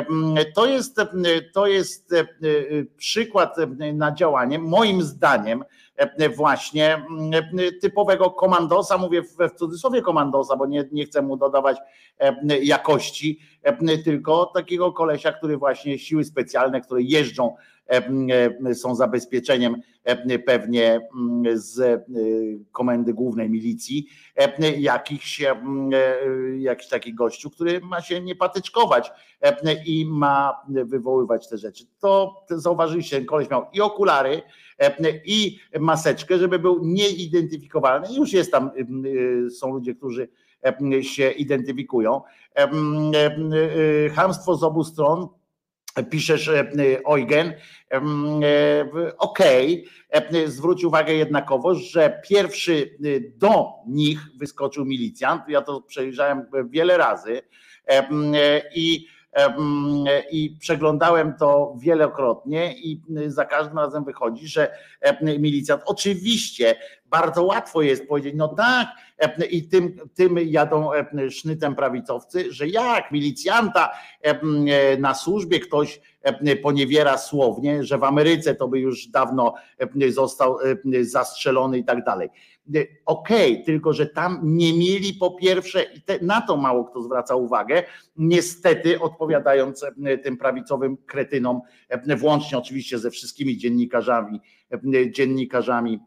To jest przykład na działanie, moim zdaniem, właśnie typowego komandosa, mówię w cudzysłowie komandosa, bo nie chcę mu dodawać jakości, tylko takiego kolesia, który właśnie siły specjalne, które jeżdżą, są zabezpieczeniem pewnie z komendy głównej milicji, jakiś taki gościu, który ma się nie patyczkować i ma wywoływać te rzeczy. To zauważyliście, ten koleś miał i okulary, i maseczkę, żeby był nieidentyfikowalny. Już jest tam, są ludzie, którzy się identyfikują. Chamstwo z obu stron. piszesz Eugen, okej, zwróć uwagę jednakowoż, że pierwszy do nich wyskoczył milicjant, ja to przejrzałem wiele razy i przeglądałem to wielokrotnie i za każdym razem wychodzi, że milicjant, oczywiście bardzo łatwo jest powiedzieć, no tak, i tym jadą sznytem prawicowcy, że jak milicjanta na służbie ktoś poniewiera słownie, że w Ameryce to by już dawno został zastrzelony i tak dalej. Okej, tylko że tam nie mieli po pierwsze, i na to mało kto zwraca uwagę, niestety odpowiadając tym prawicowym kretynom, włącznie oczywiście ze wszystkimi dziennikarzami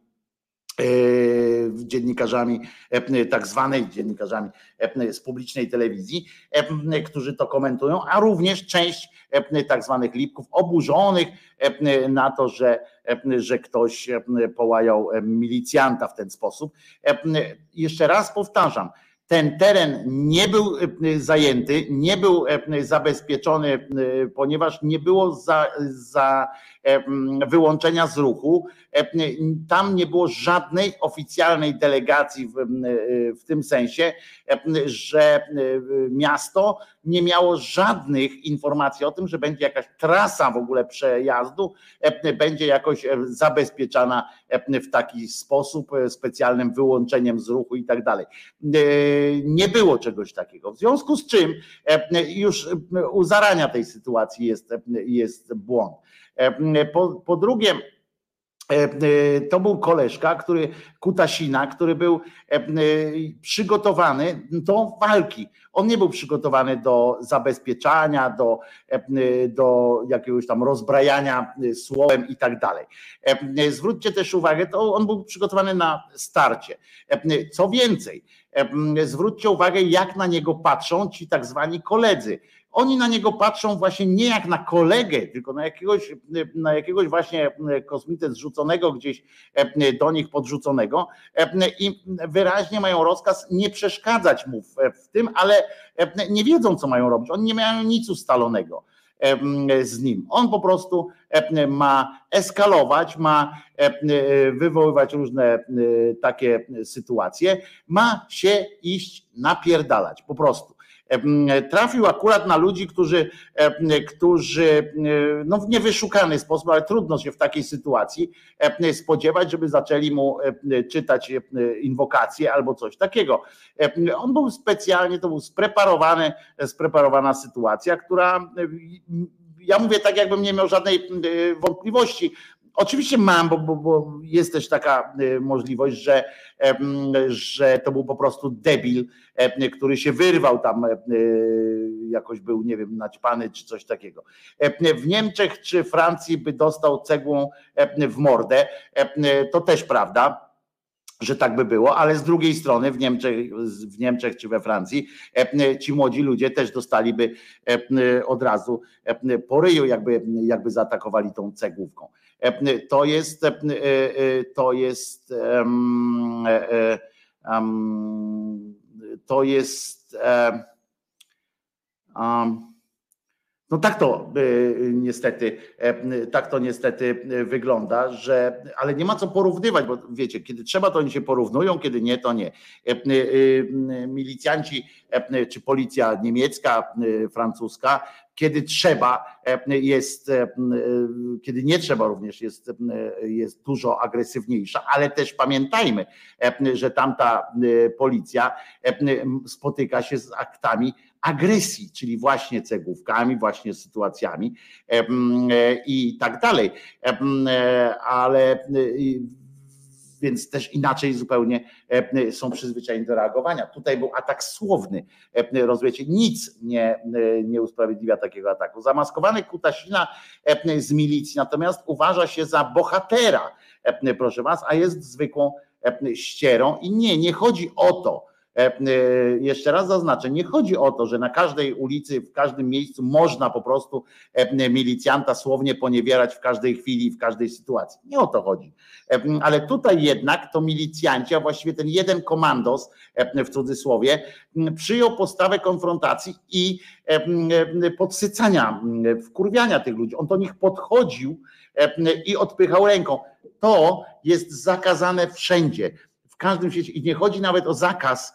tak zwanej dziennikarzami z publicznej telewizji, którzy to komentują, a również część tak zwanych lipków oburzonych na to, że ktoś połajał milicjanta w ten sposób. Jeszcze raz powtarzam, ten teren nie był zajęty, nie był zabezpieczony, ponieważ nie było za wyłączenia z ruchu. Tam nie było żadnej oficjalnej delegacji w tym sensie, że miasto nie miało żadnych informacji o tym, że będzie jakaś trasa w ogóle przejazdu, będzie jakoś zabezpieczana w taki sposób, specjalnym wyłączeniem z ruchu i tak dalej. Nie było czegoś takiego. W związku z czym już u zarania tej sytuacji jest błąd. Po drugie, to był koleżka, Kutasina, który był przygotowany do walki. On nie był przygotowany do zabezpieczania, do jakiegoś tam rozbrajania słowem i tak dalej. Zwróćcie też uwagę, to on był przygotowany na starcie. Co więcej, zwróćcie uwagę, jak na niego patrzą ci tak zwani koledzy. Oni na niego patrzą właśnie nie jak na kolegę, tylko na jakiegoś właśnie kosmitę zrzuconego gdzieś do nich podrzuconego i wyraźnie mają rozkaz nie przeszkadzać mu w tym, ale nie wiedzą, co mają robić. Oni nie mają nic ustalonego z nim. On po prostu ma eskalować, ma wywoływać różne takie sytuacje, ma się iść napierdalać po prostu. Trafił akurat na ludzi, którzy no w niewyszukany sposób, ale trudno się w takiej sytuacji spodziewać, żeby zaczęli mu czytać inwokacje albo coś takiego. On był specjalnie, to był spreparowana sytuacja, która, ja mówię tak, jakbym nie miał żadnej wątpliwości. Oczywiście mam, bo jest też taka możliwość, że to był po prostu debil, który się wyrwał tam, jakoś był, nie wiem, naćpany czy coś takiego. W Niemczech czy Francji by dostał cegłą w mordę, to też prawda, że tak by było, ale z drugiej strony w Niemczech czy we Francji ci młodzi ludzie też dostaliby od razu po ryju, jakby zaatakowali tą cegłówką. No tak to niestety wygląda, ale nie ma co porównywać, bo wiecie, kiedy trzeba, to oni się porównują, kiedy nie, to nie. Milicjanci czy policja niemiecka, francuska, kiedy trzeba kiedy nie trzeba również jest dużo agresywniejsza, ale też pamiętajmy, że tamta policja spotyka się z aktami agresji, czyli właśnie cegłówkami, właśnie sytuacjami i tak dalej. Ale więc też inaczej zupełnie są przyzwyczajeni do reagowania. Tutaj był atak słowny, rozumiecie, nic nie usprawiedliwia takiego ataku. Zamaskowany Kutasina z milicji natomiast uważa się za bohatera, proszę was, a jest zwykłą ścierą i nie chodzi o to, Jeszcze raz zaznaczę, nie chodzi o to, że na każdej ulicy, w każdym miejscu można po prostu milicjanta słownie poniewierać w każdej chwili i w każdej sytuacji. Nie o to chodzi. Ale tutaj jednak to milicjanci, a właściwie ten jeden komandos w cudzysłowie, przyjął postawę konfrontacji i podsycania, wkurwiania tych ludzi. On do nich podchodził i odpychał ręką. To jest zakazane wszędzie, w każdym świecie. I nie chodzi nawet o zakaz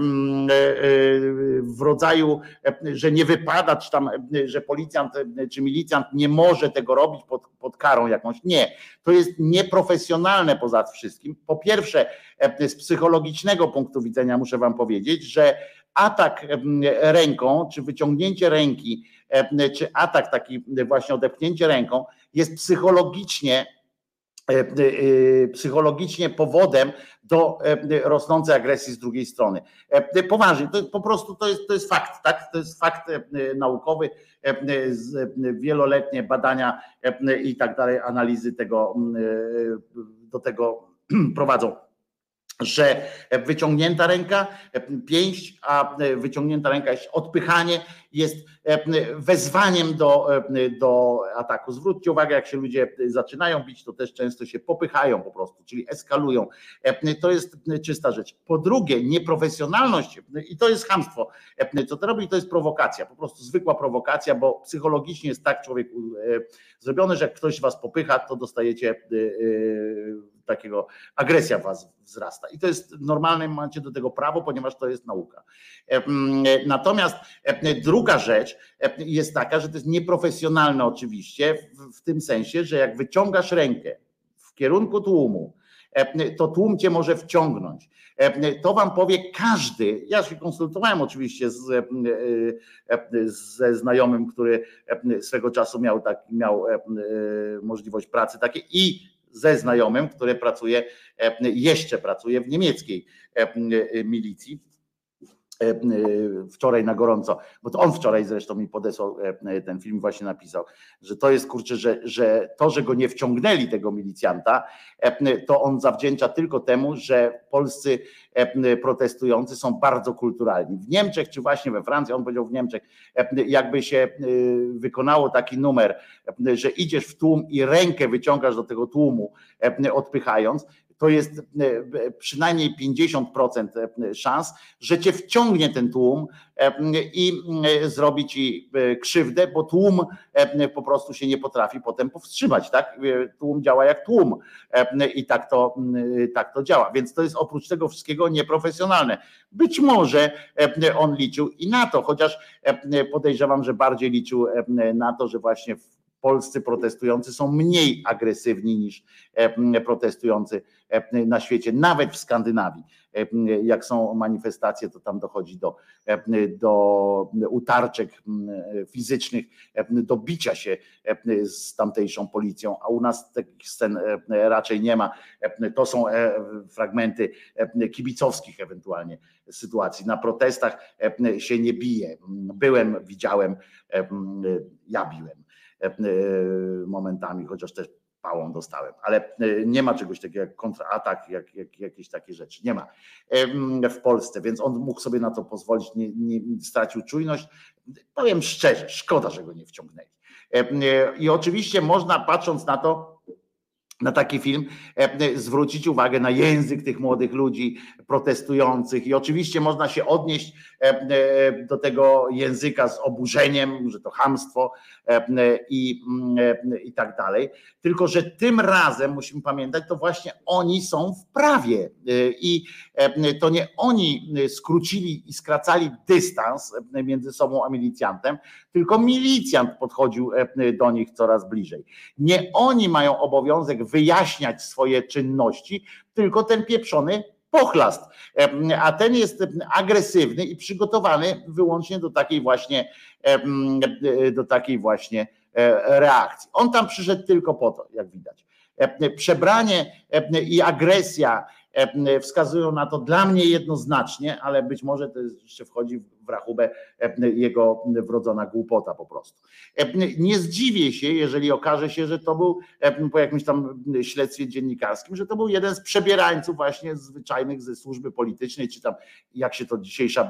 w rodzaju, że nie wypada, czy tam, że policjant czy milicjant nie może tego robić pod karą jakąś. Nie, to jest nieprofesjonalne poza wszystkim. Po pierwsze, z psychologicznego punktu widzenia muszę wam powiedzieć, że atak ręką, czy wyciągnięcie ręki, czy atak taki właśnie odepchnięcie ręką jest psychologicznie powodem do rosnącej agresji z drugiej strony. Poważnie, to po prostu to jest fakt, tak? To jest fakt naukowy, wieloletnie badania i tak dalej, analizy tego do tego prowadzą, że wyciągnięta ręka, pięść, a wyciągnięta ręka jest odpychanie, jest wezwaniem do ataku. Zwróćcie uwagę, jak się ludzie zaczynają bić, to też często się popychają po prostu, czyli eskalują. To jest czysta rzecz. Po drugie, nieprofesjonalność, i to jest chamstwo, co to robi, to jest prowokacja, po prostu zwykła prowokacja, bo psychologicznie jest tak człowiek zrobiony, że jak ktoś was popycha, to dostajecie takiego, agresja was wzrasta. I to jest normalne, macie do tego prawo, ponieważ to jest nauka. Natomiast druga rzecz jest taka, że to jest nieprofesjonalne oczywiście, w tym sensie, że jak wyciągasz rękę w kierunku tłumu, to tłum cię może wciągnąć. To wam powie każdy, ja się konsultowałem oczywiście ze znajomym, który swego czasu miał możliwość pracy takiej i ze znajomym, który jeszcze pracuje w niemieckiej milicji. Wczoraj na gorąco, bo to on wczoraj zresztą mi podesłał ten film, właśnie napisał, że to jest kurczę, że to, że go nie wciągnęli, tego milicjanta, to on zawdzięcza tylko temu, że polscy protestujący są bardzo kulturalni. W Niemczech, czy właśnie we Francji, on powiedział w Niemczech, jakby się wykonało taki numer, że idziesz w tłum i rękę wyciągasz do tego tłumu, odpychając, to jest przynajmniej 50% szans, że cię wciągnie ten tłum i zrobi ci krzywdę, bo tłum po prostu się nie potrafi potem powstrzymać, tak? Tłum działa jak tłum i tak to działa, więc to jest oprócz tego wszystkiego nieprofesjonalne. Być może on liczył i na to, chociaż podejrzewam, że bardziej liczył na to, że właśnie polscy protestujący są mniej agresywni niż protestujący na świecie, nawet w Skandynawii. Jak są manifestacje, to tam dochodzi do utarczek fizycznych, do bicia się z tamtejszą policją, a u nas takich scen raczej nie ma. To są fragmenty kibicowskich ewentualnie sytuacji. Na protestach się nie bije. Widziałem, ja biłem momentami, chociaż też pałą dostałem, ale nie ma czegoś takiego jak kontratak, jak jakieś takie rzeczy. Nie ma w Polsce, więc on mógł sobie na to pozwolić, nie stracił czujność. Powiem szczerze, szkoda, że go nie wciągnęli. I oczywiście można, patrząc na taki film, zwrócić uwagę na język tych młodych ludzi protestujących i oczywiście można się odnieść do tego języka z oburzeniem, że to chamstwo i tak dalej. Tylko że tym razem musimy pamiętać, to właśnie oni są w prawie i to nie oni skrócili i skracali dystans między sobą a milicjantem, tylko milicjant podchodził do nich coraz bliżej. Nie oni mają obowiązek wyjaśniać swoje czynności, tylko ten pieprzony pochlast, a ten jest agresywny i przygotowany wyłącznie do takiej właśnie reakcji. On tam przyszedł tylko po to, jak widać. Przebranie i agresja wskazują na to dla mnie jednoznacznie, ale być może to jeszcze wchodzi w rachubę jego wrodzona głupota po prostu. Nie zdziwię się, jeżeli okaże się, że to był po jakimś tam śledztwie dziennikarskim, że to był jeden z przebierańców właśnie zwyczajnych ze służby politycznej, czy tam jak się to dzisiejsza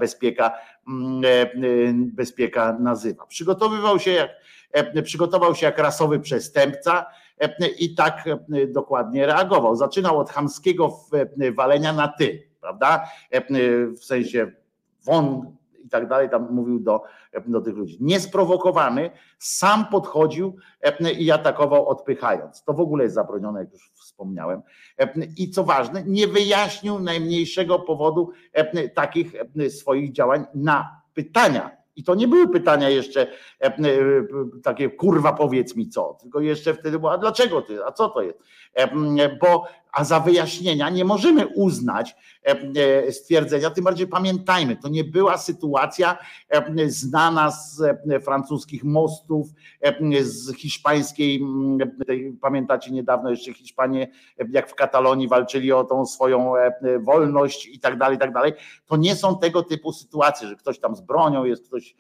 bezpieka nazywa. Przygotował się jak rasowy przestępca i tak dokładnie reagował. Zaczynał od chamskiego walenia na ty, prawda? W sensie won i tak dalej, tam mówił do tych ludzi. Niesprowokowany, sam podchodził i atakował odpychając. To w ogóle jest zabronione, jak już wspomniałem. I co ważne, nie wyjaśnił najmniejszego powodu takich swoich działań na pytania. I to nie były pytania jeszcze takie kurwa powiedz mi co, tylko jeszcze wtedy było a dlaczego ty, a co to jest? A za wyjaśnienia nie możemy uznać stwierdzenia, tym bardziej pamiętajmy, to nie była sytuacja znana z francuskich mostów, z hiszpańskiej, pamiętacie niedawno jeszcze Hiszpanie, jak w Katalonii walczyli o tą swoją wolność i tak dalej, to nie są tego typu sytuacje, że ktoś tam z bronią jest, ktoś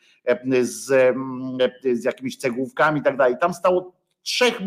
z jakimiś cegłówkami i tak dalej. Tam stało trzech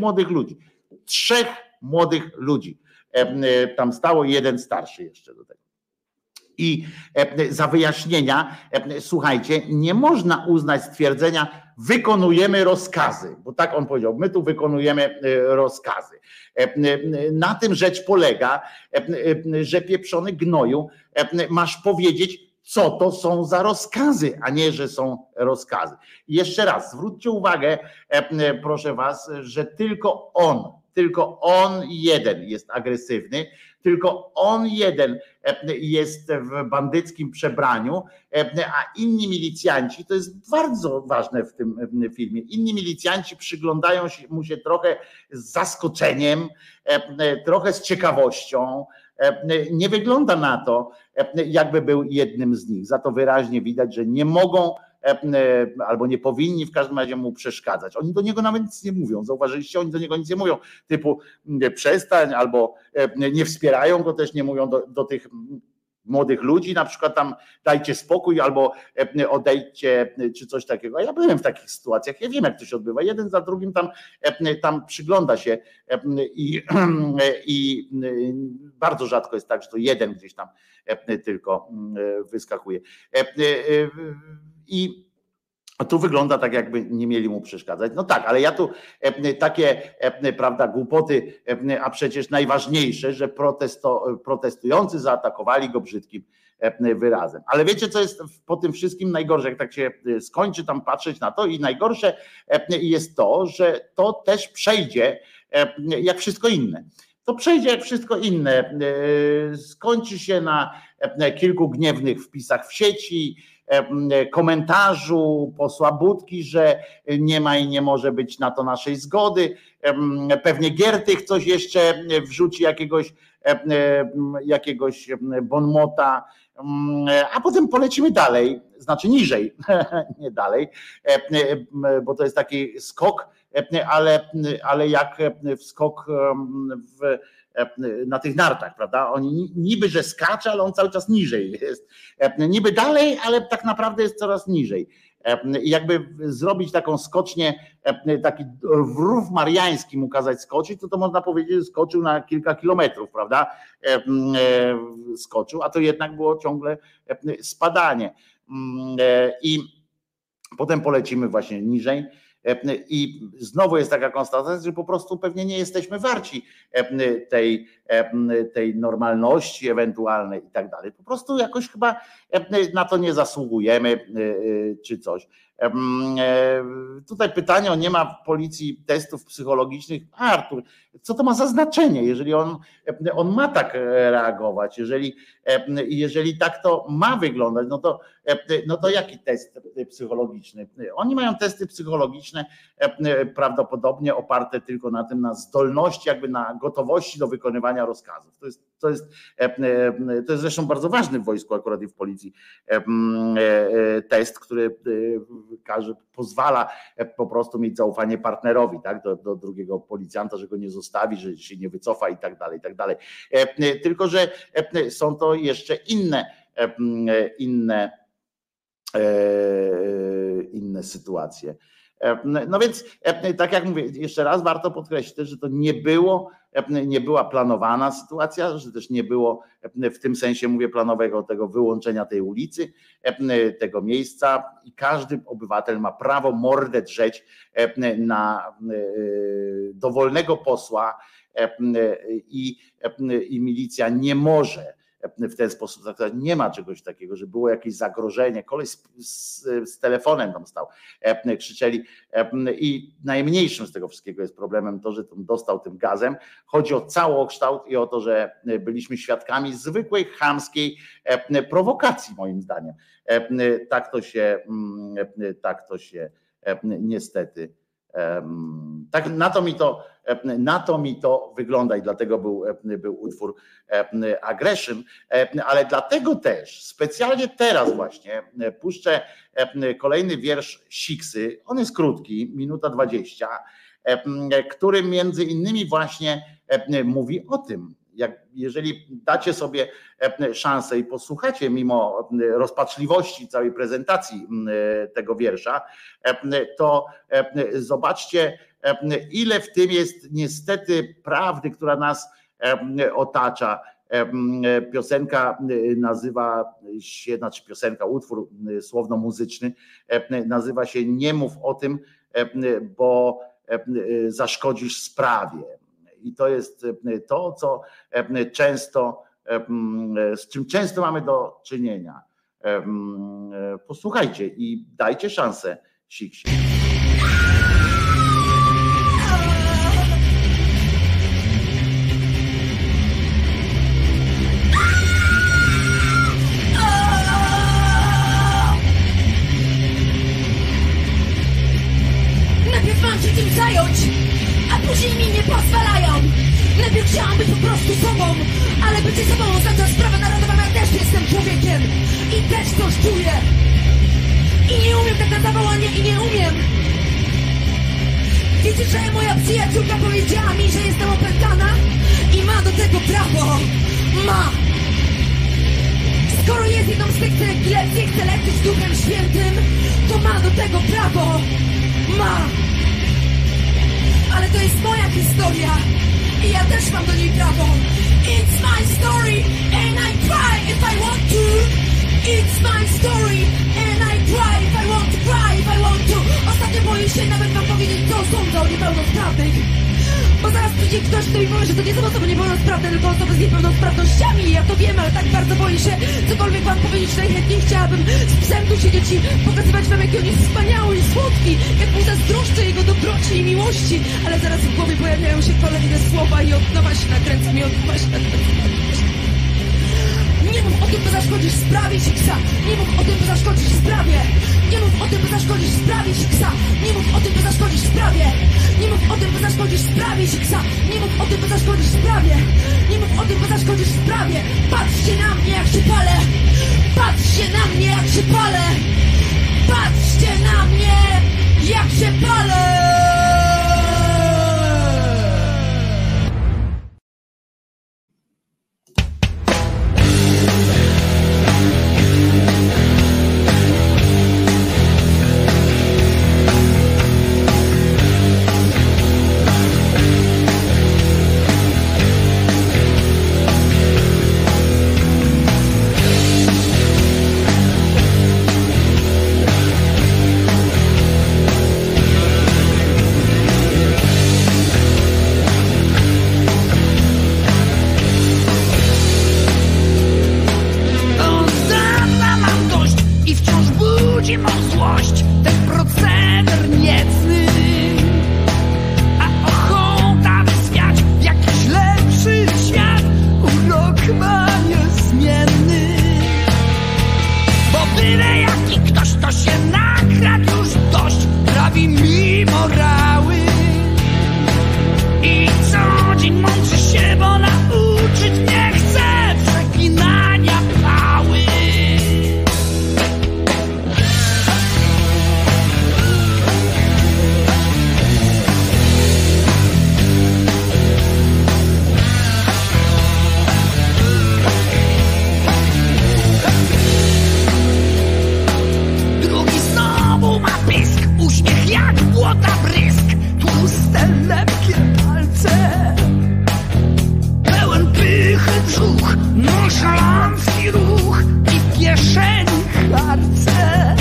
młodych ludzi. Tam stało jeden starszy jeszcze do tego. I za wyjaśnienia, słuchajcie, nie można uznać stwierdzenia wykonujemy rozkazy, bo tak on powiedział, my tu wykonujemy rozkazy. Na tym rzecz polega, że pieprzony gnoju masz powiedzieć, co to są za rozkazy, a nie, że są rozkazy. I jeszcze raz, zwróćcie uwagę, proszę was, że tylko on jeden jest agresywny, tylko on jeden jest w bandyckim przebraniu, a inni milicjanci, to jest bardzo ważne w tym filmie, inni milicjanci przyglądają się mu się trochę z zaskoczeniem, trochę z ciekawością. Nie wygląda na to, jakby był jednym z nich. Za to wyraźnie widać, że nie mogą albo nie powinni w każdym razie mu przeszkadzać. Oni do niego nawet nic nie mówią. Zauważyliście, oni do niego nic nie mówią, typu przestań, albo nie wspierają go, też nie mówią do tych młodych ludzi, na przykład tam dajcie spokój albo odejdźcie, czy coś takiego. A ja byłem w takich sytuacjach, ja wiem jak to się odbywa. Jeden za drugim tam przygląda się i bardzo rzadko jest tak, że to jeden gdzieś tam tylko wyskakuje. I tu wygląda tak, jakby nie mieli mu przeszkadzać. No tak, ale ja tu takie, prawda, głupoty, a przecież najważniejsze, że protestujący zaatakowali go brzydkim wyrazem. Ale wiecie, co jest po tym wszystkim najgorsze, jak tak się skończy tam patrzeć na to, i najgorsze jest to, że to też przejdzie jak wszystko inne. To przejdzie jak wszystko inne. Skończy się na kilku gniewnych wpisach w sieci, komentarzu posła Budki, że nie ma i nie może być na to naszej zgody. Pewnie Giertych coś jeszcze wrzuci, jakiegoś bonmota, a potem polecimy dalej, znaczy niżej, nie dalej, bo to jest taki skok, ale jak skok na tych nartach, prawda? Oni niby, że skacze, ale on cały czas niżej jest. Niby dalej, ale tak naprawdę jest coraz niżej. I jakby zrobić taką skocznię, taki rów mariański mu kazać skoczyć, to można powiedzieć, że skoczył na kilka kilometrów, prawda? Skoczył, a to jednak było ciągle spadanie. I potem polecimy właśnie niżej. I znowu jest taka konstatacja, że po prostu pewnie nie jesteśmy warci tej normalności ewentualnej i tak dalej. Po prostu jakoś chyba na to nie zasługujemy czy coś. Tutaj pytanie, nie ma w policji testów psychologicznych. Artur, co to ma za znaczenie, jeżeli on ma tak reagować, jeżeli tak to ma wyglądać, no to jaki test psychologiczny? Oni mają testy psychologiczne prawdopodobnie oparte tylko na tym, na zdolności, jakby na gotowości do wykonywania rozkazów. To jest zresztą bardzo ważny w wojsku, akurat i w policji, test, który pozwala po prostu mieć zaufanie partnerowi, tak, do drugiego policjanta, że go nie zostawi, że się nie wycofa i tak dalej, i tak dalej. Tylko że są to jeszcze inne sytuacje. No więc tak jak mówię, jeszcze raz warto podkreślić, że to nie była planowana sytuacja, że też nie było w tym sensie, mówię, planowego tego wyłączenia tej ulicy, tego miejsca i każdy obywatel ma prawo mordę drzeć na dowolnego posła i milicja nie może w ten sposób, nie ma czegoś takiego, że było jakieś zagrożenie, koleś z telefonem tam stał, krzyczeli i najmniejszym z tego wszystkiego jest problemem to, że dostał tym gazem. Chodzi o całokształt i o to, że byliśmy świadkami zwykłej chamskiej prowokacji, moim zdaniem. Tak to się niestety, tak na to mi to wygląda i dlatego był utwór Aggression, ale dlatego też specjalnie teraz właśnie puszczę kolejny wiersz Siksy, on jest krótki, minuta 20, który między innymi właśnie mówi o tym, jeżeli dacie sobie szansę i posłuchacie mimo rozpaczliwości całej prezentacji tego wiersza, to zobaczcie, ile w tym jest niestety prawdy, która nas otacza. Piosenka nazywa się, znaczy piosenka, utwór słowno-muzyczny nazywa się Nie mów o tym, bo zaszkodzisz sprawie. I to jest to, co często, z czym często mamy do czynienia. Posłuchajcie i dajcie szansę Siksie. Najpierw mam się tym zająć, a później mi nie pozwalają. Najpierw chciałam być po prostu sobą, ale bycie sobą oznacza sprawę narodową. Ja też jestem człowiekiem i też coś czuję. I nie umiem tak na zawołanie i nie umiem. Wiecie, że moja przyjaciółka powiedziała mi, że jestem opętana i ma do tego prawo. Ma. Skoro jest jedną z tych, które epilepsję chce leczyć Duchem Świętym, to ma do tego prawo. Ma. Ale to jest moja historia i ja też mam do niej prawo. It's my story and I cry if I want to. It's my story and I cry if I want to, cry if I want to. Ostatnio boję się nawet wam powiedzieć, co sądzę o niepełnosprawnych. Bo zaraz przyjdzie ktoś, kto mi powie, że to nie są osoby niepełnosprawne, tylko osoby z niepełnosprawnościami. Ja to wiem, ale tak bardzo boję się cokolwiek wam powiedzieć. Najchętniej chciałabym z psem tu siedzieć i pokazywać wam, jaki on jest wspaniały i słodki, jak mu zazdroszczę jego dobroci i miłości. Ale zaraz w głowie pojawiają się kolejne słowa i od nowa się nakręcam i od nowa się nakręcam. Nie mów o tym, bo zaszkodzisz sprawie, Siksa. Nie mów o tym, bo zaszkodzisz sprawie. Nie mów o tym, bo zaszkodzisz sprawie, Siksa. Nie mów o tym, bo zaszkodzisz sprawie. Nie mów o tym, bo zaszkodzisz sprawie, Siksa. Nie mów o tym, bo zaszkodzisz sprawie. Nie mów o tym, bo zaszkodzisz sprawie. Patrzcie na mnie, jak się palę. Patrzcie na mnie, jak się palę. Patrzcie na mnie, jak się palę. I co dzień mądrzy się, bo nauczyć nie chce. błota brysk, tłuste, lepkie palce. Pełen pychy brzuch, nonszalancki ruch i w kieszeni harce.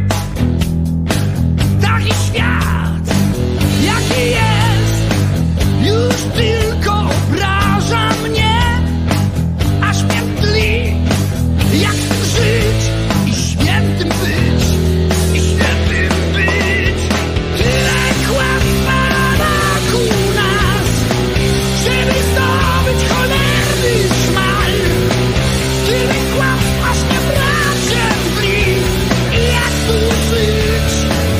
Taki świat, jaki jest, już tylko obraża mnie, aż mnie tli, jak chcę żyć i świętym być, i świętym być. Tyle kłamstwa wokół nas, żeby zdobyć cholerny szmal. Tyle kłamstwa, że bracie tli, i jak tu żyć.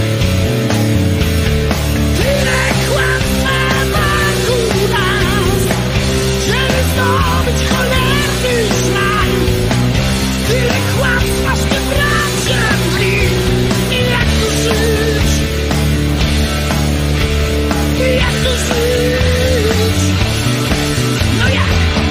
Tyle kłamstwa wokół nas, żeby zdobyć cholerny szmal. Tyle kłamstwa, że bracie tli, i jak tu żyć. I jak tu żyć. No jak?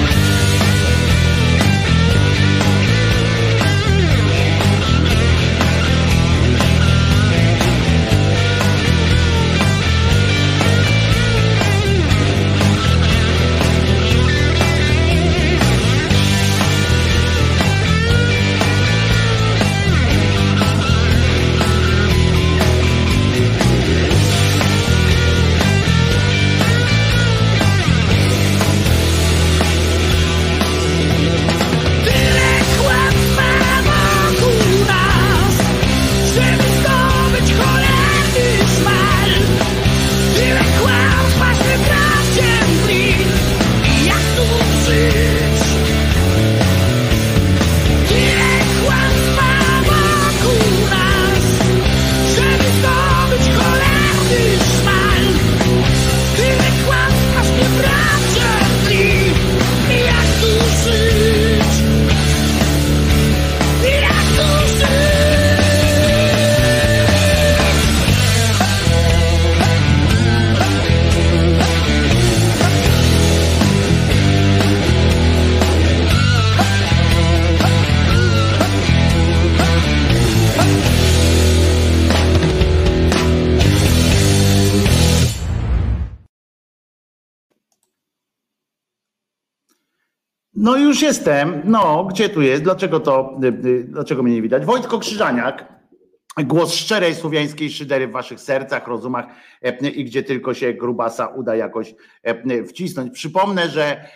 Tyle kłamstwa wokół nas, żeby zdobyć cholerny szmal. Tyle kłamstwa, że bracie tli, i jak tu żyć. Tyle kłamstwa wokół nas, żeby zdobyć cholerny szmal. Tyle kłamstwa, że bracie tli, i jak tu żyć. I jak tu żyć. No już jestem. No, gdzie tu jest? Dlaczego mnie nie widać? Wojtko Krzyżaniak. Głos szczerej słowiańskiej szydery w waszych sercach, rozumach i gdzie tylko się grubasa uda jakoś wcisnąć. Przypomnę, że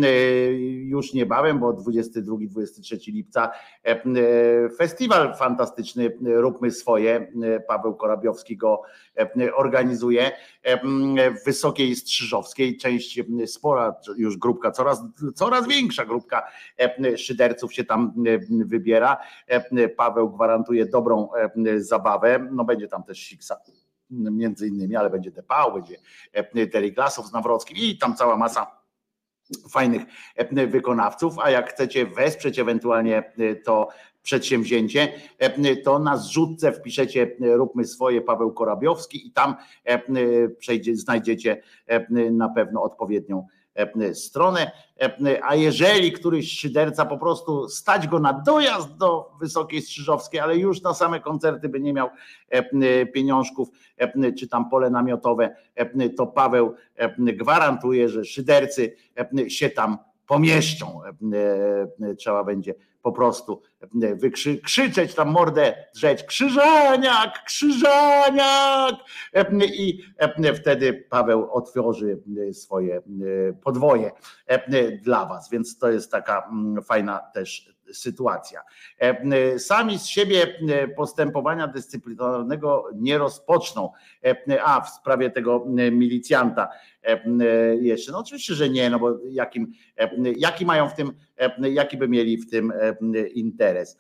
już niebawem, bo 22-23 lipca festiwal fantastyczny Róbmy Swoje, Paweł Korabiowski go organizuje w Wysokiej Strzyżowskiej. Część spora już grupka, coraz większa grupka szyderców się tam wybiera. Paweł gwarantuje dobrą zabawę, no będzie tam też Siksa między innymi, ale będzie Depał, będzie Terry Glasow z Nawrockim i tam cała masa fajnych wykonawców, a jak chcecie wesprzeć ewentualnie to przedsięwzięcie, to na zrzutce wpiszecie Róbmy Swoje Paweł Korabiowski i tam znajdziecie na pewno odpowiednią stronę, a jeżeli któryś szyderca po prostu stać go na dojazd do Wysokiej Strzyżowskiej, ale już na same koncerty by nie miał pieniążków, czy tam pole namiotowe, to Paweł gwarantuje, że szydercy się tam pomieszczą. Trzeba będzie po prostu krzyczeć tam mordę drzeć, Krzyżaniak, Krzyżaniak, i wtedy Paweł otworzy swoje podwoje dla was, więc to jest taka fajna też sytuacja. Sami z siebie postępowania dyscyplinarnego nie rozpoczną. A w sprawie tego milicjanta jeszcze, no oczywiście, że nie, no bo jaki mają w tym, jaki by mieli w tym interes.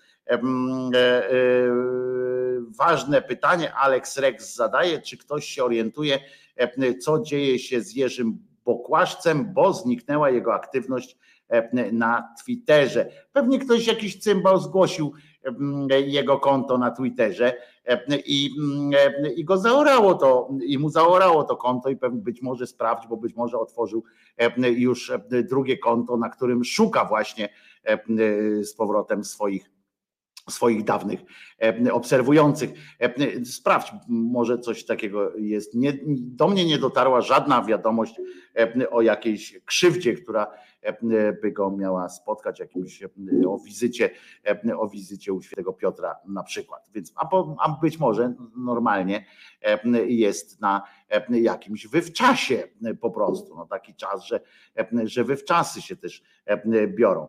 Ważne pytanie Alex Rex zadaje, czy ktoś się orientuje, co dzieje się z Jerzym Bokłaszcem, bo zniknęła jego aktywność na Twitterze. Pewnie ktoś, jakiś cymbał zgłosił jego konto na Twitterze i go zaorało to, i mu zaorało to konto i być może sprawdź, bo być może otworzył już drugie konto, na którym szuka właśnie z powrotem swoich swoich dawnych obserwujących. Sprawdź, może coś takiego jest. Do mnie nie dotarła żadna wiadomość o jakiejś krzywdzie, która by go miała spotkać, jakimś o wizycie u świętego Piotra na przykład. Więc, a być może normalnie jest na jakimś wywczasie po prostu. No taki czas, że wywczasy się też biorą.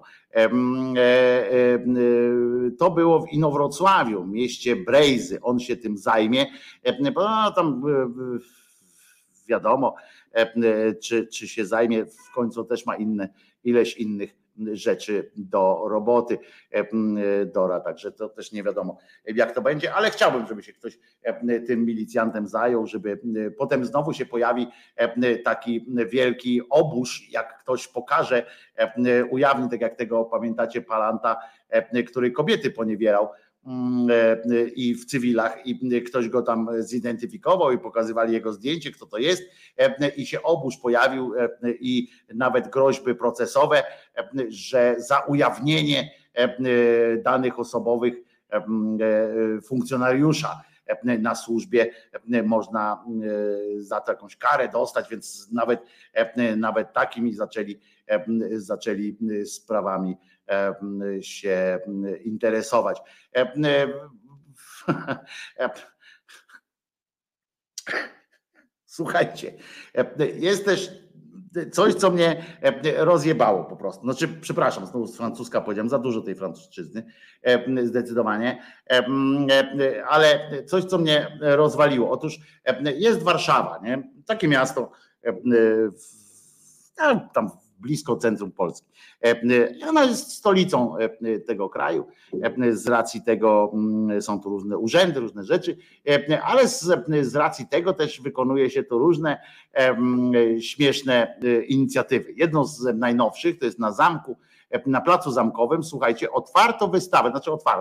To było w Inowrocławiu, mieście Brejzy. On się tym zajmie, bo tam wiadomo, czy się zajmie, w końcu też ma ileś innych rzeczy do roboty Dora, także to też nie wiadomo jak to będzie, ale chciałbym, żeby się ktoś tym milicjantem zajął, żeby potem znowu się pojawi taki wielki obóz, jak ktoś pokaże, ujawni, tak jak tego pamiętacie Palanta, który kobiety poniewierał i w cywilach i ktoś go tam zidentyfikował i pokazywali jego zdjęcie, kto to jest i się obóz pojawił i nawet groźby procesowe, że za ujawnienie danych osobowych funkcjonariusza na służbie można za to jakąś karę dostać, więc nawet takimi zaczęli sprawami się interesować. Słuchajcie, jest też coś, co mnie rozjebało po prostu. Znaczy, przepraszam, znowu z francuska powiedziałem, za dużo tej francuszczyzny, zdecydowanie, ale coś, co mnie rozwaliło. Otóż jest Warszawa, nie? Takie miasto tam blisko centrum Polski. Ona jest stolicą tego kraju. Z racji tego są tu różne urzędy, różne rzeczy, ale z racji tego też wykonuje się tu różne śmieszne inicjatywy. Jedną z najnowszych to jest na zamku, na Placu Zamkowym, słuchajcie, otwarto wystawę,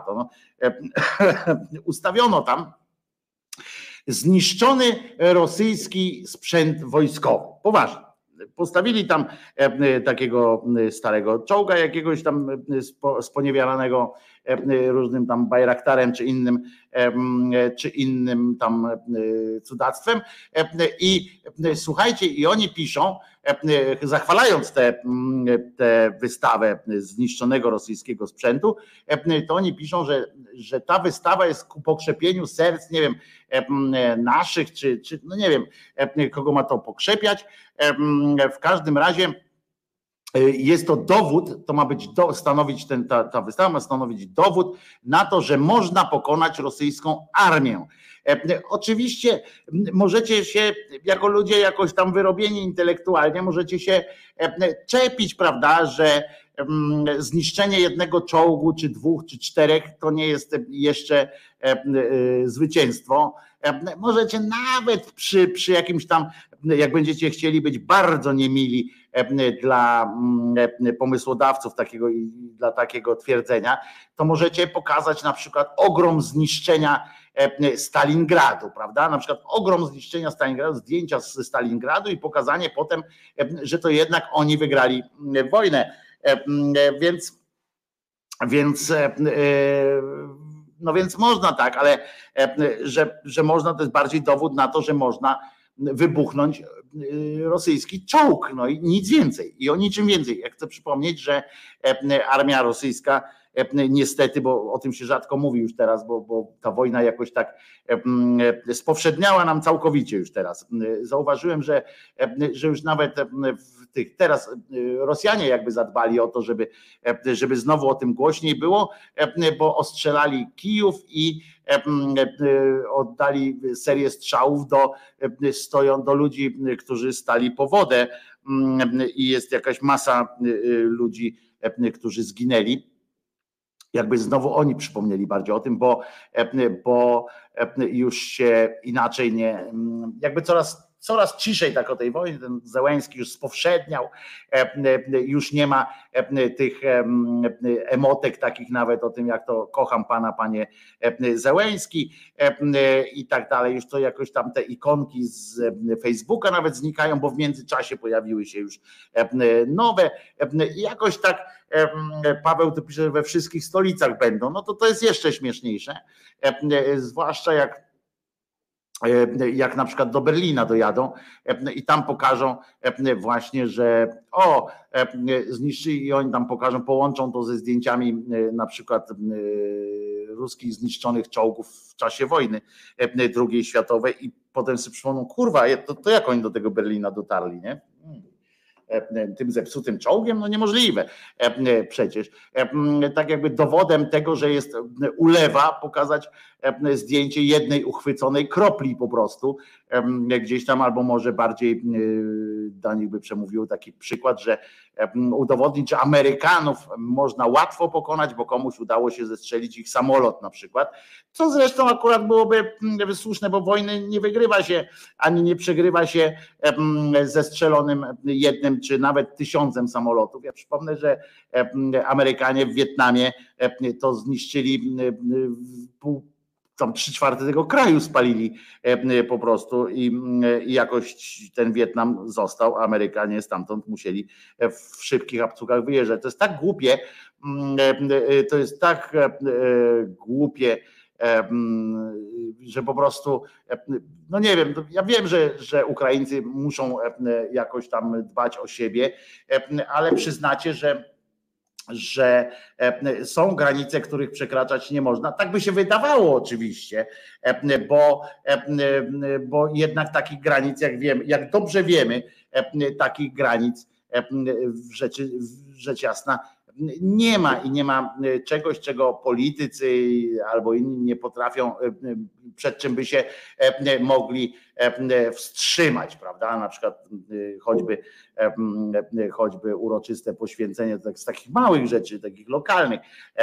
ustawiono tam zniszczony rosyjski sprzęt wojskowy. Poważnie. Postawili tam takiego starego czołga, jakiegoś tam sponiewieranego różnym tam Bajraktarem czy innym tam cudactwem. I słuchajcie, i oni piszą, zachwalając tę wystawę zniszczonego rosyjskiego sprzętu, to oni piszą, że ta wystawa jest ku pokrzepieniu serc, nie wiem, naszych, czy no nie wiem, kogo ma to pokrzepiać. W każdym razie jest to dowód, to ma być stanowić ta wystawa ma stanowić dowód na to, że można pokonać rosyjską armię. Oczywiście możecie się jako ludzie jakoś tam wyrobieni intelektualnie, możecie się czepić, prawda, że zniszczenie jednego czołgu, czy dwóch, czy czterech to nie jest jeszcze zwycięstwo. Możecie nawet przy jakimś tam, jak będziecie chcieli być bardzo niemili dla pomysłodawców dla takiego twierdzenia, to możecie pokazać na przykład ogrom zniszczenia Stalingradu, prawda? Na przykład ogrom zniszczenia Stalingradu, zdjęcia z Stalingradu i pokazanie potem, że to jednak oni wygrali wojnę. Więc można tak, ale że można, to jest bardziej dowód na to, że można wybuchnąć rosyjski czołg, no i nic więcej, i o niczym więcej. Ja chcę przypomnieć, że armia rosyjska niestety, bo o tym się rzadko mówi już teraz, bo ta wojna jakoś tak spowszedniała nam całkowicie już teraz. Zauważyłem, że już nawet teraz Rosjanie jakby zadbali o to, żeby znowu o tym głośniej było, bo ostrzelali Kijów i oddali serię strzałów do ludzi, którzy stali po wodę, i jest jakaś masa ludzi, którzy zginęli. Jakby znowu oni przypomnieli bardziej o tym, bo już się inaczej nie, jakby coraz ciszej tak o tej wojnie, ten Zełenski już spowszedniał, już nie ma tych emotek takich nawet o tym, jak to kocham pana, panie Zełenski i tak dalej, już to jakoś tam te ikonki z Facebooka nawet znikają, bo w międzyczasie pojawiły się już nowe i jakoś tak Paweł tu pisze, że we wszystkich stolicach będą, no to jest jeszcze śmieszniejsze, zwłaszcza jak na przykład do Berlina dojadą i tam pokażą właśnie, że zniszczyli i oni tam pokażą, połączą to ze zdjęciami na przykład ruskich zniszczonych czołgów w czasie wojny II światowej i potem sobie przypomną, kurwa, to jak oni do tego Berlina dotarli, nie? Tym zepsutym czołgiem? No niemożliwe przecież. Tak jakby dowodem tego, że jest ulewa, pokazać zdjęcie jednej uchwyconej kropli po prostu gdzieś tam, albo może bardziej do nich by przemówił taki przykład, że udowodnić, że Amerykanów można łatwo pokonać, bo komuś udało się zestrzelić ich samolot na przykład, co zresztą akurat byłoby słuszne, bo wojny nie wygrywa się, ani nie przegrywa się zestrzelonym jednym, czy nawet 1000 samolotów. Ja przypomnę, że Amerykanie w Wietnamie to zniszczyli tam 3/4 tego kraju spalili po prostu i jakoś ten Wietnam został, a Amerykanie stamtąd musieli w szybkich apcugach wyjeżdżać. To jest tak głupie, że po prostu, no nie wiem, ja wiem, że Ukraińcy muszą jakoś tam dbać o siebie, ale przyznacie, że są granice, których przekraczać nie można. Tak by się wydawało oczywiście, bo jednak takich granic, jak dobrze wiemy, takich granic rzecz jasna nie ma i nie ma czegoś, czego politycy albo inni nie potrafią, przed czym by się mogli wstrzymać, prawda? Na przykład choćby uroczyste poświęcenie z takich małych rzeczy, takich lokalnych,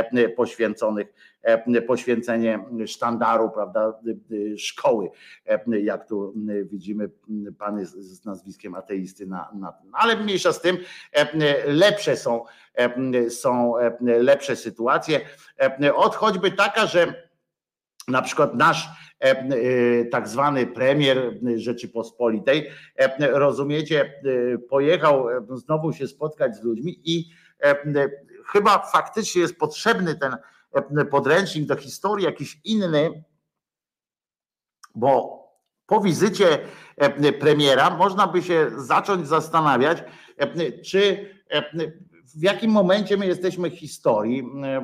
poświęcenie sztandaru, prawda, szkoły, jak tu widzimy pany z nazwiskiem ateisty, ale mniejsza z tym, są lepsze sytuacje, od choćby taka, że na przykład nasz tak zwany premier Rzeczypospolitej, rozumiecie, pojechał znowu się spotkać z ludźmi i chyba faktycznie jest potrzebny ten podręcznik do historii, jakiś inny, bo po wizycie premiera można by się zacząć zastanawiać, w jakim momencie my jesteśmy w historii,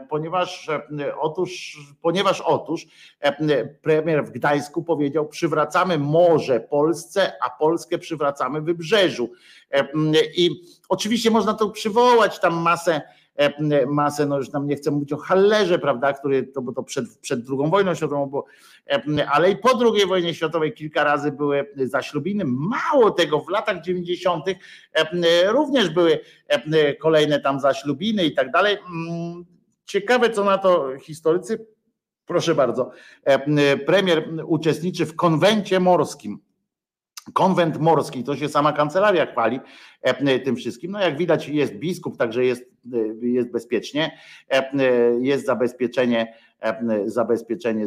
ponieważ otóż premier w Gdańsku powiedział: przywracamy morze Polsce, a Polskę przywracamy Wybrzeżu. I oczywiście można to przywołać tam masę, no już tam nie chcę mówić o Hallerze, prawda, bo to przed II wojną światową było, ale i po II wojnie światowej kilka razy były zaślubiny. Mało tego, w latach 90. również były kolejne tam zaślubiny i tak dalej. Ciekawe, co na to historycy. Proszę bardzo, premier uczestniczy w konwencie morskim. Konwent morski, to się sama kancelaria chwali tym wszystkim. No jak widać, jest biskup, także jest bezpiecznie, jest zabezpieczenie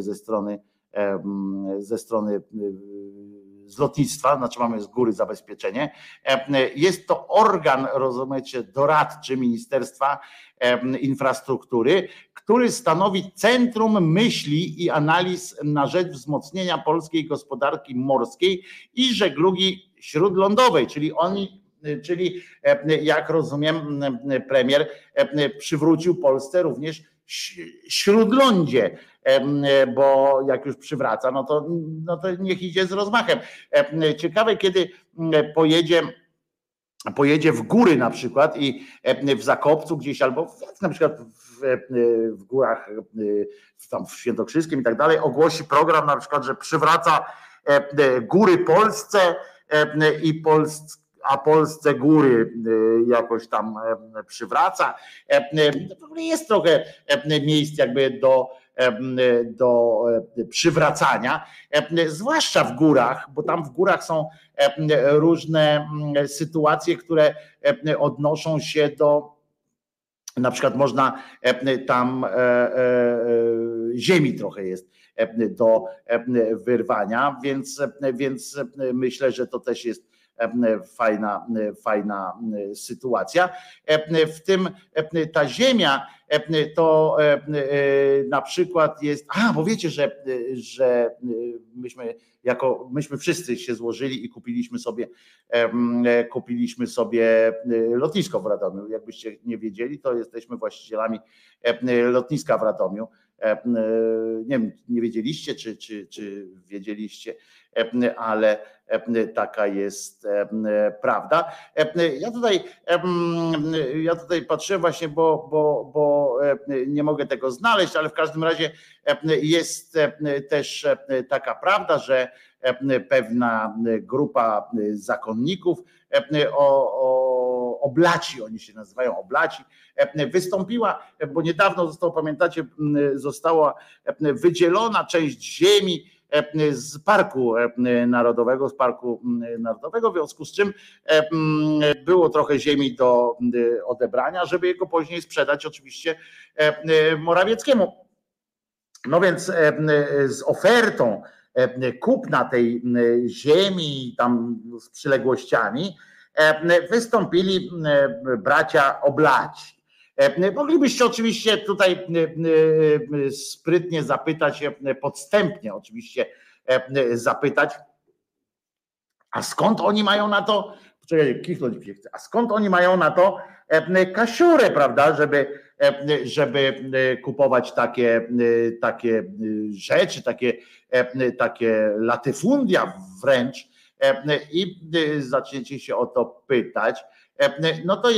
ze strony z lotnictwa, znaczy mamy z góry zabezpieczenie. Jest to organ, rozumiecie, doradczy Ministerstwa Infrastruktury, który stanowi centrum myśli i analiz na rzecz wzmocnienia polskiej gospodarki morskiej i żeglugi śródlądowej, czyli jak rozumiem, premier przywrócił Polsce również śródlądzie, bo jak już przywraca, no to niech idzie z rozmachem. Ciekawe, kiedy pojedzie w góry na przykład i w Zakopcu gdzieś, albo na przykład w górach, tam w Świętokrzyskiem i tak dalej, ogłosi program na przykład, że przywraca góry Polsce a Polsce góry jakoś tam przywraca. W ogóle jest trochę miejsc jakby do przywracania, zwłaszcza w górach, bo tam w górach są różne sytuacje, które odnoszą się do, na przykład można tam ziemi trochę jest do wyrwania, więc myślę, że to też jest fajna sytuacja. W tym ta ziemia to na przykład jest, bo wiecie, że myśmy wszyscy się złożyli i kupiliśmy sobie lotnisko w Radomiu. Jakbyście nie wiedzieli, to jesteśmy właścicielami lotniska w Radomiu. Nie wiem, nie wiedzieliście, czy wiedzieliście, ale taka jest prawda. Ja tutaj patrzę właśnie, bo nie mogę tego znaleźć, ale w każdym razie jest też taka prawda, że pewna grupa zakonników, oblaci, oni się nazywają oblaci, wystąpiła, bo niedawno pamiętacie, została wydzielona część ziemi z Parku Narodowego, w związku z czym było trochę ziemi do odebrania, żeby jego później sprzedać oczywiście Morawieckiemu. No więc z ofertą kupna tej ziemi tam z przyległościami wystąpili bracia oblaci. Moglibyście oczywiście tutaj sprytnie zapytać, podstępnie oczywiście zapytać, a skąd oni mają na to, poczekaj, kichnąć się chcę, a skąd oni mają na to kasiurę, prawda, żeby kupować takie rzeczy, takie latyfundia wręcz, i zaczniecie się o to pytać, no to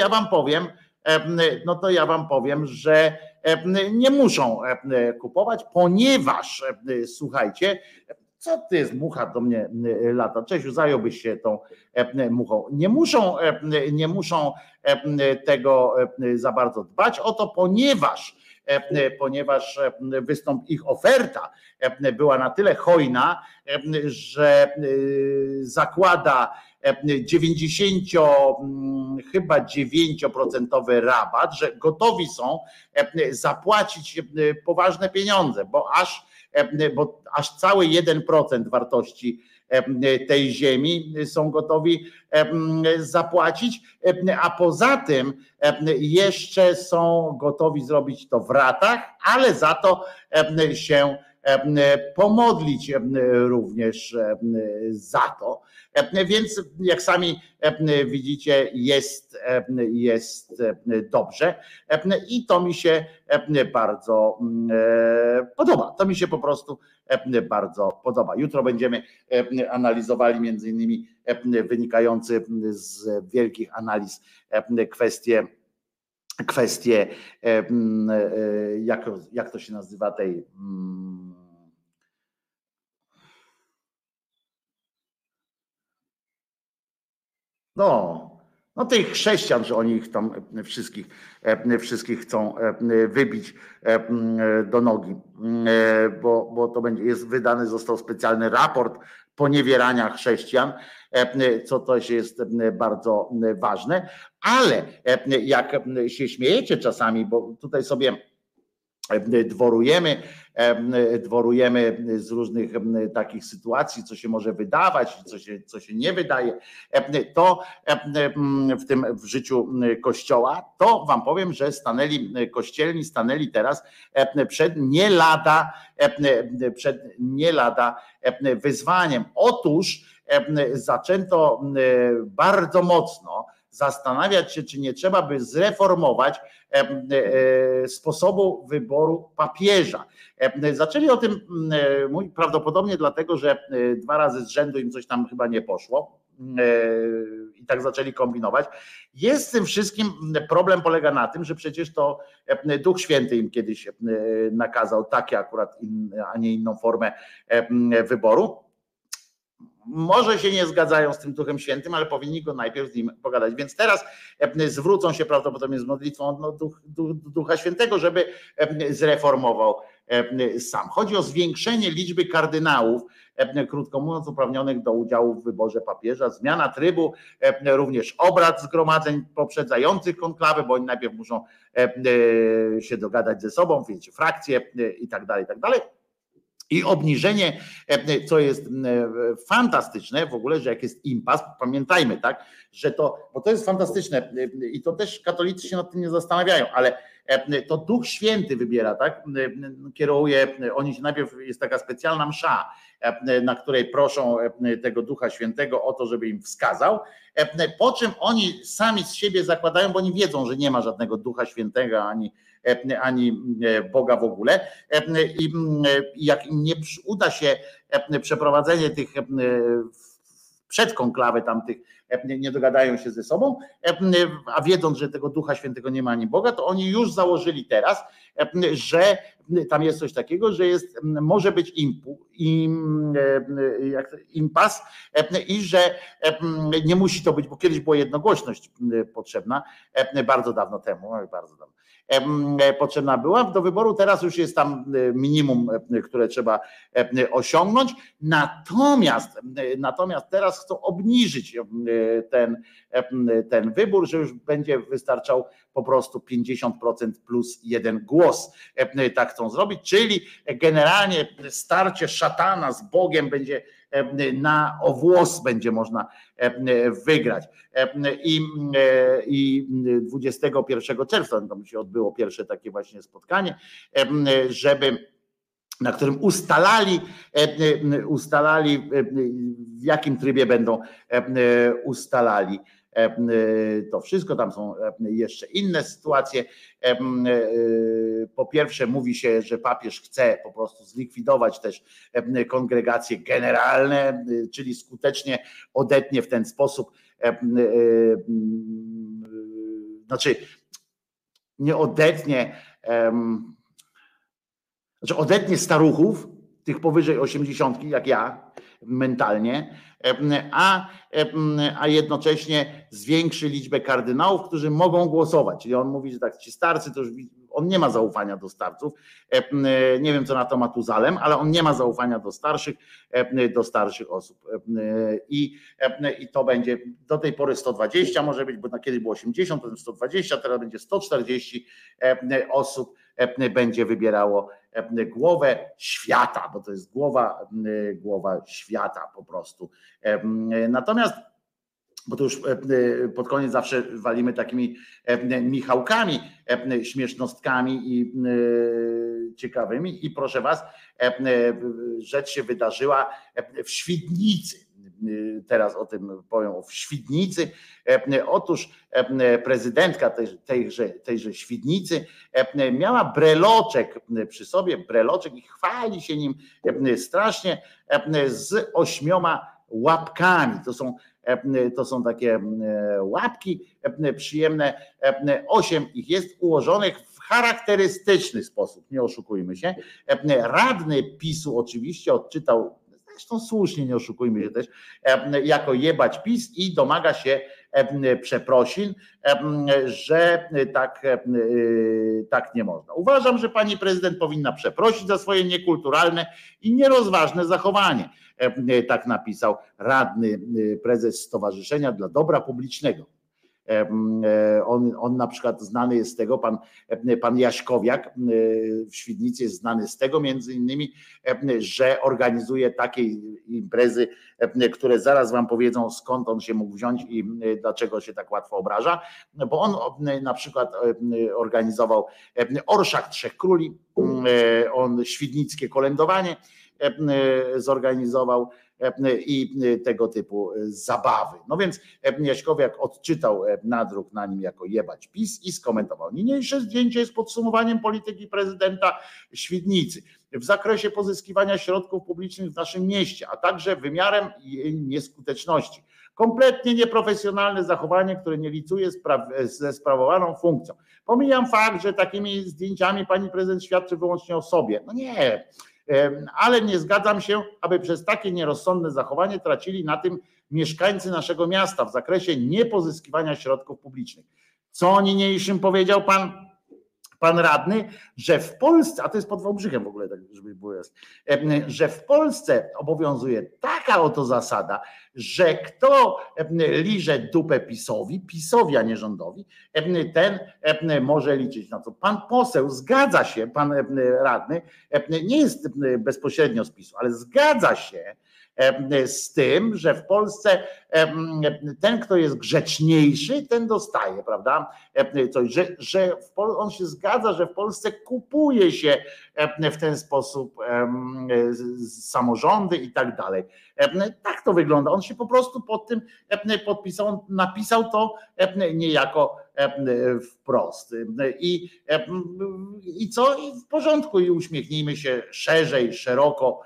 ja wam powiem, że nie muszą kupować, ponieważ, słuchajcie, co to jest mucha do mnie lata? Czesiu, zająłbyś się tą muchą. Nie muszą tego za bardzo dbać o to, ponieważ ich oferta była na tyle hojna, że zakłada 99% rabat, że gotowi są zapłacić poważne pieniądze, bo aż cały 1% wartości tej ziemi są gotowi zapłacić, a poza tym jeszcze są gotowi zrobić to w ratach, ale za to się pomodlić również za to. Więc jak sami widzicie, jest dobrze i to mi się bardzo podoba. To mi się po prostu bardzo podoba. Jutro będziemy analizowali między innymi wynikające z wielkich analiz kwestie jak to się nazywa tej no tych chrześcijan, że oni ich tam wszystkich chcą wybić do nogi, bo to będzie został specjalny raport poniewierania chrześcijan, co to jest bardzo ważne, ale jak się śmiejecie czasami, bo tutaj sobie dworujemy z różnych takich sytuacji, co się może wydawać, co się nie wydaje, to w życiu Kościoła, to wam powiem, że kościelni stanęli teraz przed nie lada wyzwaniem. Otóż zaczęto bardzo mocno zastanawiać się, czy nie trzeba by zreformować sposobu wyboru papieża. Zaczęli o tym prawdopodobnie dlatego, że 2 razy z rzędu im coś tam chyba nie poszło i tak zaczęli kombinować. Jest z tym wszystkim problem polega na tym, że przecież to Duch Święty im kiedyś nakazał takie akurat, a nie inną formę wyboru. Może się nie zgadzają z tym Duchem Świętym, ale powinni go najpierw z nim pogadać. Więc teraz zwrócą się prawdopodobnie z modlitwą do Ducha Świętego, żeby zreformował sam. Chodzi o zwiększenie liczby kardynałów, krótko mówiąc, uprawnionych do udziału w wyborze papieża, zmiana trybu, również obrad zgromadzeń poprzedzających konklawę, bo oni najpierw muszą się dogadać ze sobą, wiecie, frakcje i tak dalej, I obniżenie, co jest fantastyczne w ogóle, że jak jest impas, pamiętajmy, tak, że to, bo to jest fantastyczne i to też katolicy się nad tym nie zastanawiają, ale to Duch Święty wybiera, tak, kieruje, oni się najpierw, jest taka specjalna msza, na której proszą tego Ducha Świętego o to, żeby im wskazał, po czym oni sami z siebie zakładają, bo oni wiedzą, że nie ma żadnego Ducha Świętego, ani Boga w ogóle. I jak im nie uda się przeprowadzenie tych przed konklawy tamtych, nie dogadają się ze sobą, a wiedząc, że tego Ducha Świętego nie ma ani Boga, to oni już założyli teraz, że tam jest coś takiego, że może być impas i że nie musi to być, bo kiedyś była jednogłośność potrzebna, bardzo dawno temu, potrzebna była do wyboru, teraz już jest tam minimum, które trzeba osiągnąć, natomiast teraz chcą obniżyć ten wybór, że już będzie wystarczał po prostu 50% plus 1 głos. Tak chcą zrobić, czyli generalnie starcie szatana z Bogiem będzie o włos będzie można wygrać. I 21 czerwca tam się odbyło pierwsze takie właśnie spotkanie, na którym ustalali, w jakim trybie będą ustalali to wszystko. Tam są jeszcze inne sytuacje. Po pierwsze mówi się, że papież chce po prostu zlikwidować też kongregacje generalne, czyli skutecznie odetnie w ten sposób, znaczy nie odetnie, odetnie staruchów, tych powyżej 80, jak ja, mentalnie, a jednocześnie zwiększy liczbę kardynałów, którzy mogą głosować. Czyli on mówi, że tak, ci starcy to już on nie ma zaufania do starców. Nie wiem, co na to Matuzalem, ale on nie ma zaufania do starszych osób. I to będzie do tej pory 120 może być, bo kiedyś było 80, potem 120, teraz będzie 140 osób będzie wybierało głowę świata, bo to jest głowa świata po prostu. Natomiast, bo to już pod koniec zawsze walimy takimi Michałkami, śmiesznostkami i ciekawymi, i proszę was, rzecz się wydarzyła w Świdnicy. Teraz o tym powiem, w Świdnicy. Otóż prezydentka tejże Świdnicy miała breloczek przy sobie, i chwali się nim strasznie, z 8 łapkami. To są takie łapki przyjemne, 8 ich jest ułożonych w charakterystyczny sposób, nie oszukujmy się. Radny PiS-u oczywiście odczytał, zresztą słusznie, nie oszukujmy się też, jako jebać PiS i domaga się przeprosin, że tak nie można. Uważam, że pani prezydent powinna przeprosić za swoje niekulturalne i nierozważne zachowanie. Tak napisał radny prezes Stowarzyszenia dla Dobra Publicznego. On na przykład znany jest z tego, pan Jaśkowiak w Świdnicy jest znany z tego między innymi, że organizuje takie imprezy, które zaraz wam powiedzą, skąd on się mógł wziąć i dlaczego się tak łatwo obraża, bo on na przykład organizował Orszak Trzech Króli, on świdnickie kolędowanie zorganizował i tego typu zabawy. No więc Jaśkowiak odczytał nadruk na nim jako jebać PiS i skomentował: niniejsze zdjęcie jest podsumowaniem polityki prezydenta Świdnicy w zakresie pozyskiwania środków publicznych w naszym mieście, a także wymiarem jej nieskuteczności. Kompletnie nieprofesjonalne zachowanie, które nie licuje ze sprawowaną funkcją. Pomijam fakt, że takimi zdjęciami pani prezydent świadczy wyłącznie o sobie. No nie, ale nie zgadzam się, aby przez takie nierozsądne zachowanie tracili na tym mieszkańcy naszego miasta w zakresie niepozyskiwania środków publicznych. Co niniejszym powiedział pan pan radny, że w Polsce, a to jest pod Wałbrzychem w ogóle, tak żeby było jasne, że w Polsce obowiązuje taka oto zasada, że kto liże dupę PiSowi, a nie rządowi, ten może liczyć na to. Pan poseł zgadza się, pan radny, nie jest bezpośrednio z PiS-u, ale zgadza się z tym, że w Polsce ten, kto jest grzeczniejszy, ten dostaje, prawda? Coś, że on się zgadza, że w Polsce kupuje się w ten sposób samorządy i tak dalej. Tak to wygląda. On się po prostu pod tym podpisał, napisał to niejako wprost. I co? I w porządku, i uśmiechnijmy się szerzej, szeroko,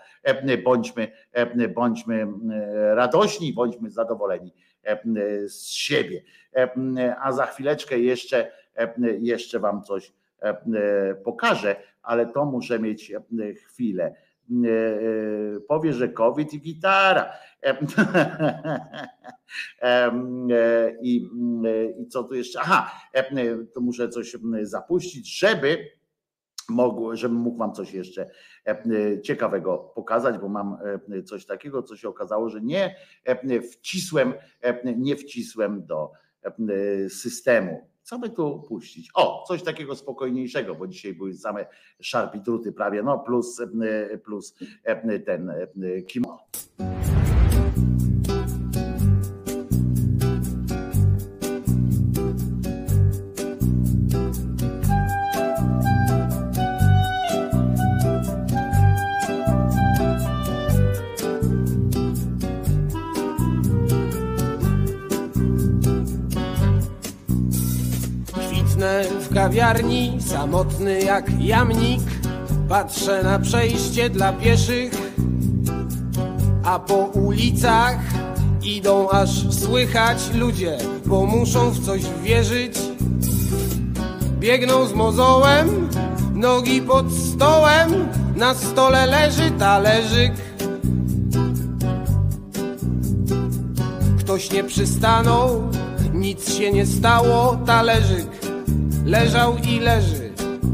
bądźmy radośni, bądźmy zadowoleni z siebie. A za chwileczkę jeszcze wam coś pokażę, ale to muszę mieć chwilę. Powie, że COVID i gitara. I co tu jeszcze? Aha, to muszę coś zapuścić, żebym mógł wam coś jeszcze ciekawego pokazać, bo mam coś takiego, co się okazało, że nie wcisłem do systemu. Co by tu puścić? O, coś takiego spokojniejszego, bo dzisiaj były same szarpitruty prawie, no plus ten kimono. W kawiarni, samotny jak jamnik, patrzę na przejście dla pieszych, a po ulicach idą aż słychać ludzie, bo muszą w coś wierzyć. Biegną z mozołem, nogi pod stołem, na stole leży talerzyk. Ktoś nie przystanął, nic się nie stało, talerzyk leżał i leży.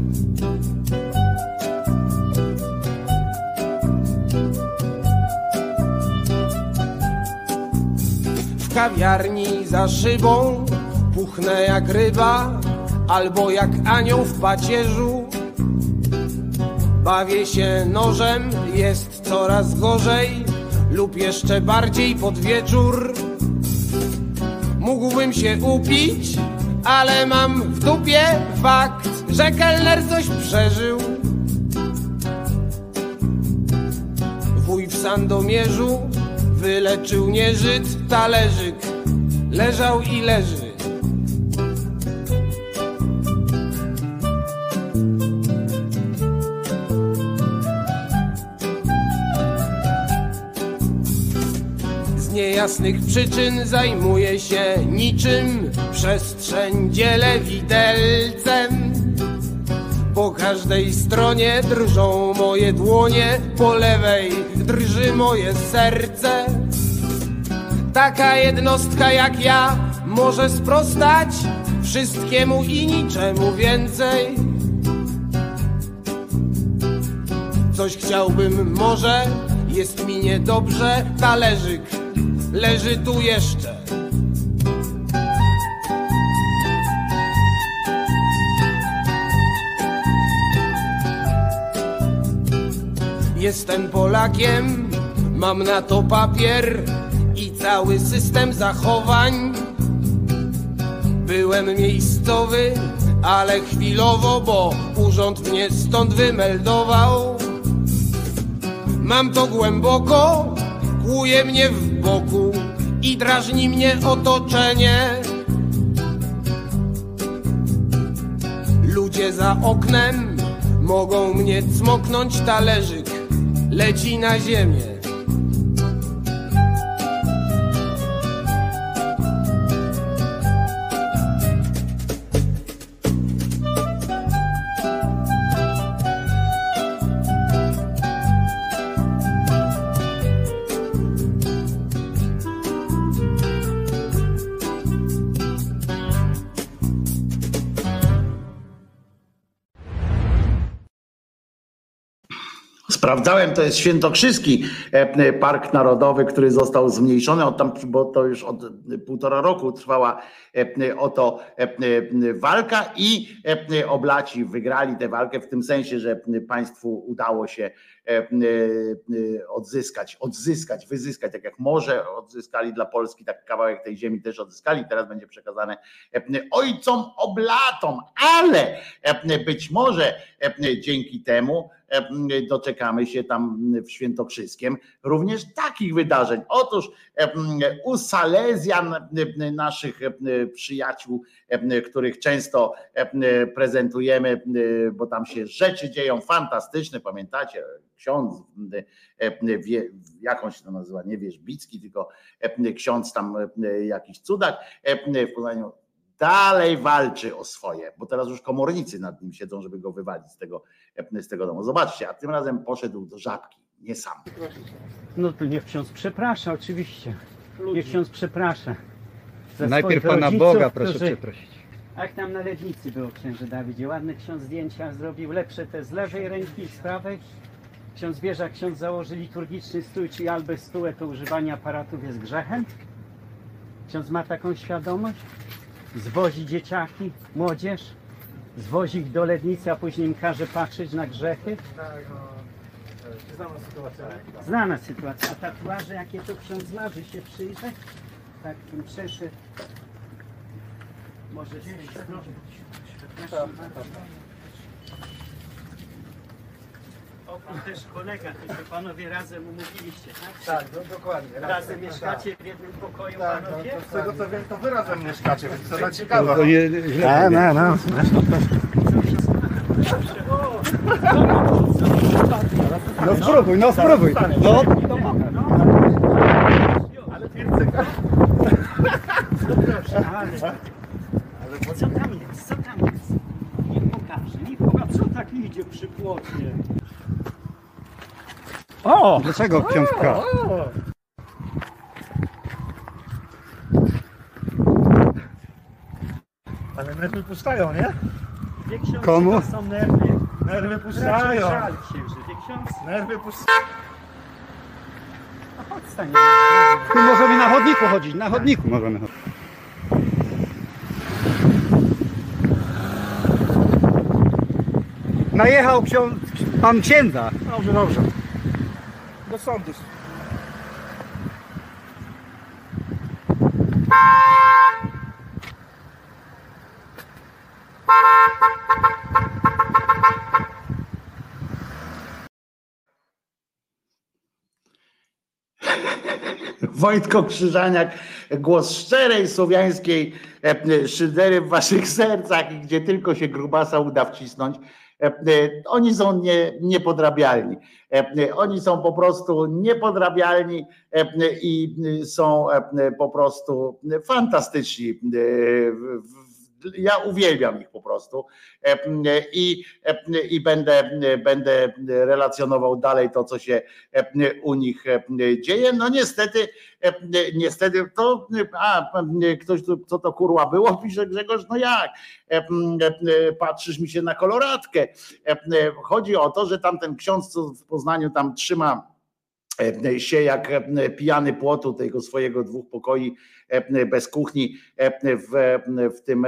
W kawiarni za szybą puchnę jak ryba, albo jak anioł w pacierzu. Bawię się nożem, jest coraz gorzej, lub jeszcze bardziej pod wieczór. Mógłbym się upić, ale mam w dupie fakt, że kelner coś przeżył. Wuj w Sandomierzu wyleczył nieżyt, talerzyk leżał i leży. Z niejasnych przyczyn zajmuję się niczym przestrzeń dzielę widelcem. Po każdej stronie drżą moje dłonie, po lewej drży moje serce. Taka jednostka jak ja może sprostać wszystkiemu i niczemu więcej. Coś chciałbym może, jest mi niedobrze, talerzyk leży tu jeszcze. Jestem Polakiem, mam na to papier i cały system zachowań. Byłem miejscowy, ale chwilowo, bo urząd mnie stąd wymeldował. Mam to głęboko, kłuje mnie w boku i drażni mnie otoczenie. Ludzie za oknem mogą mnie cmoknąć, talerzyk leci na ziemię. Sprawdzałem, to jest Świętokrzyski Park Narodowy, który został zmniejszony, bo to już od 1,5 roku trwała oto walka i Oblaci wygrali tę walkę w tym sensie, że państwu udało się wyzyskać, tak jak morze odzyskali dla Polski, tak kawałek tej ziemi też odzyskali, teraz będzie przekazane ojcom Oblatom, ale być może dzięki temu doczekamy się tam w Świętokrzyskiem również takich wydarzeń. Otóż u Salezjan, naszych przyjaciół, których często prezentujemy, bo tam się rzeczy dzieją fantastyczne, pamiętacie, ksiądz, jakąś to nazywa, nie Wierzbicki, tylko ksiądz tam jakiś cudak w Poznaniu, dalej walczy o swoje, bo teraz już komornicy nad nim siedzą, żeby go wywalić z tego domu. Zobaczcie, a tym razem poszedł do Żabki, nie sam. No to niech ksiądz przeprasza, oczywiście. Niech ksiądz przeprasza. Najpierw Pana rodziców, Boga proszę przeprosić. Ach, tam na Lednicy było, księże Dawidzie. Ładny ksiądz zdjęcia zrobił, lepsze te z lewej ręki i z prawej. Ksiądz wie, że jak ksiądz założy liturgiczny stół czy albę stół, to używanie aparatów jest grzechem. Ksiądz ma taką świadomość. Zwozi dzieciaki, młodzież, zwozi ich do Lednicy, a później im każe patrzeć na grzechy. Tak, no, znana sytuacja. Znana sytuacja. A tatuaże, jakie to ksiądz ma, że się przyjrzeć? Tak, tym przeszedł. Może z tej strony. O, pan też kolega, to się panowie razem umówiliście, tak? Tak, no, dokładnie. Razem mieszkacie w jednym pokoju, panowie? Z tego co wiem, to wy razem mieszkacie, więc to za ciekawe. No. No spróbuj. No. Ale twierdzę. Ale co tam jest? Co tam jest? Niech pokaże, co tak idzie przy płocie. O! Dlaczego ksiądz kradł? Ale nerwy puszczają, nie? Komu? Są nerwy. Nerwy puszczają. Żal księży, ksiądz. Nerwy puszczają. A chodź stanie. Tu możemy na chodniku chodzić, na chodniku możemy chodzić. Najechał pan księdza. Dobrze. Do sądu. Wojtko Krzyżaniak, głos szczerej słowiańskiej szydery w waszych sercach i gdzie tylko się grubasa uda wcisnąć. Oni są niepodrabialni. Oni są po prostu niepodrabialni i są po prostu fantastyczni. Ja uwielbiam ich po prostu i będę relacjonował dalej to, co się u nich dzieje. No niestety to, ktoś tu, co to kurwa było, pisze Grzegorz, no jak? Patrzysz mi się na koloratkę. Chodzi o to, że tamten ksiądz, co w Poznaniu tam trzyma się jak pijany płotu tego swojego 2 pokoi bez kuchni w tym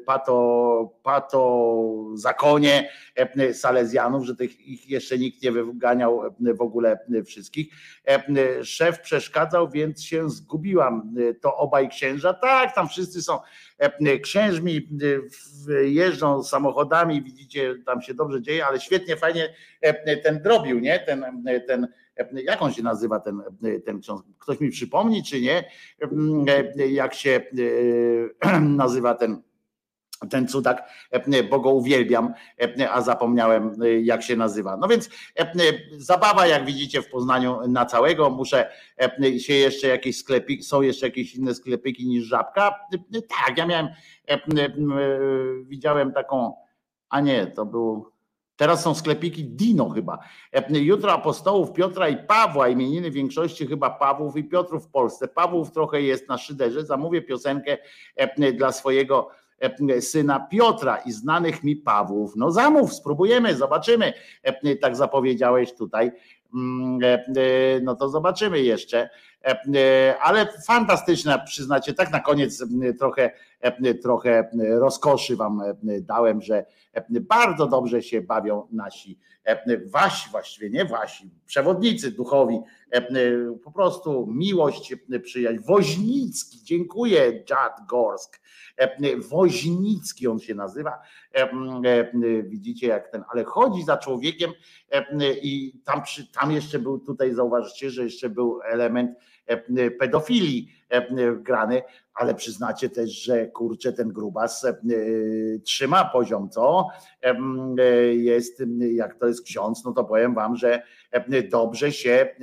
pato zakonie Salezjanów, że ich jeszcze nikt nie wyganiał w ogóle wszystkich. Szef przeszkadzał, więc się zgubiłam. To obaj księża, tak, tam wszyscy są księżmi, jeżdżą samochodami, widzicie, tam się dobrze dzieje, ale świetnie, fajnie ten drobił, nie? Ten jak on się nazywa ten ksiądz? Ktoś mi przypomni, czy nie? Jak się nazywa ten cudak, bo go uwielbiam, a zapomniałem, jak się nazywa. No więc zabawa, jak widzicie, w Poznaniu na całego. Muszę się jeszcze jakieś sklepiki, są jeszcze jakieś inne sklepiki niż Żabka? Tak, ja widziałem taką, a nie, to był... Teraz są sklepiki Dino chyba. Jutro apostołów Piotra i Pawła, imieniny większości chyba Pawłów i Piotrów w Polsce. Pawłów trochę jest na szyderze. Zamówię piosenkę dla swojego syna Piotra i znanych mi Pawłów. No zamów, spróbujemy, zobaczymy. Tak zapowiedziałeś tutaj. No to zobaczymy jeszcze. Ale fantastyczne, przyznacie, tak na koniec trochę rozkoszy wam dałem, że bardzo dobrze się bawią nasi wasi, właściwie nie wasi, przewodnicy duchowi, po prostu miłość, przyjaźń. Woźnicki, dziękuję, Jad Gorsk. Woźnicki on się nazywa. Widzicie jak ten, ale chodzi za człowiekiem i tam jeszcze był, tutaj zauważycie, że jeszcze był element pedofilii grany, ale przyznacie też, że kurczę, ten grubas trzyma poziom, co? Jest, jak to jest ksiądz, no to powiem wam, że dobrze się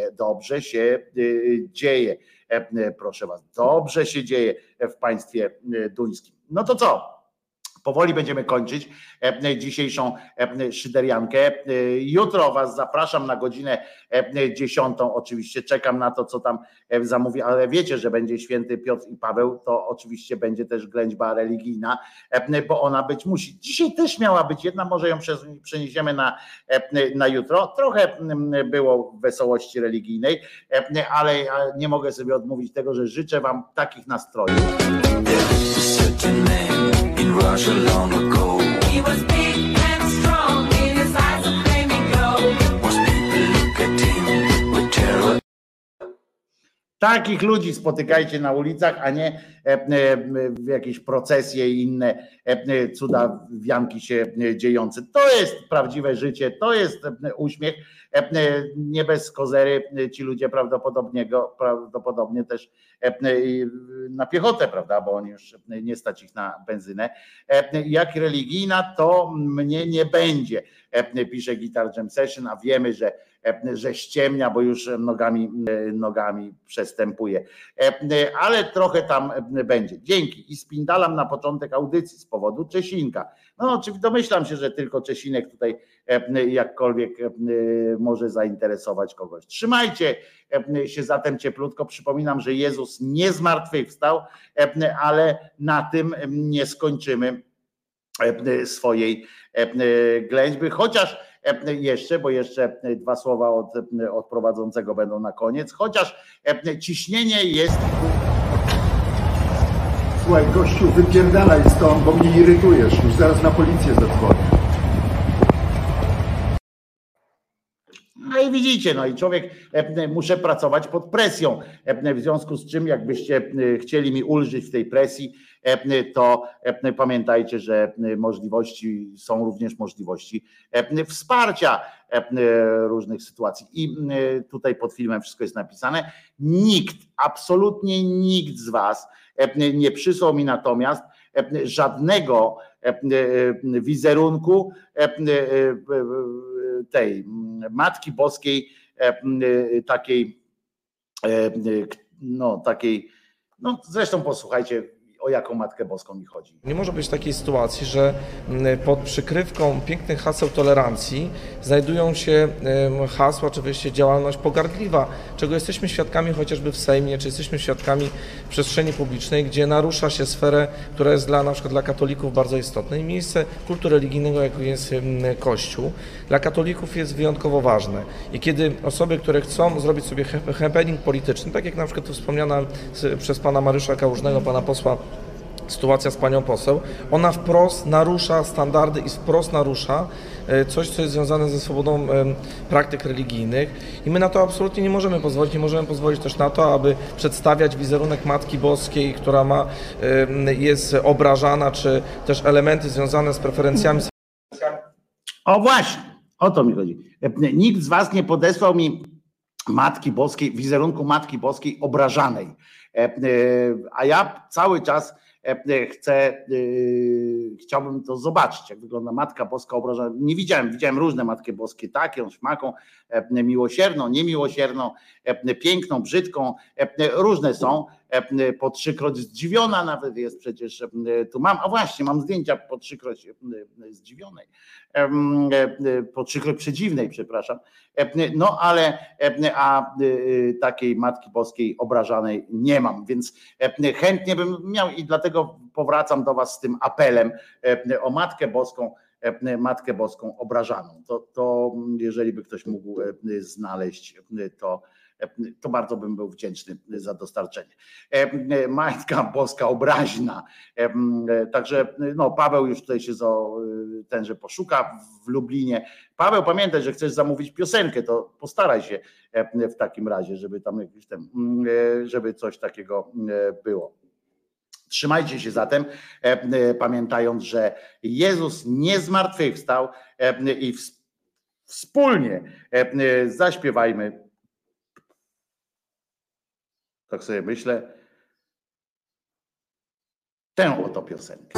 dzieje. Proszę was, dobrze się dzieje w państwie duńskim. No to co? Powoli będziemy kończyć dzisiejszą szyderiankę. Jutro was zapraszam na godzinę 10. Oczywiście czekam na to, co tam zamówi, ale wiecie, że będzie święty Piotr i Paweł, to oczywiście będzie też ględźba religijna, bo ona być musi. Dzisiaj też miała być jedna, może ją przeniesiemy na jutro. Trochę było wesołości religijnej, ale nie mogę sobie odmówić tego, że życzę wam takich nastrojów. In Russia long ago, he was big and strong, in his eyes a flaming glow. Was people look at him with terror. Takich ludzi spotykajcie na ulicach, a nie w jakieś procesje i inne cuda wianki się dziejące. To jest prawdziwe życie, to jest uśmiech. Nie bez kozery ci ludzie prawdopodobnie też na piechotę, prawda, bo oni już nie stać ich na benzynę. Jak religijna, to mnie nie będzie, pisze Guitar Jam Session, a wiemy, że ściemnia, bo już nogami przestępuje. Ale trochę tam będzie. Dzięki. I spindalam na początek audycji z powodu Czesinka. No oczywiście domyślam się, że tylko Czesinek tutaj jakkolwiek może zainteresować kogoś. Trzymajcie się zatem cieplutko. Przypominam, że Jezus nie zmartwychwstał, ale na tym nie skończymy swojej ględźby, chociaż jeszcze, bo jeszcze dwa słowa od prowadzącego będą na koniec, chociaż ciśnienie jest... Słuchaj, gościu, wypierdalaj stąd, bo mnie irytujesz, już zaraz na policję zadzwonię. No i widzicie, no i człowiek, muszę pracować pod presją, w związku z czym jakbyście chcieli mi ulżyć w tej presji, to pamiętajcie, że są również możliwości wsparcia różnych sytuacji. I tutaj pod filmem wszystko jest napisane. Nikt, absolutnie nikt z was nie przysłał mi natomiast żadnego wizerunku tej Matki Boskiej, takiej, zresztą posłuchajcie, o jaką Matkę Boską mi chodzi. Nie może być takiej sytuacji, że pod przykrywką pięknych haseł tolerancji znajdują się hasła, oczywiście działalność pogardliwa, czego jesteśmy świadkami chociażby w Sejmie, czy jesteśmy świadkami w przestrzeni publicznej, gdzie narusza się sferę, która jest na przykład dla katolików bardzo istotna i miejsce kultu religijnego, jakim jest Kościół, dla katolików jest wyjątkowo ważne. I kiedy osoby, które chcą zrobić sobie happening polityczny, tak jak na przykład wspomniana przez pana Mariusza Kałużnego, pana posła, sytuacja z panią poseł, ona wprost narusza standardy i wprost narusza coś, co jest związane ze swobodą praktyk religijnych i my na to absolutnie nie możemy pozwolić. Nie możemy pozwolić też na to, aby przedstawiać wizerunek Matki Boskiej, która jest obrażana, czy też elementy związane z preferencjami. O właśnie, o to mi chodzi. Nikt z was nie podesłał mi Matki Boskiej, wizerunku Matki Boskiej obrażanej, a ja cały czas chciałbym to zobaczyć, jak wygląda Matka Boska obrażona. Nie widziałem różne Matki Boskie, taką, śmaką, miłosierną, niemiłosierną, piękną, brzydką, różne są. po trzykroć zdziwiona nawet jest przecież, tu mam, a właśnie mam zdjęcia po trzykroć zdziwionej, po trzykroć przedziwnej, przepraszam, no ale takiej Matki Boskiej obrażanej nie mam, więc chętnie bym miał i dlatego powracam do was z tym apelem o Matkę Boską obrażaną. To jeżeli by ktoś mógł znaleźć, to bardzo bym był wdzięczny za dostarczenie. Matka Boska obraźna. Także no, Paweł już tutaj się tenże poszuka w Lublinie. Paweł, pamiętaj, że chcesz zamówić piosenkę, to postaraj się w takim razie, żeby tam żeby coś takiego było. Trzymajcie się zatem, pamiętając, że Jezus nie zmartwychwstał i wspólnie zaśpiewajmy, tak sobie myślę, tę oto piosenkę.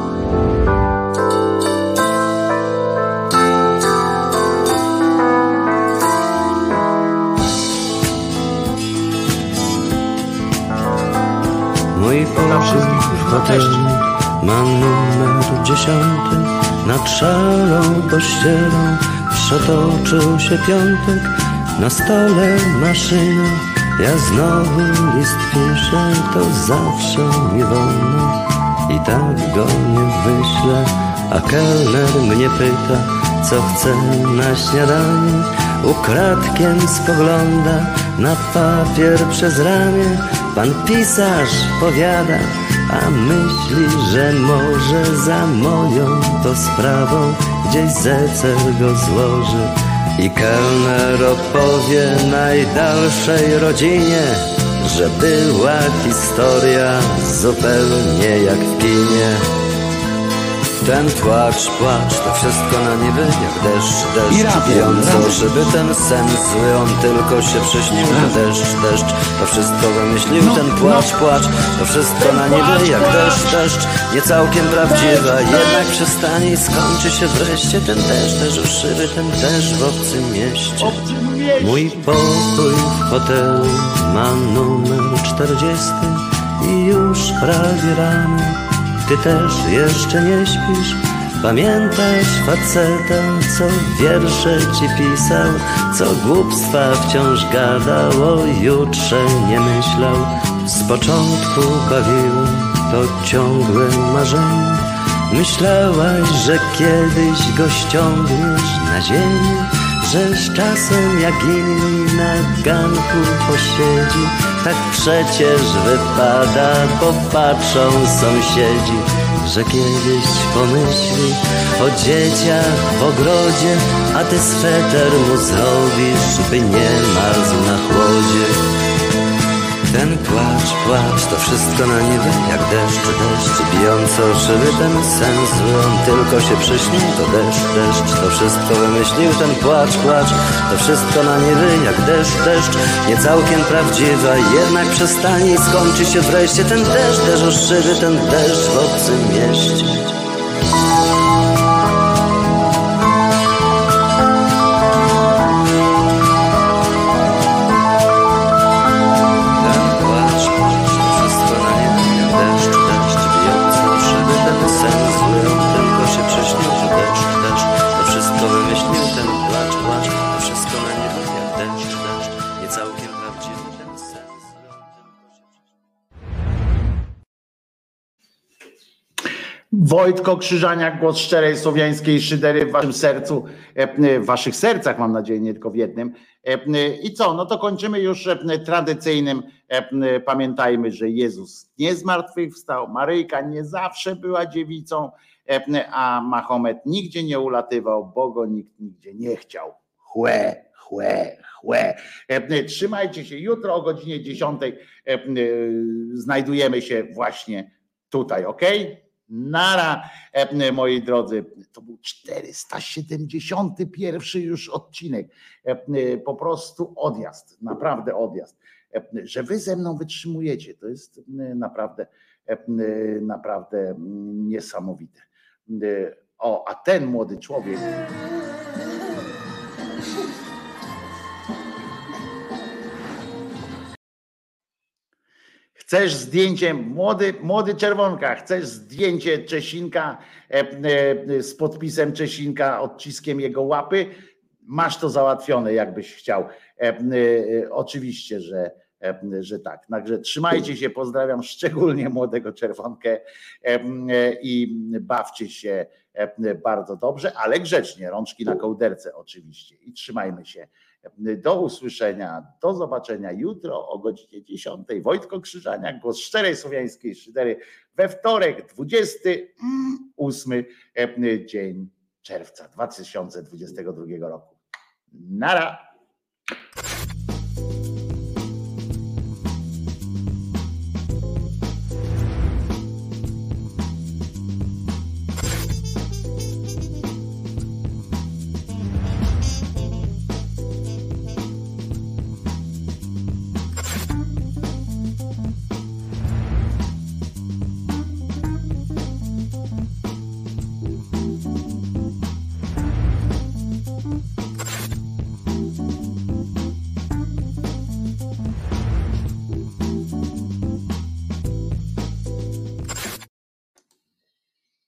Mój pokój w hotelu ma numer 10. Nad szarą pościelą przetoczył się piątek. Na stole maszyna, ja znowu list piszę. To zawsze mi wolno i tak go nie wyślę. A kelner mnie pyta, co chce na śniadanie. Ukradkiem spogląda na papier przez ramię. Pan pisarz powiada, a myśli, że może za moją to sprawą gdzieś zecer go złoży. I kelner opowie najdalszej rodzinie, że była historia zupełnie jak w kinie. Ten płacz, to wszystko na niby jak deszcz, bijący szyby, ten sen zły, on tylko się przyśnił, że deszcz, to wszystko wymyślił. Ten płacz, to wszystko na niby jak deszcz, nie całkiem prawdziwa, jednak przestanie i skończy się wreszcie. Ten deszcz u szyby, ten deszcz w obcym mieście. Mój pokój w hotelu ma numer 40 i już prawie rano. Ty też jeszcze nie śpisz? Pamiętasz faceta, co wiersze ci pisał, co głupstwa wciąż gadał, o jutrze nie myślał. Z początku bawiło to ciągłe marzenie. Myślałaś, że kiedyś go ściągniesz na ziemię, że z czasem jak inni na ganku posiedzi. Tak przecież wypada, popatrzą sąsiedzi, że kiedyś pomyśli o dzieciach w ogrodzie, a ty sweter mu zrobisz, by nie marzł na chłodzie. Ten płacz, to wszystko na niby jak deszcz, bijący o szyby, ten sen zły, on tylko się przyśnił. To deszcz, to wszystko wymyślił. Ten płacz, to wszystko na niby jak deszcz, nie całkiem prawdziwa, jednak przestanie i skończy się wreszcie. Ten deszcz o szyby, ten deszcz w obcym mieście. Wojtko Krzyżaniak, głos szczerej słowiańskiej szydery w waszym sercu, w waszych sercach, mam nadzieję, nie tylko w jednym. I co? No to kończymy już tradycyjnym. Pamiętajmy, że Jezus nie zmartwychwstał, Maryjka nie zawsze była dziewicą, a Mahomet nigdzie nie ulatywał, bo go nikt nigdzie nie chciał. Chłe. Trzymajcie się, jutro o godzinie 10 znajdujemy się właśnie tutaj, ok? Nara, moi drodzy, to był 471 już odcinek, po prostu odjazd, naprawdę odjazd, że wy ze mną wytrzymujecie, to jest naprawdę niesamowite. O, a ten młody człowiek Chcesz zdjęcie, młody Czerwonka, chcesz zdjęcie Czesinka z podpisem Czesinka, odciskiem jego łapy? Masz to załatwione, jakbyś chciał. Oczywiście, że tak. Także trzymajcie się, pozdrawiam szczególnie młodego Czerwonkę i bawcie się bardzo dobrze, ale grzecznie, rączki na kołderce oczywiście i trzymajmy się. Do usłyszenia, do zobaczenia jutro o godzinie 10. Wojtko Krzyżaniak, głos szczerej słowiańskiej szydery we wtorek, 28 dzień czerwca 2022 roku. Nara!